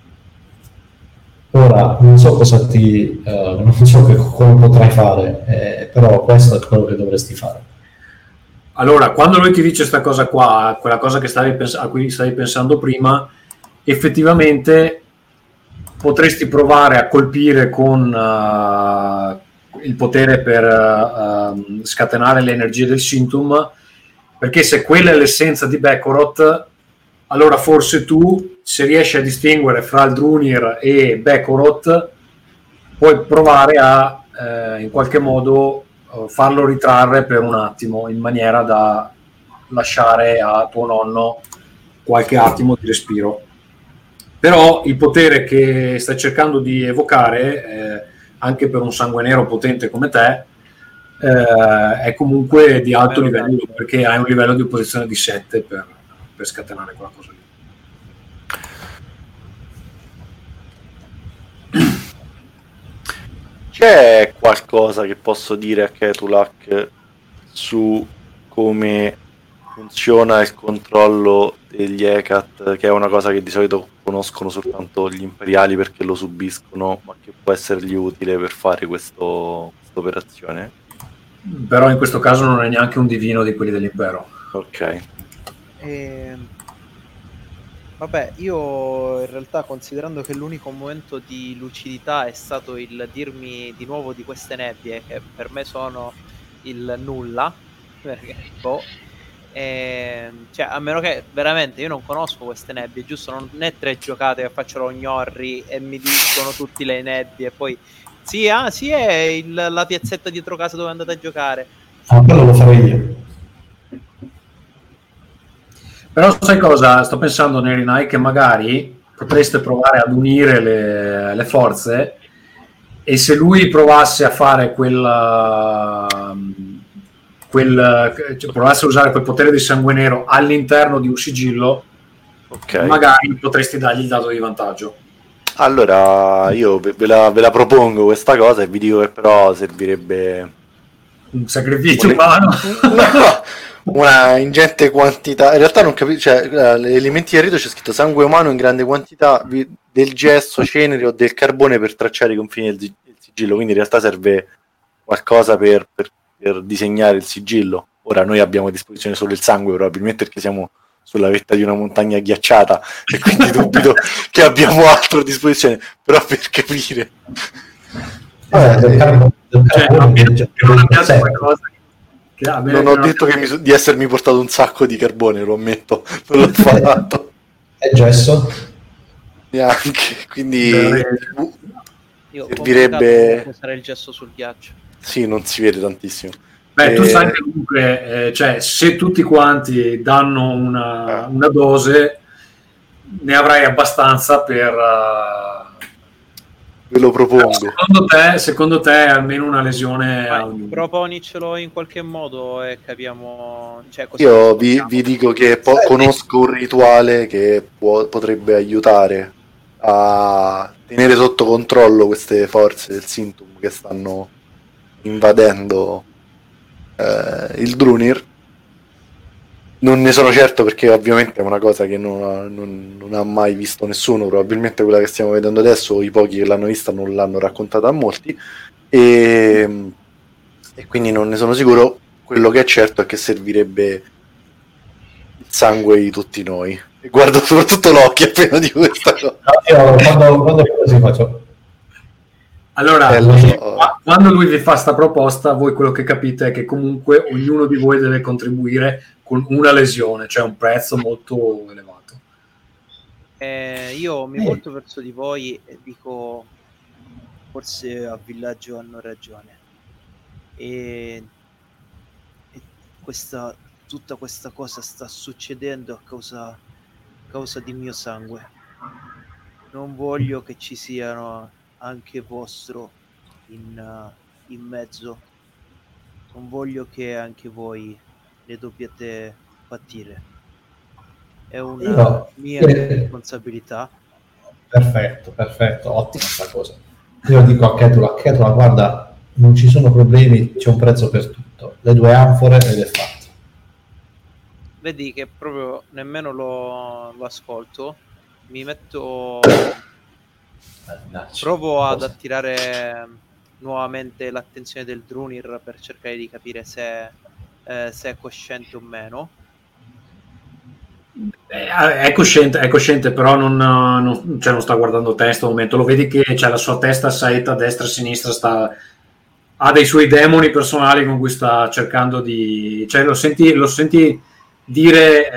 Ora, non so cosa non so come potrai fare, però questo è quello che dovresti fare. Allora, quando lui ti dice questa cosa qua, quella cosa che a cui stavi pensando prima, effettivamente potresti provare a colpire con il potere per scatenare le energie del Sintum, perché se quella è l'essenza di Bekorot, allora forse tu, se riesci a distinguere fra il Drunir e Bekorot, puoi provare a in qualche modo farlo ritrarre per un attimo, in maniera da lasciare a tuo nonno qualche attimo di respiro. Però il potere che stai cercando di evocare, anche per un sangue nero potente come te, è comunque di alto livello, perché hai un livello di opposizione di 7 per scatenare quella cosa lì. C'è qualcosa che posso dire a Ketulak su come funziona il controllo degli Hecat, che è una cosa che di solito conoscono soltanto gli imperiali perché lo subiscono, ma che può essergli utile per fare questa operazione? Però in questo caso non è neanche un divino di quelli dell'impero. Ok. Vabbè, io in realtà, considerando che l'unico momento di lucidità è stato il dirmi di nuovo di queste nebbie, che per me sono il nulla, perché cioè, a meno che veramente io non conosco queste nebbie, giusto, non è 3 giocate che faccio lo gnorri e mi dicono tutte le nebbie e poi sì, è la piazzetta dietro casa dove andate a giocare. Quello lo farò io. Però sai cosa? Sto pensando, Nerinai, che magari potreste provare ad unire le forze, e se lui provasse a fare cioè provasse a usare quel potere di sangue nero all'interno di un sigillo, magari potresti dargli il dato di vantaggio. Allora io ve la propongo questa cosa e vi dico che però servirebbe un sacrificio umano. Una ingente quantità, in realtà non capisco, cioè elementi del rito c'è scritto sangue umano in grande quantità, del gesso, ceneri o del carbone per tracciare i confini del sigillo, quindi in realtà serve qualcosa per disegnare il sigillo. Ora noi abbiamo a disposizione solo il sangue, probabilmente perché siamo sulla vetta di una montagna ghiacciata e quindi dubito che abbiamo altro a disposizione, però per capire non ho detto di essermi portato un sacco di carbone, lo ammetto, non l'ho fatto. È gesso? Neanche, quindi io servirebbe usare il gesso sul ghiaccio. Sì, non si vede tantissimo. Beh, tu sai che comunque, cioè, se tutti quanti danno una dose, ne avrai abbastanza per... Ve lo propongo. Secondo te è almeno una lesione? Proponicelo in qualche modo e capiamo. Cioè, io vi dico che conosco un rituale che potrebbe aiutare a tenere sotto controllo queste forze del Sintum che stanno invadendo il Drunir. Non ne sono certo perché ovviamente è una cosa che non ha mai visto nessuno, probabilmente quella che stiamo vedendo adesso, i pochi che l'hanno vista non l'hanno raccontata a molti, e quindi non ne sono sicuro. Quello che è certo è che servirebbe il sangue di tutti noi, e guardo soprattutto l'occhio appena di questa cosa. Quando così faccio. Allora, quando lui vi fa sta proposta, voi quello che capite è che comunque ognuno di voi deve contribuire con una lesione, cioè un prezzo molto elevato. Io mi volto verso di voi e dico: forse a villaggio hanno ragione, e tutta questa cosa sta succedendo a causa di mio sangue. Non voglio che ci siano anche vostro in mezzo. Non voglio che anche voi ne dobbiate patire. È una mia responsabilità. Perfetto, ottima sta cosa. Io dico a Ketula, guarda, non ci sono problemi, c'è un prezzo per tutto. Le 2 anfore ed è fatto. Vedi che proprio nemmeno lo ascolto. Mi metto... Provo ad attirare nuovamente l'attenzione del Drunir per cercare di capire se è cosciente o meno. È cosciente, però non sta guardando il testo al momento. Lo vedi che c'è la sua testa saetta a destra e a sinistra, ha dei suoi demoni personali con cui sta cercando di... Cioè lo senti dire...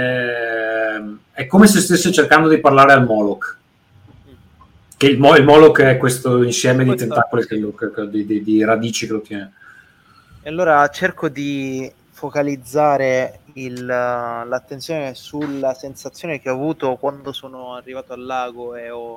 è come se stesse cercando di parlare al Moloch. Che il Moloch è questo insieme di tentacoli, di radici che lo tiene. E allora cerco di focalizzare l'attenzione sulla sensazione che ho avuto quando sono arrivato al lago e ho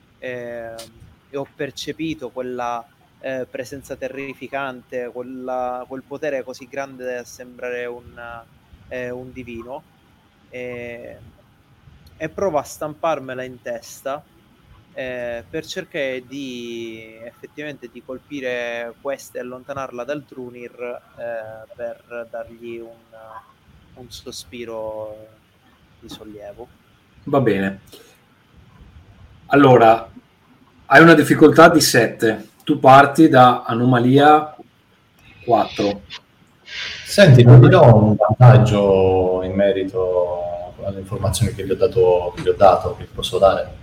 percepito quella presenza terrificante, quel potere così grande da sembrare un divino, e provo a stamparmela in testa per cercare effettivamente di colpire questa e allontanarla dal Drunir, per dargli un sospiro di sollievo. Va bene. Allora, hai una difficoltà di 7. Tu parti da anomalia 4. Senti, non ti do un vantaggio in merito alle informazioni che gli ho dato, che posso dare?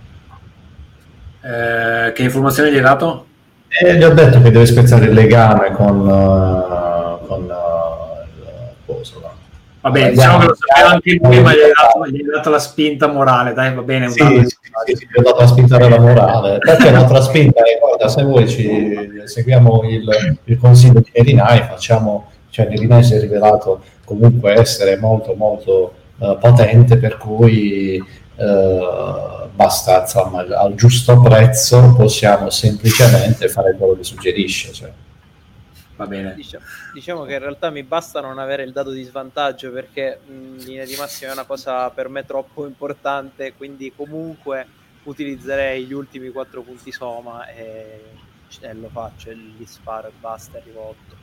Che informazioni gli hai dato? Gli ho detto che deve spezzare il legame con il coso. Vabbè, diciamo che lo sapeva anche lui, ma gli hai dato la spinta morale, dai, va bene. Sì, gli ho dato la spinta della morale. Perché un'altra spinta, guarda, se voi seguiamo il consiglio di Nerinai, cioè Nerinai si è rivelato comunque essere molto molto potente, per cui basta, insomma, al giusto prezzo possiamo semplicemente fare quello che suggerisce, cioè. Va bene. Diciamo che in realtà mi basta non avere il dato di svantaggio, perché in linea di massima è una cosa per me troppo importante, quindi comunque utilizzerei gli ultimi 4 punti soma e lo faccio, e gli sparo e basta, arrivo a 8.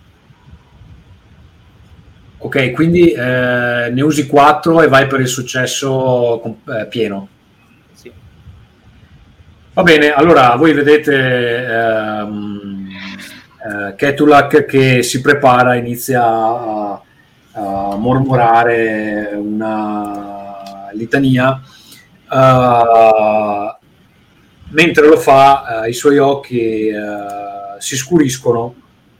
Ok, quindi ne usi 4 e vai per il successo pieno. Sì. Va bene, allora voi vedete Ketulak che si prepara, inizia a mormorare una litania, mentre lo fa i suoi occhi si scuriscono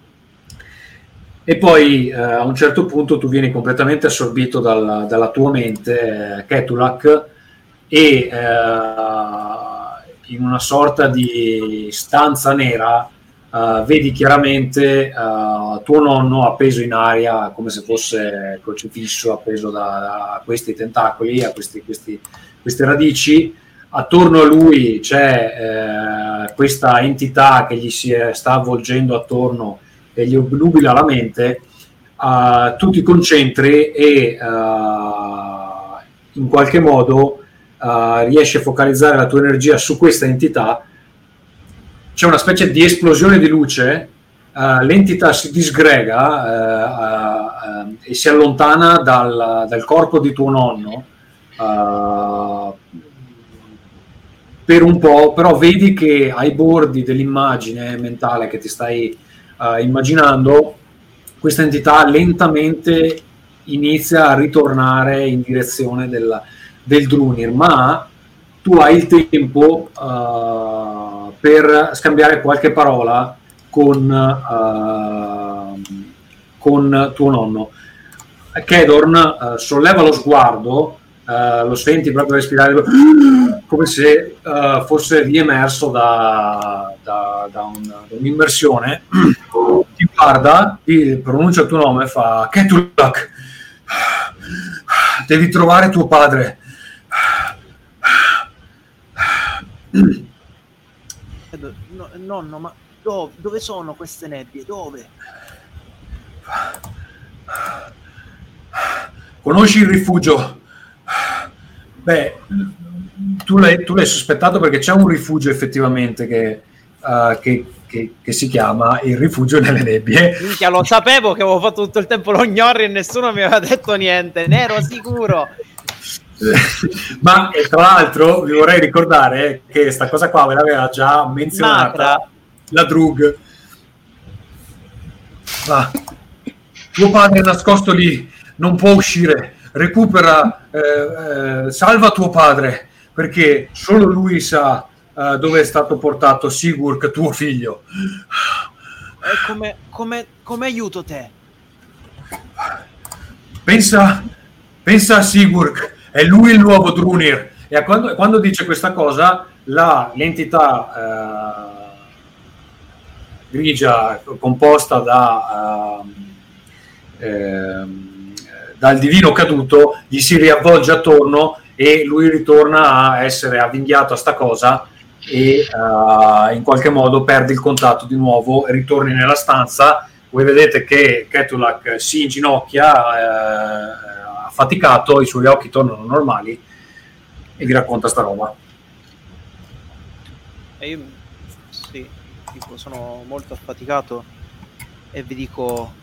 e poi a un certo punto tu vieni completamente assorbito dalla tua mente, Ketulak, e in una sorta di stanza nera vedi chiaramente tuo nonno appeso in aria come se fosse crocifisso, appeso da questi tentacoli, a queste radici. Attorno a lui c'è questa entità che gli si sta avvolgendo attorno e gli obnubila la mente. Tu ti concentri e in qualche modo riesci a focalizzare la tua energia su questa entità. C'è una specie di esplosione di luce, l'entità si disgrega e si allontana dal corpo di tuo nonno per un po', però vedi che ai bordi dell'immagine mentale che ti stai immaginando, questa entità lentamente inizia a ritornare in direzione del Drunir, ma tu hai il tempo per scambiare qualche parola con tuo nonno. Kedorn solleva lo sguardo, lo senti proprio respirare come se fosse riemerso da un'immersione. Ti guarda, ti pronuncia il tuo nome e fa: Ketulak, devi trovare tuo padre. Nonno, ma dove sono queste nebbie? Dove? Conosci il rifugio? Beh, tu l'hai sospettato perché c'è un rifugio effettivamente che si chiama il rifugio nelle nebbie. Minchia, lo sapevo che avevo fatto tutto il tempo lo gnori e nessuno mi aveva detto niente, ne ero sicuro. Ma tra l'altro vi vorrei ricordare che sta cosa qua ve l'aveva già menzionata la Drug. Tuo padre è nascosto lì, non può uscire, recupera, salva tuo padre, perché solo lui sa dove è stato portato Sigurd, tuo figlio. Come aiuto te? Pensa a Sigurd, è lui il nuovo Drunir. E quando dice questa cosa, l'entità grigia composta dal divino caduto gli si riavvolge attorno e lui ritorna a essere avvinghiato a sta cosa e in qualche modo perde il contatto di nuovo e ritorni nella stanza. Voi vedete che Ketulak si inginocchia affaticato, i suoi occhi tornano normali e vi racconta sta roba. E io sono molto affaticato e vi dico,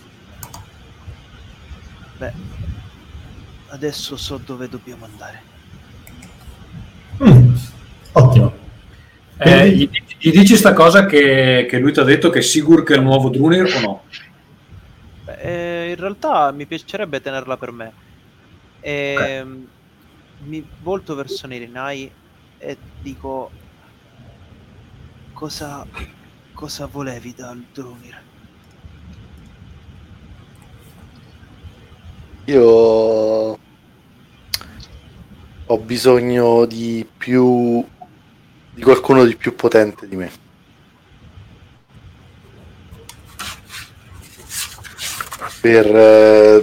adesso so dove dobbiamo andare. Ottimo. Gli dici sta cosa che lui ti ha detto che Sigurd è il nuovo Drunir o no? In realtà mi piacerebbe tenerla per me. Okay. Mi volto verso Nerinai e dico, cosa volevi dal Drunir? Io ho bisogno di qualcuno di più potente di me. Per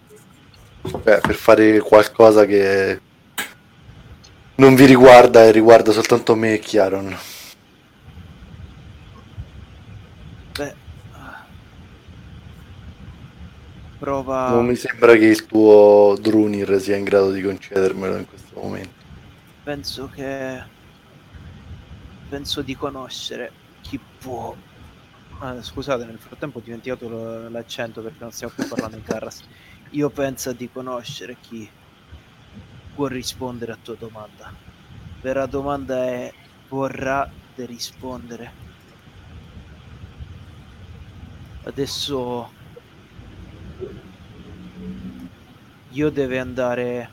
fare qualcosa che non vi riguarda e riguarda soltanto me e Chiaron. Prova. Non mi sembra che il tuo Drunir sia in grado di concedermelo in questo momento. Penso di conoscere chi può. Scusate, nel frattempo ho dimenticato l'accento perché non stiamo più parlando in Carras. Io penso di conoscere chi può rispondere a tua domanda. La vera domanda è: vorrà di rispondere? Adesso io devo andare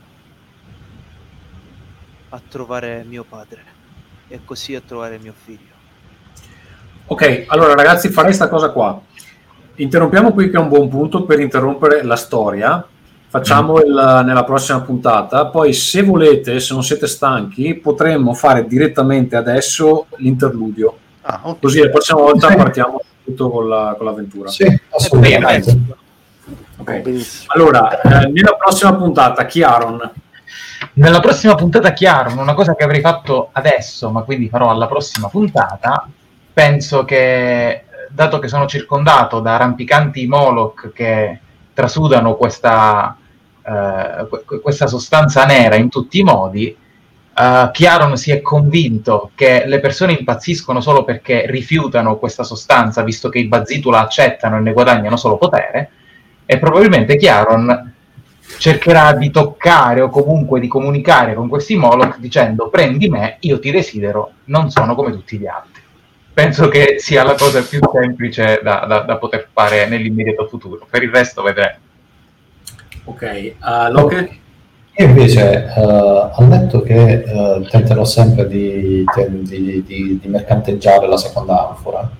a trovare mio padre e così a trovare mio figlio. Ok, allora ragazzi, farei sta cosa qua. Interrompiamo qui che è un buon punto per interrompere la storia. Facciamo nella prossima puntata. Poi se volete, se non siete stanchi, potremmo fare direttamente adesso l'interludio. Okay. Così la prossima volta partiamo tutto con l'avventura. Sì, assolutamente. Okay. Allora, nella prossima puntata, Chiaron. Nella prossima puntata, Chiaron, una cosa che avrei fatto adesso, ma quindi farò alla prossima puntata, penso che, dato che sono circondato da rampicanti Moloch che trasudano questa sostanza nera in tutti i modi, Chiaron si è convinto che le persone impazziscono solo perché rifiutano questa sostanza, visto che i Bazitu la accettano e ne guadagnano solo potere, e probabilmente Chiaron cercherà di toccare o comunque di comunicare con questi Moloch dicendo: prendi me, io ti desidero, non sono come tutti gli altri. Penso che sia la cosa più semplice da poter fare nell'immediato futuro. Per il resto vedremo. Ok, Loke? Io invece ammetto che tenterò sempre di mercanteggiare la seconda anfora.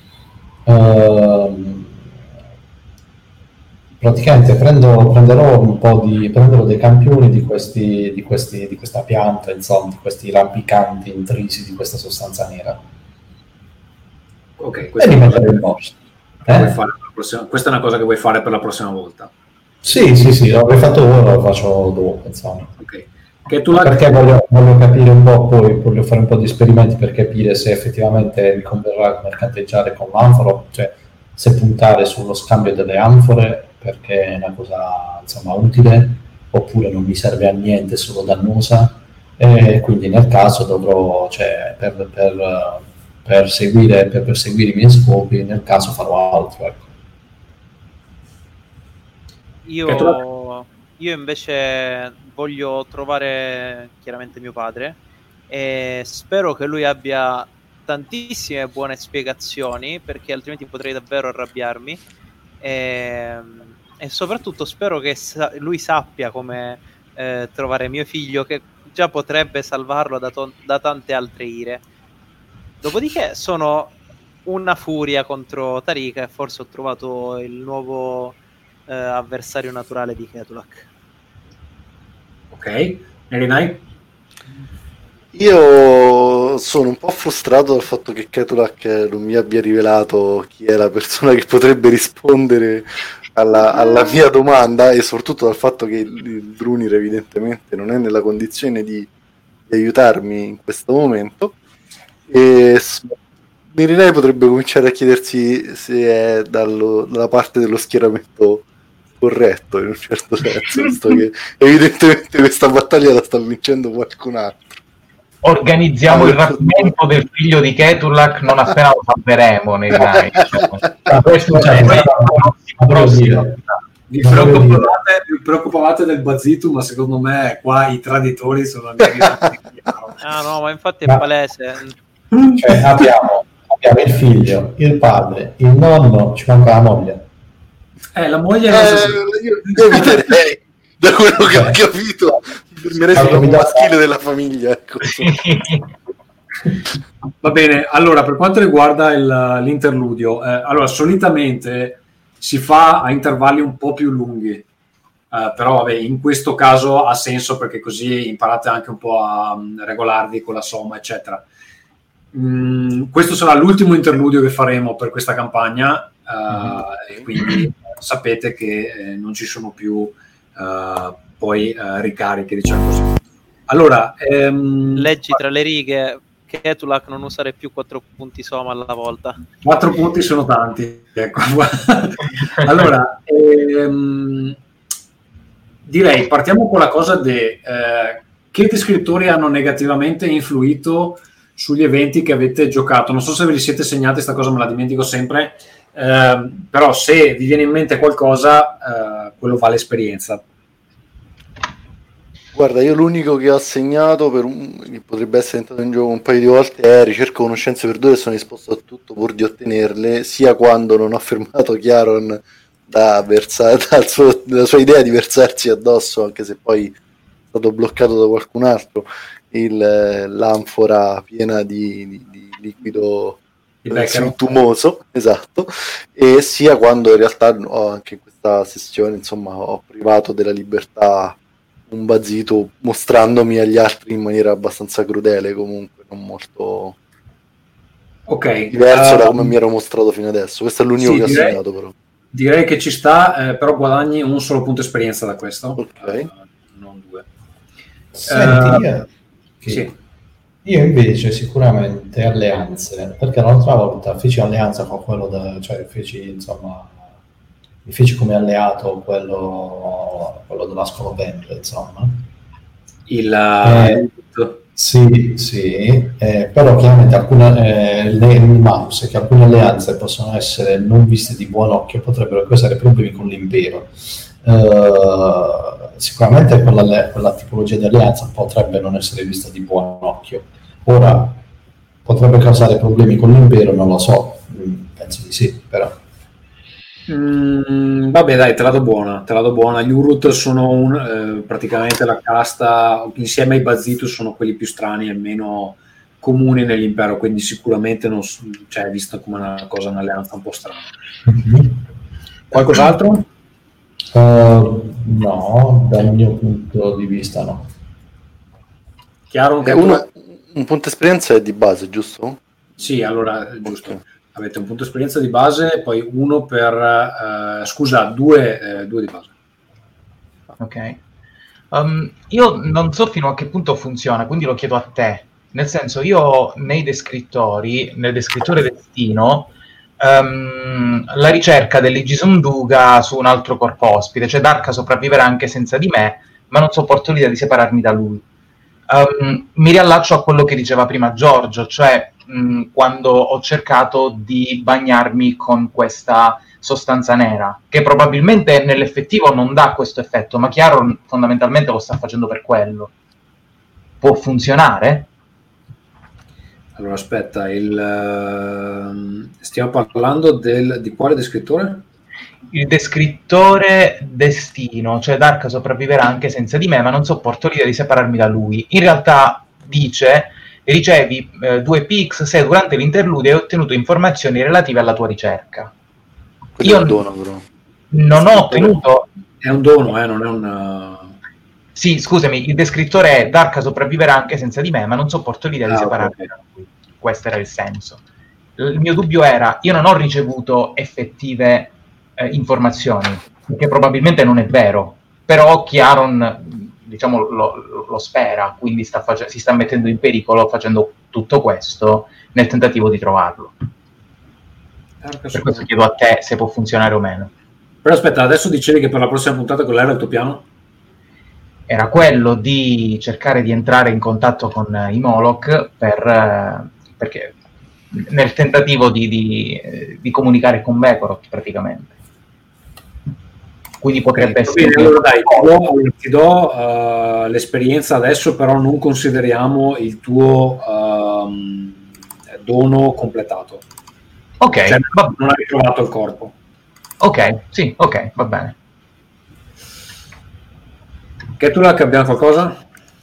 Praticamente prenderò dei campioni di questa pianta, insomma, di questi rampicanti intrisi di questa sostanza nera. Ok, e li metterò in borsa. Questa è una cosa che vuoi fare per la prossima volta? Sì, l'avrei fatto ora, lo faccio dopo, insomma. Ok. Perché voglio capire un po', poi voglio fare un po' di esperimenti per capire se effettivamente mi converrà mercanteggiare con l'anfora, cioè se puntare sullo scambio delle anfore perché è una cosa, insomma, utile, oppure non mi serve a niente, è solo dannosa, e quindi nel caso dovrò, cioè, per perseguire i miei scopi, nel caso farò altro, ecco. Io invece voglio trovare chiaramente mio padre e spero che lui abbia tantissime buone spiegazioni, perché altrimenti potrei davvero arrabbiarmi, e e soprattutto spero che lui sappia come trovare mio figlio, che già potrebbe salvarlo da tante altre ire. Dopodiché sono una furia contro Tariq e forse ho trovato il nuovo avversario naturale di Ketulak. Ok, Nerinai? Io sono un po' frustrato dal fatto che Ketulak non mi abbia rivelato chi è la persona che potrebbe rispondere alla mia domanda, e soprattutto dal fatto che il Drunir evidentemente non è nella condizione di aiutarmi in questo momento, e Nerinai potrebbe cominciare a chiedersi se è dalla parte dello schieramento corretto, in un certo senso, visto che evidentemente questa battaglia la sta vincendo qualcun altro. Organizziamo il rapimento del figlio di Ketulak non appena lo salveremo nei live. Questo è vi preoccupavate del Bazitu, ma secondo me qua i traditori sono no, ma infatti è palese. Cioè, abbiamo il figlio, il padre, il nonno, ci manca la moglie. La moglie io eviterei, da quello che ho capito, mi sono un maschile della famiglia, ecco. Va bene, allora per quanto riguarda l'interludio, allora solitamente si fa a intervalli un po' più lunghi, però vabbè, in questo caso ha senso perché così imparate anche un po' a regolarvi con la somma, eccetera. Questo sarà l'ultimo interludio che faremo per questa campagna, e quindi sapete che non ci sono più poi ricariche, diciamo così. Allora, leggi tra le righe Ketulak non usare più 4 punti soma alla volta. 4 punti sono tanti, ecco. Allora, direi partiamo con la cosa che descrittori hanno negativamente influito sugli eventi che avete giocato. Non so se ve li siete segnati, questa cosa me la dimentico sempre, però se vi viene in mente qualcosa, quello vale esperienza. Guarda, io l'unico che ho segnato che potrebbe essere entrato in gioco un paio di volte è ricerco conoscenze per 2 e sono disposto a tutto pur di ottenerle, sia quando non ho fermato Chiaron dalla sua idea di versarsi addosso, anche se poi è stato bloccato da qualcun altro, l'anfora piena di liquido sintumoso, esatto, e sia quando in realtà anche in questa sessione insomma ho privato della libertà un Bazitu, mostrandomi agli altri in maniera abbastanza crudele, comunque non molto diverso da come mi ero mostrato fino adesso. Questo è l'unico che ho segnato, però direi che ci sta, però guadagni un solo punto esperienza da questo, ok, non 2. Senti, sì. Io invece sicuramente alleanze, perché l'altra volta feci alleanza con quello mi feci come alleato quello della scolopendra, insomma. Sì, però chiaramente il mouse, che alcune alleanze possono essere non viste di buon occhio, potrebbero causare problemi con l'impero. Sicuramente quella tipologia di alleanza potrebbe non essere vista di buon occhio. Ora, potrebbe causare problemi con l'impero, non lo so, penso di sì, però. Vabbè, dai, te la do buona. Gli Urut sono praticamente la casta, insieme ai Bazitu, sono quelli più strani e meno comuni nell'impero, quindi sicuramente non è vista come una cosa, un'alleanza un po' strana. Qualcos'altro? No, dal mio punto di vista no. Chiaro? Un punto esperienza è di base, giusto? Sì, allora, giusto. Okay. Avete un punto esperienza di base, poi uno per... due di base. Ok. Io non so fino a che punto funziona, quindi lo chiedo a te. Nel senso, io nel descrittore destino, la ricerca dell'Igisunduga su un altro corpo ospite, cioè Darka sopravviverà anche senza di me, ma non sopporto l'idea di separarmi da lui. Mi riallaccio a quello che diceva prima Giorgio, cioè quando ho cercato di bagnarmi con questa sostanza nera, che probabilmente nell'effettivo non dà questo effetto, ma Chiaro fondamentalmente lo sta facendo per quello. Può funzionare? Allora aspetta, stiamo parlando di quale descrittore? il descrittore destino, cioè Dark sopravviverà anche senza di me, ma non sopporto l'idea di separarmi da lui. In realtà dice: ricevi 2 pix se durante l'interludio hai ottenuto informazioni relative alla tua ricerca. Quello è un dono, però. Non ho ottenuto... È un dono, non è un... Sì, scusami, il descrittore è: Dark sopravviverà anche senza di me, ma non sopporto l'idea di separarmi da lui. Questo era il senso. Il mio dubbio era: io non ho ricevuto effettive informazioni, perché probabilmente non è vero, però Chiaron, diciamo, lo spera, quindi si sta mettendo in pericolo facendo tutto questo nel tentativo di trovarlo. Per questo chiedo a te se può funzionare o meno. Però aspetta, adesso dicevi che per la prossima puntata qual era il tuo piano? Era quello di cercare di entrare in contatto con i Moloch perché nel tentativo di comunicare con Vekoroth, praticamente. Quindi potrebbe essere... Bene, allora dai, ti do l'esperienza adesso, però non consideriamo il tuo dono completato. Ok, cioè, non hai trovato il corpo. Ok, sì, ok, va bene. Ketulak, abbiamo qualcosa?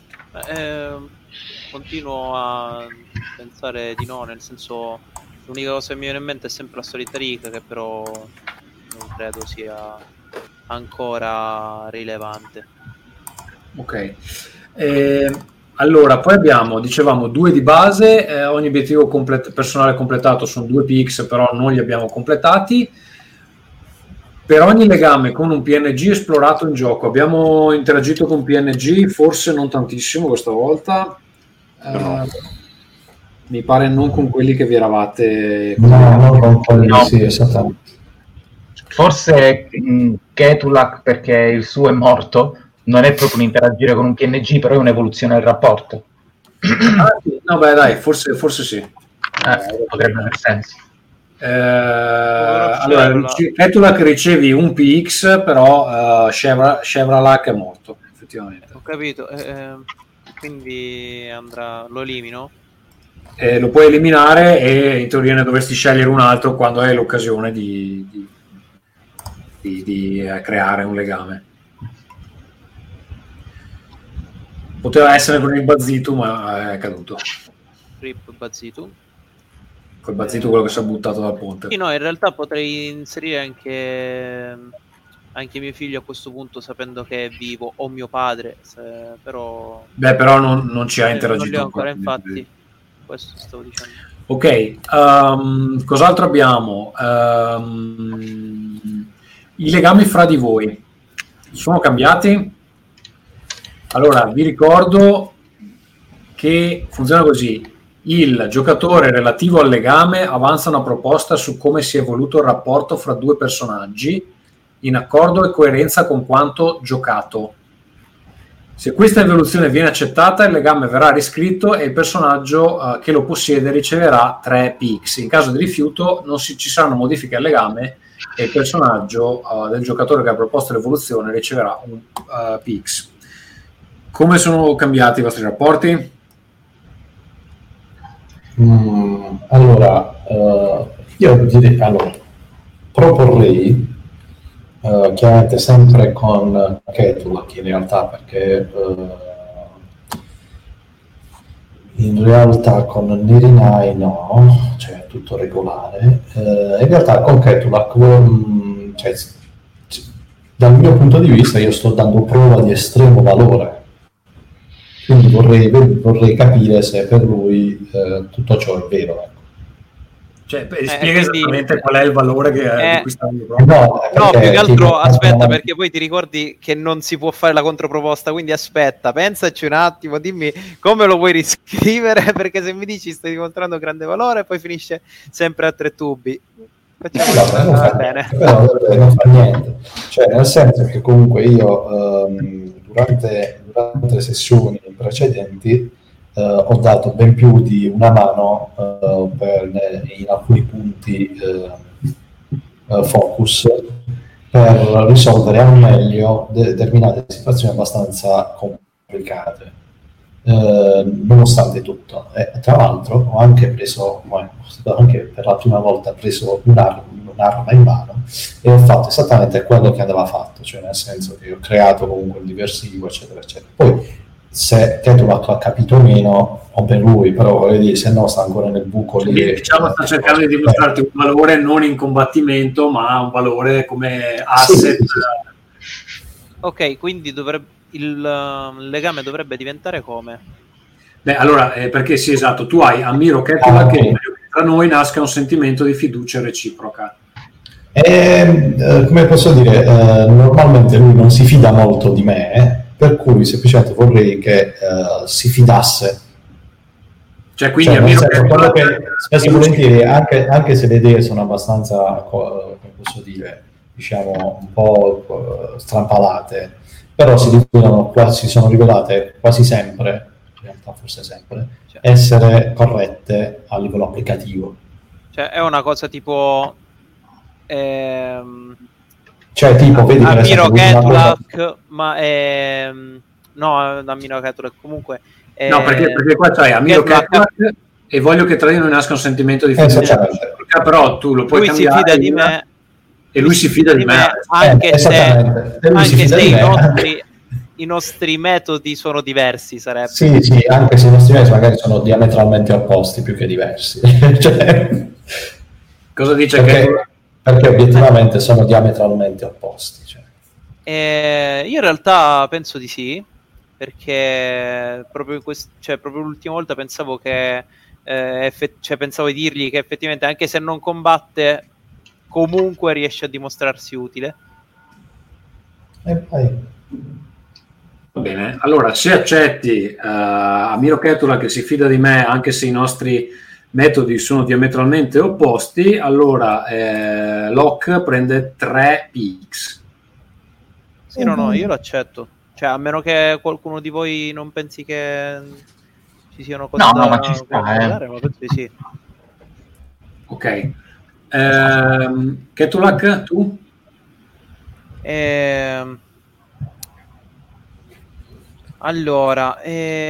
Continuo a pensare di no, nel senso, l'unica cosa che mi viene in mente è sempre la solita Rick, che però non credo sia ancora rilevante. Ok. Allora, poi abbiamo, dicevamo, 2 di base, ogni obiettivo personale completato sono 2 pix, però non li abbiamo completati. Per ogni legame con un PNG esplorato in gioco, abbiamo interagito con PNG, forse non tantissimo questa volta, mi pare non con quelli che vi eravate... No, con quelli, sì, esattamente. Forse Ketulak, perché il suo è morto, non è proprio un interagire con un PNG, però è un'evoluzione del rapporto. No, beh, dai, forse sì. Potrebbe aver senso. Allora, Ketulak ricevi un PX, però Chevralak è morto, effettivamente. Ho capito, quindi lo elimino? Lo puoi eliminare e in teoria ne dovresti scegliere un altro quando hai l'occasione di creare un legame. Poteva essere con il Bazzitu, ma è caduto. Rip Bazzitu. Col Bazzitu, quello che si è buttato dal ponte. Sì, no, in realtà potrei inserire anche mio figlio a questo punto, sapendo che è vivo, o mio padre, però... Beh, però non ci ha interagito non li ho ancora, infatti, questo stavo dicendo. Ok, cos'altro abbiamo? I legami fra di voi sono cambiati? Allora, vi ricordo che funziona così: il giocatore relativo al legame avanza una proposta su come si è evoluto il rapporto fra 2 personaggi in accordo e coerenza con quanto giocato. Se questa evoluzione viene accettata, il legame verrà riscritto e il personaggio che lo possiede riceverà 3 pix. In caso di rifiuto ci saranno modifiche al legame e il personaggio del giocatore che ha proposto l'evoluzione riceverà un pix. Come sono cambiati i vostri rapporti? Allora, io direi, proporrei chiaramente sempre con Ketulak in realtà, perché in realtà con Nirinai no, cioè tutto regolare. In realtà con Ketulak, cioè, dal mio punto di vista, io sto dando prova di estremo valore. Quindi vorrei capire se per lui tutto ciò è vero. Cioè, spiega esattamente qual è il valore che di cui stanno no, più che altro aspetta, perché poi ti ricordi che non si può fare la controproposta, quindi aspetta, pensaci un attimo, dimmi come lo vuoi riscrivere, perché se mi dici stai dimostrando grande valore poi finisce sempre a 3 tubi. Va bene. Però non fa niente, cioè nel senso che comunque io durante le sessioni precedenti ho dato ben più di una mano in alcuni punti focus per risolvere al meglio determinate situazioni abbastanza complicate, nonostante tutto. Tra l'altro ho anche preso, anche per la prima volta preso un'arma in mano, e ho fatto esattamente quello che andava fatto, cioè nel senso che ho creato comunque un diversivo, eccetera, eccetera. Poi, se Ketulak ha capito meno, o per lui, però voglio dire, se no sta ancora nel buco lì. Diciamo sta cercando di dimostrarti un valore non in combattimento, ma un valore come asset. Sì. Ok, quindi il legame dovrebbe diventare come? Beh, allora, perché sì, esatto, tu hai Ammiro Ketulak che tra noi nasca un sentimento di fiducia reciproca. Come posso dire, normalmente lui non si fida molto di me, per cui semplicemente vorrei che si fidasse. Cioè, quindi Ammiro quello che spesso e volentieri, anche se le idee sono abbastanza, come posso dire, diciamo un po' strampalate, però si sono rivelate quasi sempre, in realtà forse sempre, essere corrette a livello applicativo. Cioè è una cosa tipo cioè tipo vedi per Ammiro esempio Ketulak, ma no, Ammiro Ketulak comunque no, perché qua c'hai Ammiro Ketulak e voglio che tra di noi nasca un sentimento di fiducia, però tu lo puoi lui cambiare, si fida di me e lui si fida di me, anche se i nostri metodi sono diversi, sarebbe. Sì, anche se i nostri metodi magari sono diametralmente opposti più che diversi. Cioè, cosa dice perché obiettivamente sono diametralmente opposti. Cioè. Io in realtà penso di sì, perché proprio proprio l'ultima volta pensavo che pensavo di dirgli che effettivamente anche se non combatte comunque riesce a dimostrarsi utile. Va bene, allora se accetti Ammiro Ketulak che si fida di me anche se i nostri metodi sono diametralmente opposti, allora Locke prende 3 pix. Sì, no, io lo accetto. Cioè, a meno che qualcuno di voi non pensi che ci siano cose da ma ci sta, ma penso di sì. Ok. Ketulak, tu? Allora,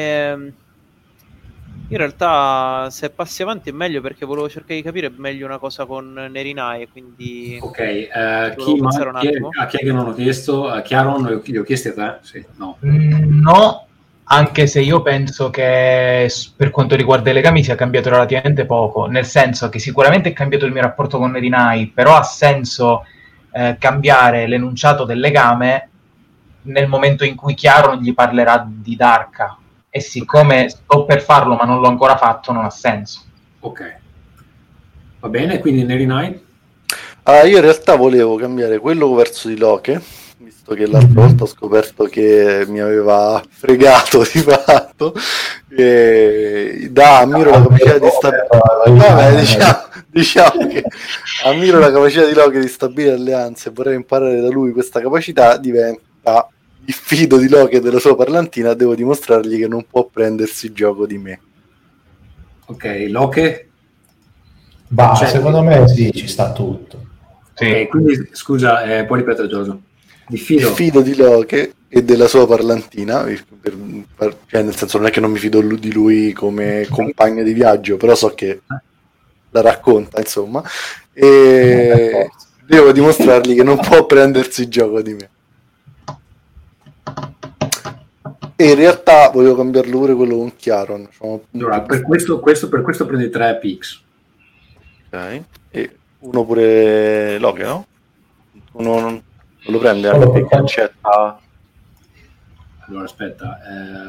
in realtà se passi avanti è meglio, perché volevo cercare di capire meglio una cosa con Nerinai, chi è che non ho chiesto? Chiaron, li ho chiesti a te? Sì, no. No, anche se io penso che per quanto riguarda i legami sia cambiato relativamente poco, nel senso che sicuramente è cambiato il mio rapporto con Nerinai, però ha senso cambiare l'enunciato del legame nel momento in cui Chiaron gli parlerà di Darka, e siccome sto per farlo ma non l'ho ancora fatto, non ha senso. Ok, va bene, quindi Nerinai? Io in realtà volevo cambiare quello verso di Loke, visto che l'altra volta ho scoperto che mi aveva fregato di fatto, ammiro la capacità di diciamo che ammiro la capacità di Loke di stabilire alleanze e vorrei imparare da lui questa capacità. Diventa diffido di Loki e della sua parlantina, devo dimostrargli che non può prendersi gioco di me. Ok, Loki? Secondo me sì, ci sta tutto. Sì. Okay, quindi scusa, puoi ripetere Giorgio? Diffido di Loki e della sua parlantina, cioè nel senso non è che non mi fido di lui come compagno di viaggio, però so che la racconta, insomma, e devo dimostrargli che non può prendersi gioco di me. E in realtà volevo cambiarlo pure quello con Chiaron. Allora, per questo prendi 3 pix. Ok. E uno pure Loki, no? Uno non lo prende anche perché accetta. Allora aspetta.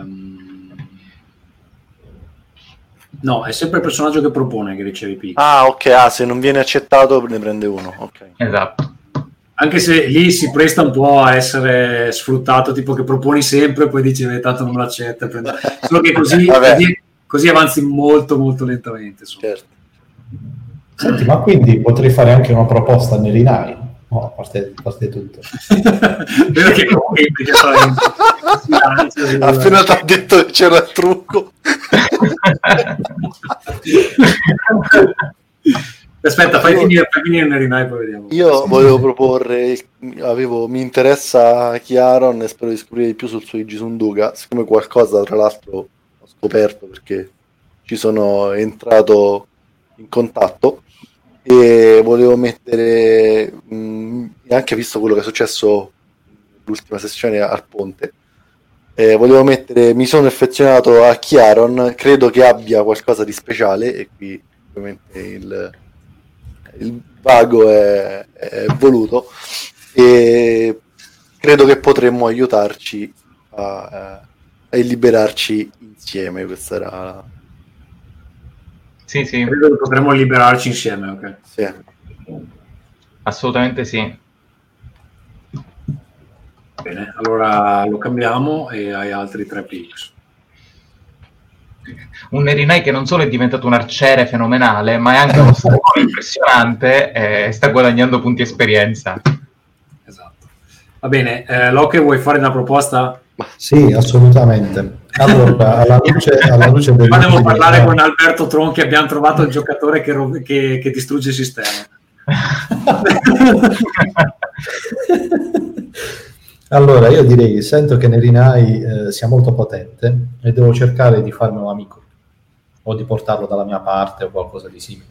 No, è sempre il personaggio che propone che riceve pix. Ah, ok. Se non viene accettato ne prende uno. Ok. Esatto. Anche se lì si presta un po' a essere sfruttato, tipo che proponi sempre e poi dici tanto non lo accetta, solo che così avanzi molto molto lentamente. Certo. Senti, ma quindi potrei fare anche una proposta a Nerinai? No, a parte tutto. Vedo che appena ti ha detto che c'era il trucco. Aspetta, fai finire Nerinai, poi vediamo. Io volevo proporre, mi interessa Chiaron e spero di scoprire di più sul suo Igisunduga, siccome qualcosa tra l'altro ho scoperto perché ci sono entrato in contatto, e volevo mettere, anche visto quello che è successo l'ultima sessione al ponte, volevo mettere, mi sono affezionato a Chiaron, credo che abbia qualcosa di speciale, e qui ovviamente il vago è voluto, e credo che potremmo aiutarci a liberarci insieme. Questa era Sì. Credo che potremmo liberarci insieme, ok? sì. Assolutamente sì. Bene, allora lo cambiamo e hai altri 3 pix. Un Nerinai che non solo è diventato un arciere fenomenale, ma è anche uno stratego impressionante e sta guadagnando punti esperienza. Esatto. Va bene, Locke, vuoi fare una proposta? Sì, assolutamente. Allora, alla luce del... Qua devo parlare con Alberto Tronchi, abbiamo trovato il giocatore che distrugge il sistema. Allora, io direi, sento che Nerinai sia molto potente e devo cercare di farmi un amico o di portarlo dalla mia parte o qualcosa di simile.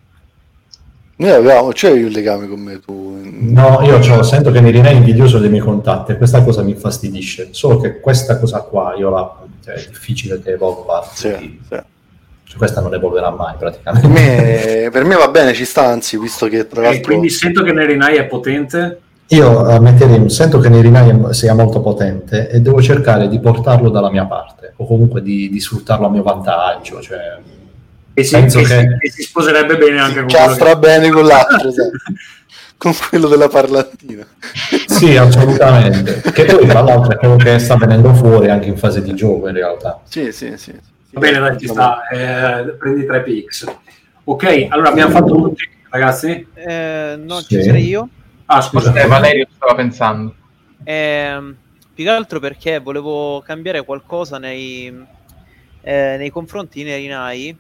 Noi c'è un legame con me, tu? No, sento che Nerinai è invidioso dei miei contatti e questa cosa mi infastidisce, solo che questa cosa qua è difficile che evolva. Sì. Cioè, questa non evolverà mai praticamente. Per me va bene, ci sta, anzi, visto che tra l'altro... Quindi sento che Nerinai è potente. Io sento che Nerinai sia molto potente e devo cercare di portarlo dalla mia parte o comunque di sfruttarlo a mio vantaggio. Cioè, e si sposerebbe bene anche con quello bene con l'altro, esatto. Con quello della parlantina. Sì, assolutamente. Che poi tra l'altro è quello che sta venendo fuori anche in fase di gioco in realtà. Sì. Va bene, dai, ci sta. Prendi 3 pix. Ok, allora abbiamo fatto tutti, ragazzi? No, ci sarei io. Scusa. Valerio stava pensando. Più che altro perché volevo cambiare qualcosa nei confronti di Nerinai,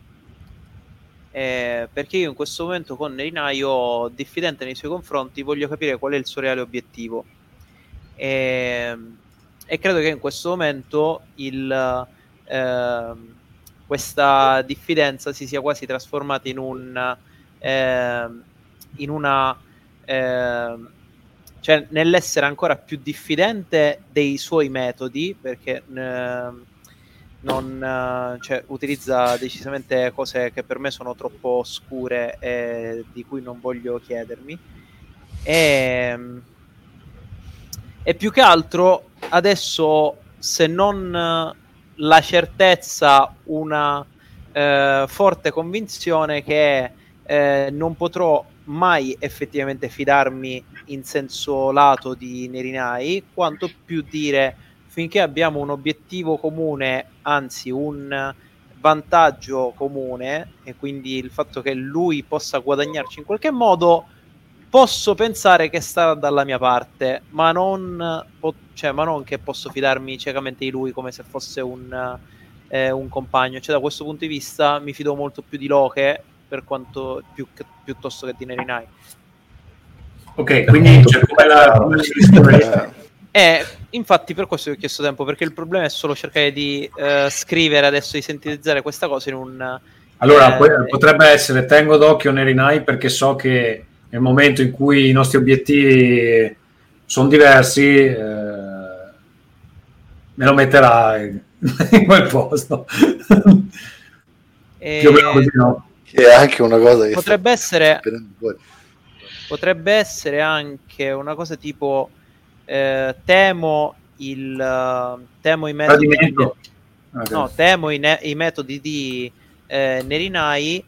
perché io in questo momento con Nerinai ho diffidente nei suoi confronti, voglio capire qual è il suo reale obiettivo, e credo che in questo momento questa diffidenza si sia quasi trasformata in una cioè nell'essere ancora più diffidente dei suoi metodi, perché utilizza decisamente cose che per me sono troppo oscure e di cui non voglio chiedermi, e più che altro adesso, se non la certezza, una forte convinzione che non potrò mai effettivamente fidarmi in senso lato di Nerinai, quanto più dire, finché abbiamo un obiettivo comune, anzi un vantaggio comune, e quindi il fatto che lui possa guadagnarci in qualche modo, posso pensare che sta dalla mia parte, ma non che posso fidarmi ciecamente di lui come se fosse un compagno. Cioè, da questo punto di vista mi fido molto più di Locke, per quanto piuttosto che di Nerinai. Ok, quindi c'è come infatti per questo ho chiesto tempo, perché il problema è solo cercare di scrivere adesso, di sintetizzare questa cosa in un... Allora, potrebbe essere: tengo d'occhio Nerinai perché so che nel momento in cui i nostri obiettivi sono diversi, me lo metterà in quel posto. Più o meno così, no? È anche una cosa che potrebbe essere anche una cosa tipo temo i metodi i metodi di Nerinai,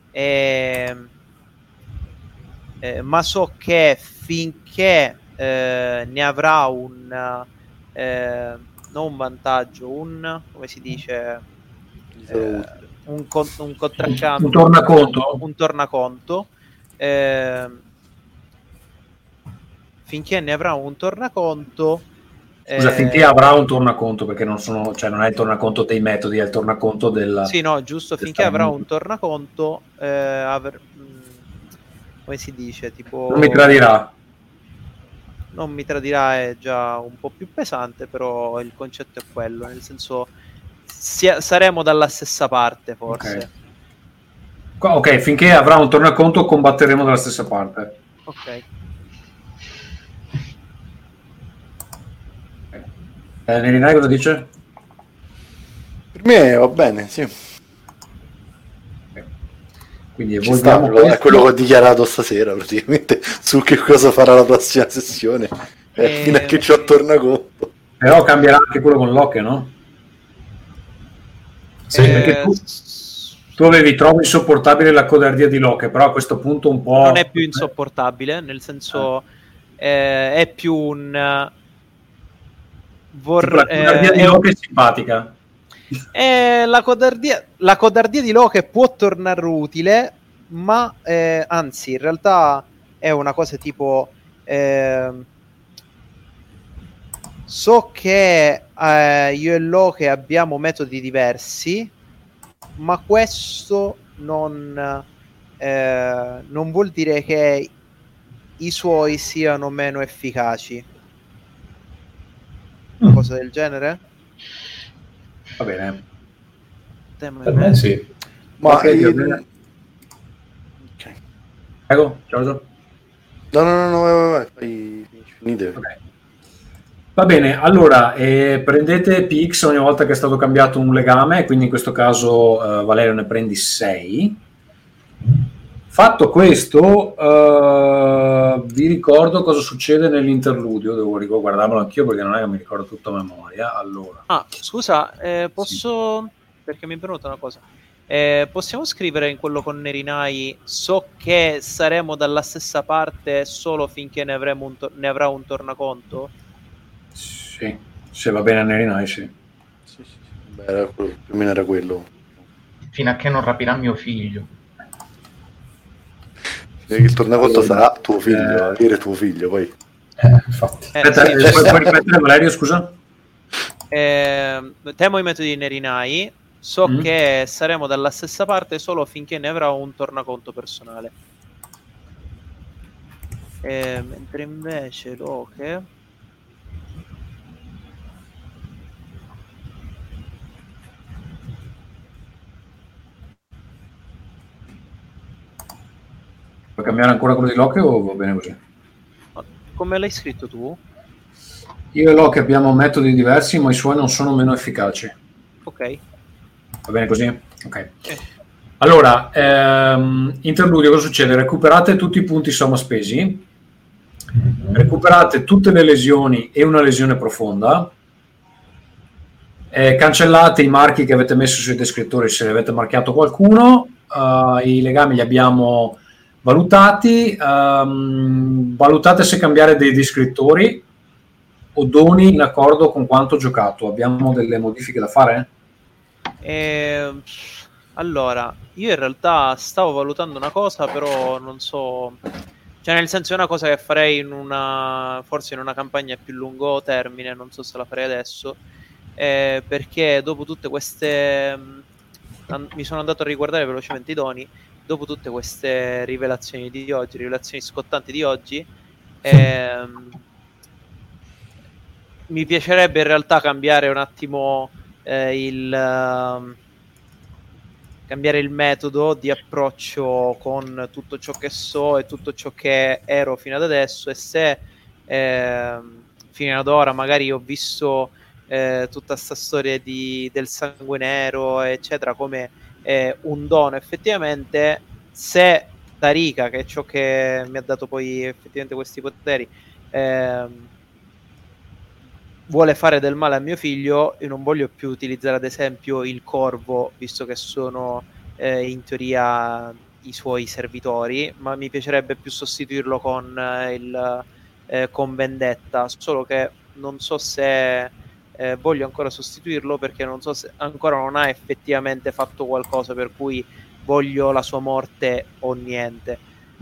ma so che finché ne avrà non un vantaggio, come si dice, un contraccambio, un tornaconto, finché ne avrà un tornaconto. Scusa, finché avrà un tornaconto, perché non è il tornaconto dei metodi, è il tornaconto del... Sì, no, giusto, finché avrà un tornaconto, come si dice, tipo... Non mi tradirà. Non mi tradirà è già un po' più pesante, però il concetto è quello, nel senso saremo dalla stessa parte, forse. Ok, finché avrà un tornaconto combatteremo dalla stessa parte. Ok. Nerinai cosa dice? Per me va bene, sì. Quindi Ci sta, è quello che ho dichiarato stasera praticamente su che cosa farà la prossima sessione. Fino a che c'ho il tornaconto. Però cambierà anche quello con Locke, no? Sì, perché tu avevi trovo insopportabile la codardia di Locke, però a questo punto un po'... Non è più insopportabile, nel senso è più un... la codardia di Locke è simpatica. La codardia di Locke può tornare utile, ma anzi, in realtà è una cosa tipo... so che io e Locke abbiamo metodi diversi, ma questo non vuol dire che i suoi siano meno efficaci. Una cosa del genere? Va bene. Per me sì. Ma okay. Prego, Giorgio. No, finite. Okay. Va bene, allora prendete PX ogni volta che è stato cambiato un legame, quindi in questo caso Valerio ne prendi 6. Fatto questo, vi ricordo cosa succede nell'interludio, devo guardarmelo anch'io perché non è che mi ricordo tutto a memoria. Allora. Scusa, posso... Sì. Perché mi è venuta una cosa. Possiamo scrivere in quello con Nerinai, so che saremo dalla stessa parte solo finché ne avrà un tornaconto? Sì, se va bene a Nerinai, sì. Beh, più o meno era quello. Fino a che non rapirà mio figlio. Il tornaconto sarà tuo figlio, avere tuo figlio, poi. Infatti. Aspetta, puoi ripetere Valerio, scusa? Temo i metodi di Nerinai, so che saremo dalla stessa parte solo finché ne avrà un tornaconto personale. Mentre invece Locke... Puoi cambiare ancora quello di Locke o va bene così? Come l'hai scritto tu? Io e Locke abbiamo metodi diversi, ma i suoi non sono meno efficaci. Ok. Va bene così? Ok. Allora, interludio, cosa succede? Recuperate tutti i punti somma spesi, recuperate tutte le lesioni e una lesione profonda, cancellate i marchi che avete messo sui descrittori se ne avete marchiato qualcuno, i legami li abbiamo valutati, valutate se cambiare dei descrittori o doni in accordo con quanto giocato. Abbiamo delle modifiche da fare? Allora, io in realtà stavo valutando una cosa, però non so, cioè nel senso è una cosa che farei forse in una campagna più lungo termine, non so se la farei adesso, perché dopo tutte queste mi sono andato a riguardare velocemente i doni, dopo tutte queste rivelazioni di oggi, rivelazioni scottanti di oggi, mi piacerebbe in realtà cambiare un attimo cambiare il metodo di approccio con tutto ciò che so e tutto ciò che ero fino ad adesso, e se fino ad ora magari ho visto tutta sta storia del sangue nero eccetera come un dono, effettivamente se Tarika, che è ciò che mi ha dato poi effettivamente questi poteri, vuole fare del male a mio figlio, io non voglio più utilizzare ad esempio il corvo, visto che sono in teoria i suoi servitori, ma mi piacerebbe più sostituirlo con vendetta, solo che non so se voglio ancora sostituirlo, perché non so se ancora non ha effettivamente fatto qualcosa per cui voglio la sua morte o niente.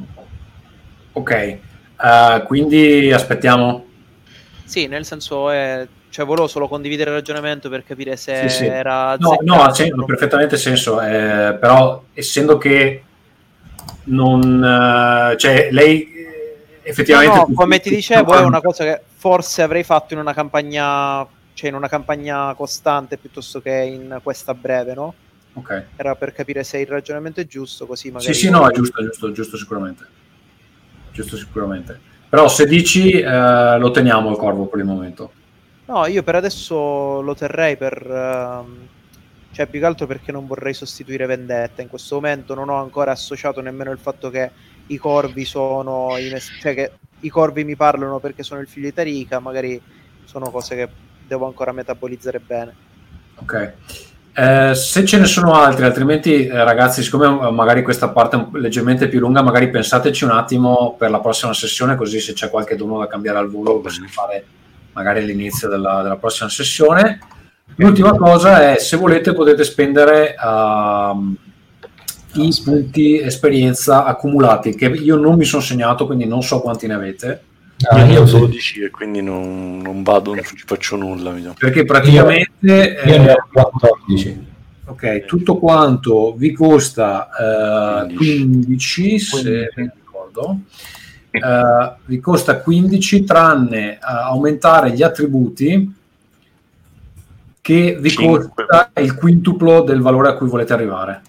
Ok, quindi aspettiamo. Sì, nel senso cioè volevo solo condividere il ragionamento per capire se sì. era no, ha perfettamente senso, però essendo che non cioè lei effettivamente no, come ti dicevo è una cosa che forse avrei fatto in una campagna, cioè in una campagna costante piuttosto che in questa breve, no? Ok. Era per capire se il ragionamento è giusto, così magari... Sì, no, è giusto sicuramente. Giusto sicuramente. Però se dici lo teniamo il corvo per il momento. No, io per adesso lo terrei cioè più che altro perché non vorrei sostituire Vendetta. In questo momento non ho ancora associato nemmeno il fatto che i corvi sono cioè che i corvi mi parlano perché sono il figlio di Tarika, magari sono cose che devo ancora metabolizzare bene. Ok. Se ce ne sono altri, altrimenti ragazzi, siccome magari questa parte è leggermente più lunga, magari pensateci un attimo per la prossima sessione, così se c'è qualche dono da cambiare al volo possiamo fare magari all'inizio della prossima sessione. L'ultima cosa è, se volete potete spendere i punti esperienza accumulati, che io non mi sono segnato, quindi non so quanti ne avete. Io ho 12 e quindi non vado, non ci faccio nulla. Perché praticamente io ne ho 14. Ok, tutto quanto vi costa 15, se mi ricordo. Vi costa 15 tranne aumentare gli attributi, che vi 5. costa il quintuplo del valore a cui volete arrivare.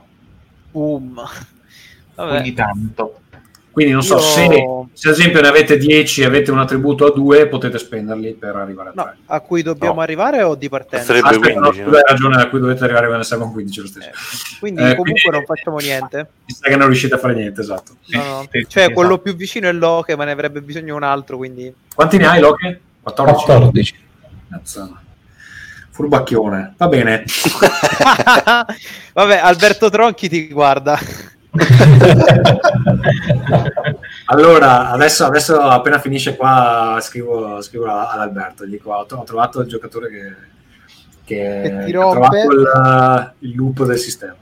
Vabbè. Quindi tanto. Quindi non so, se ad esempio ne avete 10 e avete un attributo a 2, potete spenderli per arrivare a 3. No, a cui dobbiamo arrivare o di partenza? Sarebbe 15, no? Hai ragione, a cui dovete arrivare ve ne servono 15 lo stesso. Quindi comunque non facciamo niente. Mi sa che non riuscite a fare niente, esatto. No. Cioè quello più vicino è Loche, ma ne avrebbe bisogno un altro, quindi... Quanti ne hai, Loche? 14. Furbacchione, va bene. Vabbè, Alberto Tronchi ti guarda. Allora, adesso appena finisce qua scrivo ad Alberto, gli dico ho trovato il giocatore che ha trovato il loop del sistema.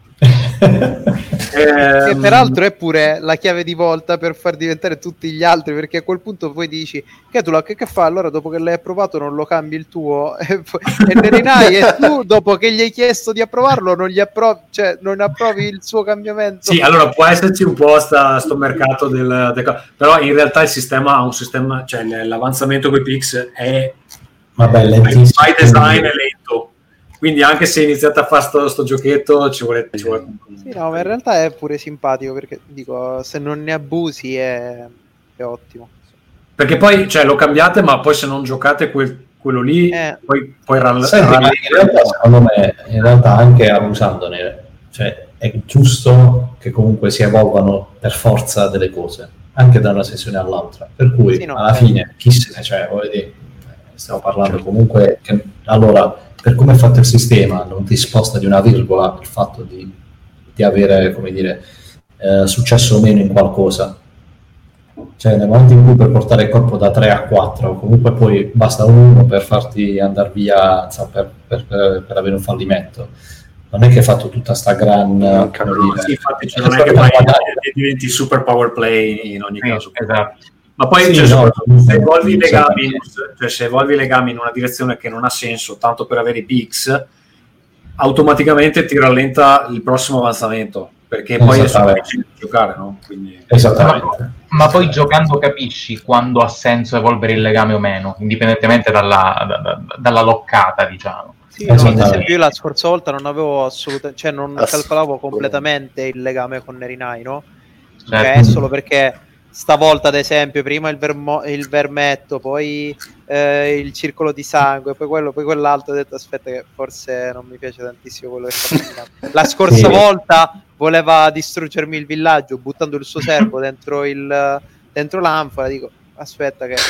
Che peraltro è pure la chiave di volta per far diventare tutti gli altri, perché a quel punto poi dici Ketulak, che fa? Allora dopo che l'hai approvato non lo cambi il tuo e Nerinai e tu dopo che gli hai chiesto di approvarlo non gli approvi, cioè non approvi il suo cambiamento. Sì, allora può esserci un po' sto mercato però in realtà il sistema ha un sistema, cioè l'avanzamento con i pix è by design è lento. Quindi anche se iniziate a fare sto giochetto ci vuole... Sì, no, ma in realtà è pure simpatico, perché dico, se non ne abusi è ottimo. Perché poi, cioè, lo cambiate, ma poi se non giocate quello lì, poi secondo me, in realtà anche abusandone, cioè è giusto che comunque si evolvano per forza delle cose, anche da una sessione all'altra. Per cui, sì, alla fine, chi se ne... Cioè, voglio dire, stiamo parlando comunque... allora... Per come è fatto il sistema, non ti sposta di una virgola il fatto di avere, come dire, successo o meno in qualcosa. Cioè, nel momento in cui per portare il corpo da 3 a 4, comunque poi basta uno per farti andare via, insomma, per avere un fallimento. Non è che hai fatto tutta sta gran... sì, infatti, cioè, non è che diventi super power play in ogni caso. Esatto. Ma poi sì, se evolvi i legami in una direzione che non ha senso tanto per avere i pix, automaticamente ti rallenta il prossimo avanzamento, perché poi è difficile giocare, no? Quindi... Esattamente. Ma poi giocando capisci quando ha senso evolvere il legame o meno, indipendentemente dalla loccata, diciamo. Sì, no, ad esempio io la scorsa volta non avevo assolutamente, cioè non calcolavo completamente il legame con Nerinai, no? Cioè è solo perché stavolta, ad esempio, prima il vermetto, poi il circolo di sangue, poi quello, poi quell'altro. Ho detto aspetta che forse non mi piace tantissimo quello che sta facendo. La scorsa volta voleva distruggermi il villaggio buttando il suo servo dentro l'anfora. Dico aspetta che...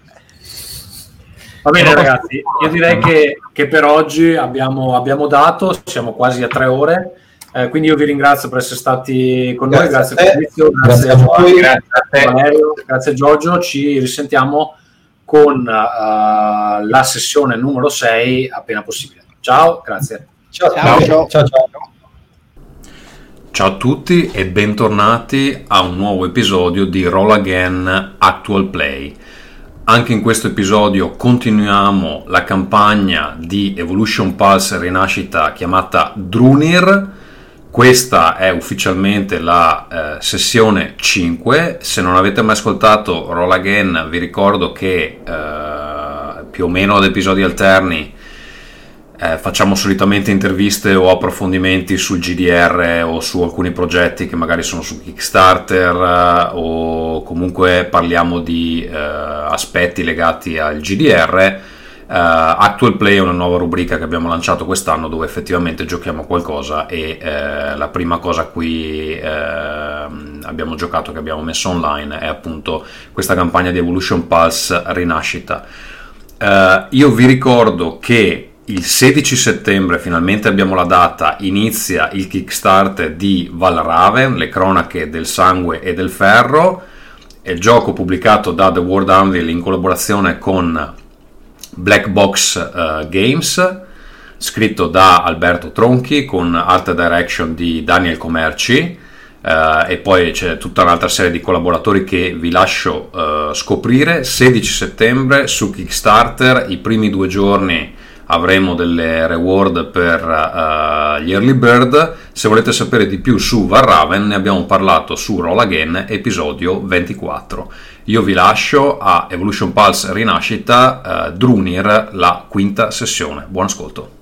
Va bene ragazzi, io direi che per oggi abbiamo dato, siamo quasi a 3 ore. Quindi io vi ringrazio per essere stati con noi, grazie Fabrizio, grazie a voi, grazie a Valerio, grazie a Giorgio. Ci risentiamo con la sessione numero 6 appena possibile. Ciao, grazie. Ciao. Ciao a tutti e bentornati a un nuovo episodio di Roll Again Actual Play. Anche in questo episodio continuiamo la campagna di Evolution Pulse Rinascita chiamata Drunir. Questa è ufficialmente la sessione 5. Se non avete mai ascoltato Roll Again, vi ricordo che più o meno ad episodi alterni Facciamo solitamente interviste o approfondimenti sul GDR o su alcuni progetti che magari sono su Kickstarter, o comunque parliamo di aspetti legati al GDR. Actual Play è una nuova rubrica che abbiamo lanciato quest'anno, dove effettivamente giochiamo qualcosa, e la prima cosa a cui abbiamo giocato, che abbiamo messo online, è appunto questa campagna di Evolution Pulse Rinascita. Io vi ricordo che il 16 settembre, finalmente abbiamo la data, inizia il Kickstarter di Valraven, le cronache del sangue e del ferro. È il gioco pubblicato da The World Anvil in collaborazione con Black Box Games, scritto da Alberto Tronchi con art direction di Daniel Comerci, e poi c'è tutta un'altra serie di collaboratori che vi lascio scoprire. 16 settembre su Kickstarter, i primi 2 giorni avremo delle reward per gli early bird. Se volete sapere di più su Valraven, ne abbiamo parlato su Roll Again, episodio 24. Io vi lascio a Evolution Pulse Rinascita, Drunir, la 5ª sessione. Buon ascolto.